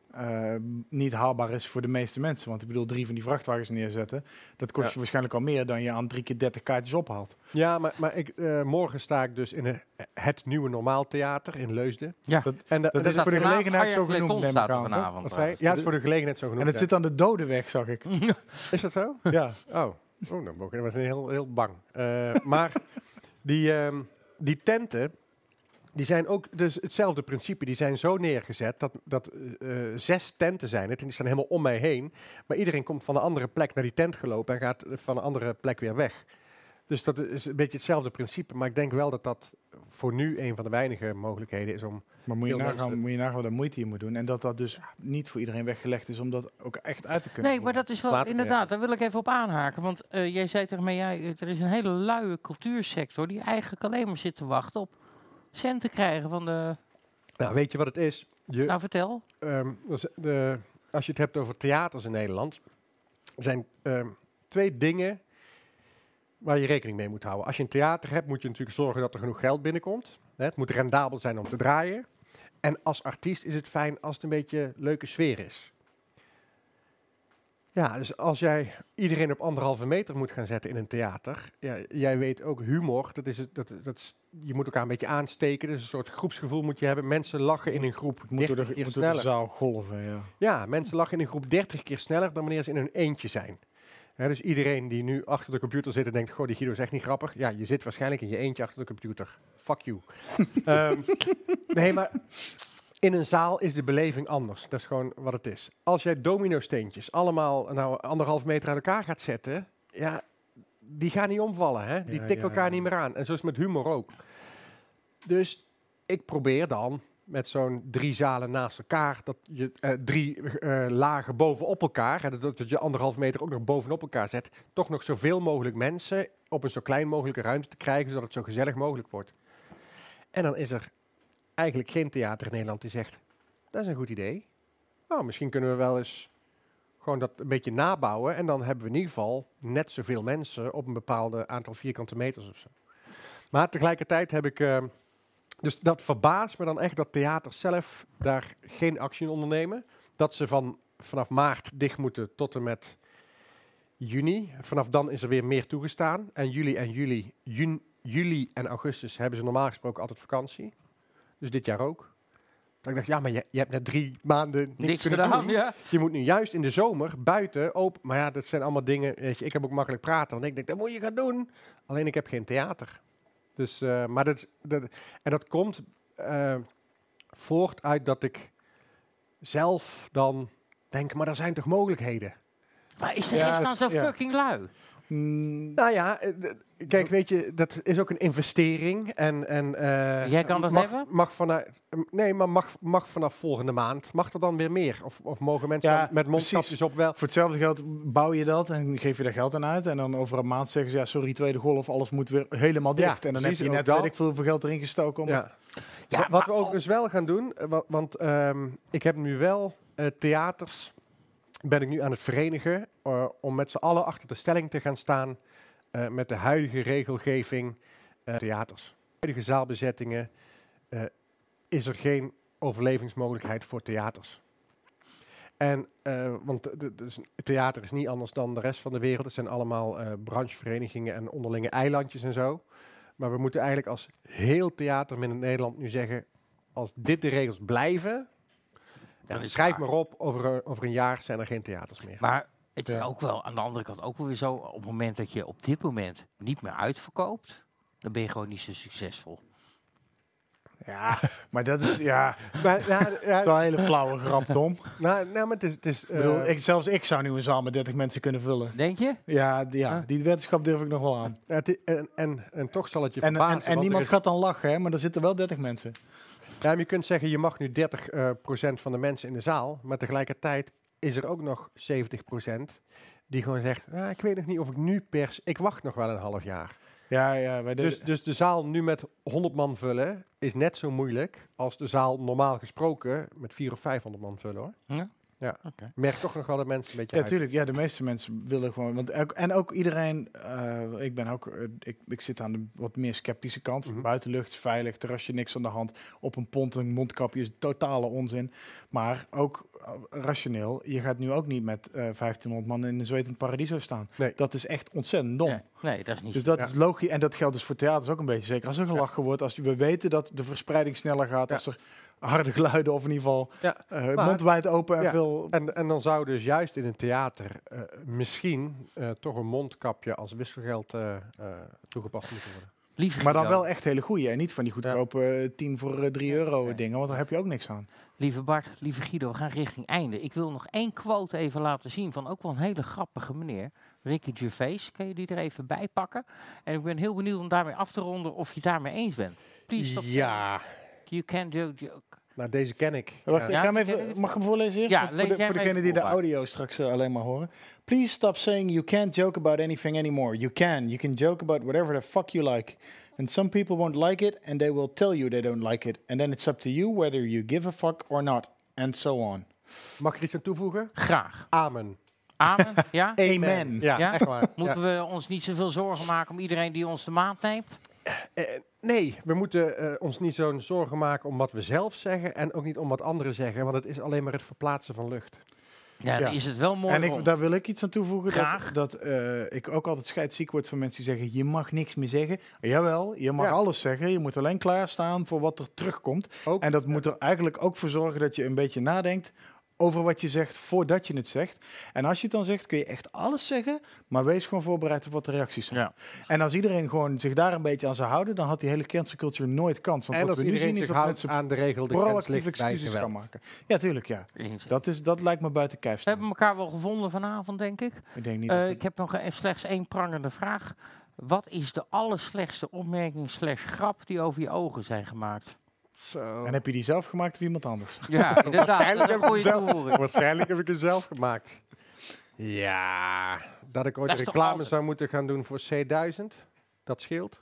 niet haalbaar is voor de meeste mensen. Want ik bedoel, 3 van die vrachtwagens neerzetten. Dat kost je waarschijnlijk al meer dan je aan 3 keer 30 kaartjes ophaalt. Ja, maar morgen sta ik dus in het Nieuwe Normaal Theater in Leusden. Ja, dat is voor de gelegenheid zo genoemd, neem ik aan. Ja, het is voor de gelegenheid zo genoemd. En het zit aan de Dodenweg, zag ik. Is dat zo? Ja. Oh, dan was ik heel bang. Maar die tenten, die zijn ook dus hetzelfde principe. Die zijn zo neergezet dat 6 tenten zijn het. En die staan helemaal om mij heen. Maar iedereen komt van een andere plek naar die tent gelopen en gaat van een andere plek weer weg. Dus dat is een beetje hetzelfde principe. Maar ik denk wel dat dat voor nu een van de weinige mogelijkheden is om... Maar moet je nagaan wat de moeite je moet doen. En dat dus niet voor iedereen weggelegd is om dat ook echt uit te kunnen doen. Maar dat is wel inderdaad, daar wil ik even op aanhaken. Want jij zei tegen mij, er is een hele luie cultuursector die eigenlijk alleen maar zit te wachten op centen krijgen van de... Nou, weet je wat het is? Nou, vertel. Als je het hebt over theaters in Nederland, zijn 2 dingen waar je rekening mee moet houden. Als je een theater hebt, moet je natuurlijk zorgen dat er genoeg geld binnenkomt. Het moet rendabel zijn om te draaien. En als artiest is het fijn als het een beetje leuke sfeer is. Ja, dus als jij iedereen op 1,5 meter moet gaan zetten in een theater, ja, jij weet ook humor, je moet elkaar een beetje aansteken, dus een soort groepsgevoel moet je hebben. Mensen lachen in een groep 30 keer sneller. De zaal golven, ja. Ja, mensen lachen in een groep 30 keer sneller dan wanneer ze in hun eentje zijn. Dus iedereen die nu achter de computer zit en denkt, goh, die Guido is echt niet grappig. Ja, je zit waarschijnlijk in je eentje achter de computer. Fuck you. Nee, maar in een zaal is de beleving anders. Dat is gewoon wat het is. Als jij domino-steentjes allemaal 1,5 meter uit elkaar gaat zetten, ja, die gaan niet omvallen. Hè? Die tikken elkaar niet meer aan. En zo is het met humor ook. Dus ik probeer dan met zo'n 3 zalen naast elkaar, dat je 3 lagen bovenop elkaar, hè, dat je 1,5 meter ook nog bovenop elkaar zet, toch nog zoveel mogelijk mensen op een zo klein mogelijke ruimte te krijgen, zodat het zo gezellig mogelijk wordt. En dan is er eigenlijk geen theater in Nederland die zegt, dat is een goed idee. Nou, misschien kunnen we wel eens gewoon dat een beetje nabouwen en dan hebben we in ieder geval net zoveel mensen op een bepaalde aantal vierkante meters of zo. Maar tegelijkertijd heb ik dus dat verbaast me dan echt dat theaters zelf daar geen actie in ondernemen. Dat ze vanaf maart dicht moeten tot en met juni. Vanaf dan is er weer meer toegestaan. En juli en augustus hebben ze normaal gesproken altijd vakantie. Dus dit jaar ook. Dat ik dacht, ja, maar je hebt net 3 maanden niks kunnen doen. Ja. Je moet nu juist in de zomer buiten open. Maar ja, dat zijn allemaal dingen. Weet je, ik heb ook makkelijk praten. Want ik denk, dat moet je gaan doen. Alleen ik heb geen theater. Dus, maar dat komt voort uit dat ik zelf dan denk, maar er zijn toch mogelijkheden. Maar is de rest dan zo fucking lui? Nou ja, kijk, weet je, dat is ook een investering. En jij kan dat hebben? Mag vanaf volgende maand, mag er dan weer meer? Of mogen mensen met mondkapjes op wel? Voor hetzelfde geld bouw je dat en geef je daar geld aan uit. En dan over een maand zeggen ze, ja, sorry, tweede golf, alles moet weer helemaal dicht. En dan heb je net, weet ik veel geld erin gestoken. Wat we ook dus wel gaan doen, want ik heb nu wel theaters, ben ik nu aan het verenigen, om met z'n allen achter de stelling te gaan staan met de huidige regelgeving theaters. Huidige zaalbezettingen is er geen overlevingsmogelijkheid voor theaters. En, want theater is niet anders dan de rest van de wereld. Het zijn allemaal brancheverenigingen en onderlinge eilandjes en zo. Maar we moeten eigenlijk als heel theater in Nederland nu zeggen, als dit de regels blijven, schrijf maar op, over een jaar zijn er geen theaters meer. Maar het is ook wel aan de andere kant ook wel weer zo, op het moment dat je op dit moment niet meer uitverkoopt, dan ben je gewoon niet zo succesvol. Ja, maar dat is, het is wel een hele flauwe grap, Tom. Maar het is zelfs ik zou nu een zaal met 30 mensen kunnen vullen. Denk je? Ja, die wetenschap durf ik nog wel aan. En toch zal het je verbazen. En niemand gaat dan lachen, hè, maar er zitten wel 30 mensen. Ja, maar je kunt zeggen, je mag nu 30% van de mensen in de zaal, maar tegelijkertijd is er ook nog 70% die gewoon zegt, ik weet nog niet of ik nu ik wacht nog wel een half jaar. Dus de zaal nu met 100 man vullen is net zo moeilijk als de zaal normaal gesproken met 400 of 500 man vullen, hoor. Ja. Okay. Merk toch nog wel dat mensen een beetje uit. Tuurlijk. Ja, de meeste mensen willen gewoon. En ook iedereen. Ik zit aan de wat meer sceptische kant. Buitenlucht is veilig, terrasje niks aan de hand. Op een pont een mondkapje is totale onzin. Maar ook rationeel. Je gaat nu ook niet met 1500 man in een zwetend paradiso staan. Nee. Dat is echt ontzettend dom. Nee, dat is niet. Dus dat is logisch. En dat geldt dus voor theaters ook een beetje. Zeker als er gelachen wordt. Als we weten dat de verspreiding sneller gaat. Als er harde geluiden of in ieder geval mond wijd open en veel. En dan zou dus juist in een theater misschien toch een mondkapje als wisselgeld toegepast moeten worden. Maar dan wel echt hele goeie en niet van die goedkope 10 voor 3 euro dingen, want daar heb je ook niks aan. Lieve Bart, lieve Guido, we gaan richting einde. Ik wil nog 1 quote even laten zien van ook wel een hele grappige meneer. Ricky Gervais, kan je die er even bij pakken? En ik ben heel benieuwd om daarmee af te ronden of je het daarmee eens bent. Please stop. Ja. You can joke. Nou, deze ken ik. Wacht, ik ga hem even, mag ik hem voorlezen eerst? Ja, voor degenen die de audio straks alleen maar horen. Please stop saying you can't joke about anything anymore. You can joke about whatever the fuck you like. And some people won't like it, and they will tell you they don't like it. And then it's up to you whether you give a fuck or not. And so on. Mag ik er iets aan toevoegen? Graag. Amen. Amen, ja? Amen. Ja, echt waar. Moeten we ons niet zoveel zorgen maken om iedereen die ons de maand neemt? Nee, we moeten ons niet zo'n zorgen maken om wat we zelf zeggen en ook niet om wat anderen zeggen, want het is alleen maar het verplaatsen van lucht. Ja, dan is het wel mooi. En daar wil ik iets aan toevoegen. Graag. Dat ik ook altijd scheidsziek word van mensen die zeggen, je mag niks meer zeggen. Jawel, je mag alles zeggen. Je moet alleen klaarstaan voor wat er terugkomt. Ook, en dat moet er eigenlijk ook voor zorgen dat je een beetje nadenkt over wat je zegt voordat je het zegt. En als je het dan zegt, kun je echt alles zeggen, maar wees gewoon voorbereid op wat de reacties zijn. Ja. En als iedereen gewoon zich daar een beetje aan zou houden, dan had die hele cancel culture nooit kans. Want en wat als we nu iedereen zien is zich dat houdt mensen aan de regel, de grens proactief ligt bij excuses kan geweld. maken. Ja, tuurlijk, ja. Dat lijkt me buiten kijf. We hebben elkaar wel gevonden vanavond, denk ik. Ik denk niet ik heb nog slechts één prangende vraag. Wat is de allerslechtste opmerking / grap die over je ogen zijn gemaakt? Zo. En heb je die zelf gemaakt of iemand anders? Ja, inderdaad. Waarschijnlijk heb ik hem zelf gemaakt. Ja, dat ik ooit Dat is toch reclame altijd- zou moeten gaan doen voor C1000. Dat scheelt.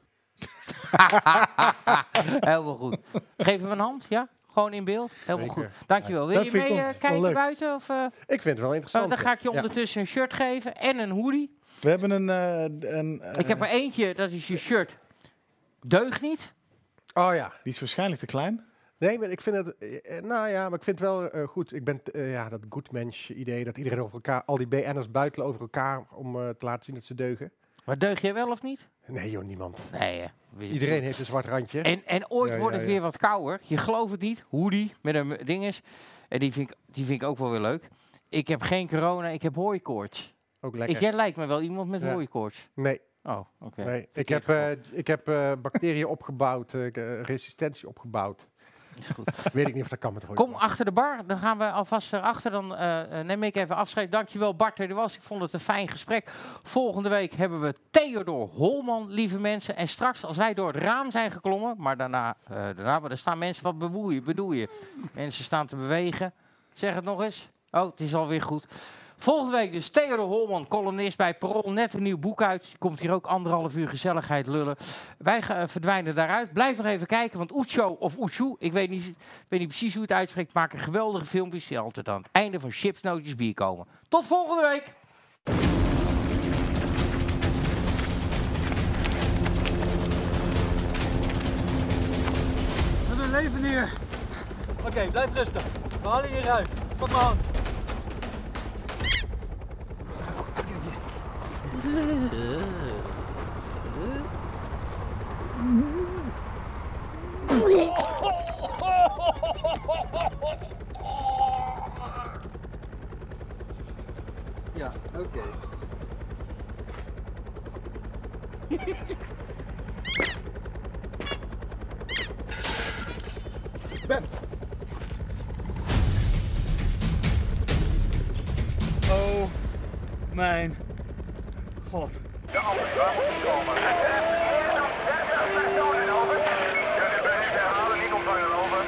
Helemaal goed. Geven we een hand? Ja? Gewoon in beeld? Helemaal Zeker. goed. Dankjewel. Wil Dat je vind ik mee wel kijken leuk. buiten? Of, Ik vind het wel interessant. dan ga ik je Ja. ondertussen een shirt geven en een hoodie. We hebben Ik heb er eentje, dat is je shirt. Deug niet. Oh ja. Die is waarschijnlijk te klein. Nee, maar ik vind het, nou ja, maar ik vind het wel goed. Ik ben dat good mensch idee dat iedereen over elkaar, al die BN'ers buitelen over elkaar om te laten zien dat ze deugen. Maar deug jij wel of niet? Nee joh, niemand. Nee, Iedereen heeft een zwart randje. En ooit Ja, wordt het ja. weer wat kouder. Je gelooft het niet. Hoodie met een dinges. En die vind ik ook wel weer leuk. Ik heb geen corona, ik heb hooikoorts. Ook lekker. Jij lijkt me wel iemand met Ja. hooikoorts. Nee. Oh, oké. Nee. Ik heb bacteriën opgebouwd, resistentie opgebouwd. Is goed. Weet ik niet of dat kan met hooikoorts. Kom achter de bar, dan gaan we alvast erachter. Dan neem ik even afscheid. Dankjewel Bart dat er was. Ik vond het een fijn gesprek. Volgende week hebben we Theodor Holman, lieve mensen. En straks, als wij door het raam zijn geklommen, maar daarna maar er staan mensen, wat bedoel je? Mensen staan te bewegen. Zeg het nog eens. Oh, het is alweer goed. Volgende week dus Theodor Holman, columnist bij Parool. Net een nieuw boek uit. Die komt hier ook 1,5 uur gezelligheid lullen. Wij verdwijnen daaruit. Blijf nog even kijken, want Ucho of Uchu, ik weet niet precies hoe het uitspreekt, maken geweldige filmpjes die altijd aan het einde van Chips, Nootjes, Bier komen. Tot volgende week! We doen leven hier. Oké, blijf rustig. We halen je eruit. Pak mijn hand. Ja, oké. Ben. Oh mijn god. De ambulance moet niet komen. Over. Kunnen we niet herhalen, niet ontvangen, over.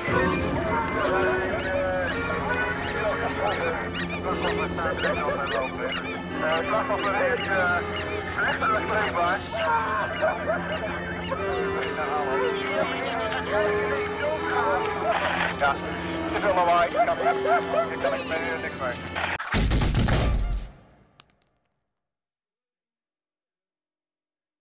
Slachtoffer is slecht aanspreekbaar. Ja, te veel lawaai. Ik kan niks meer.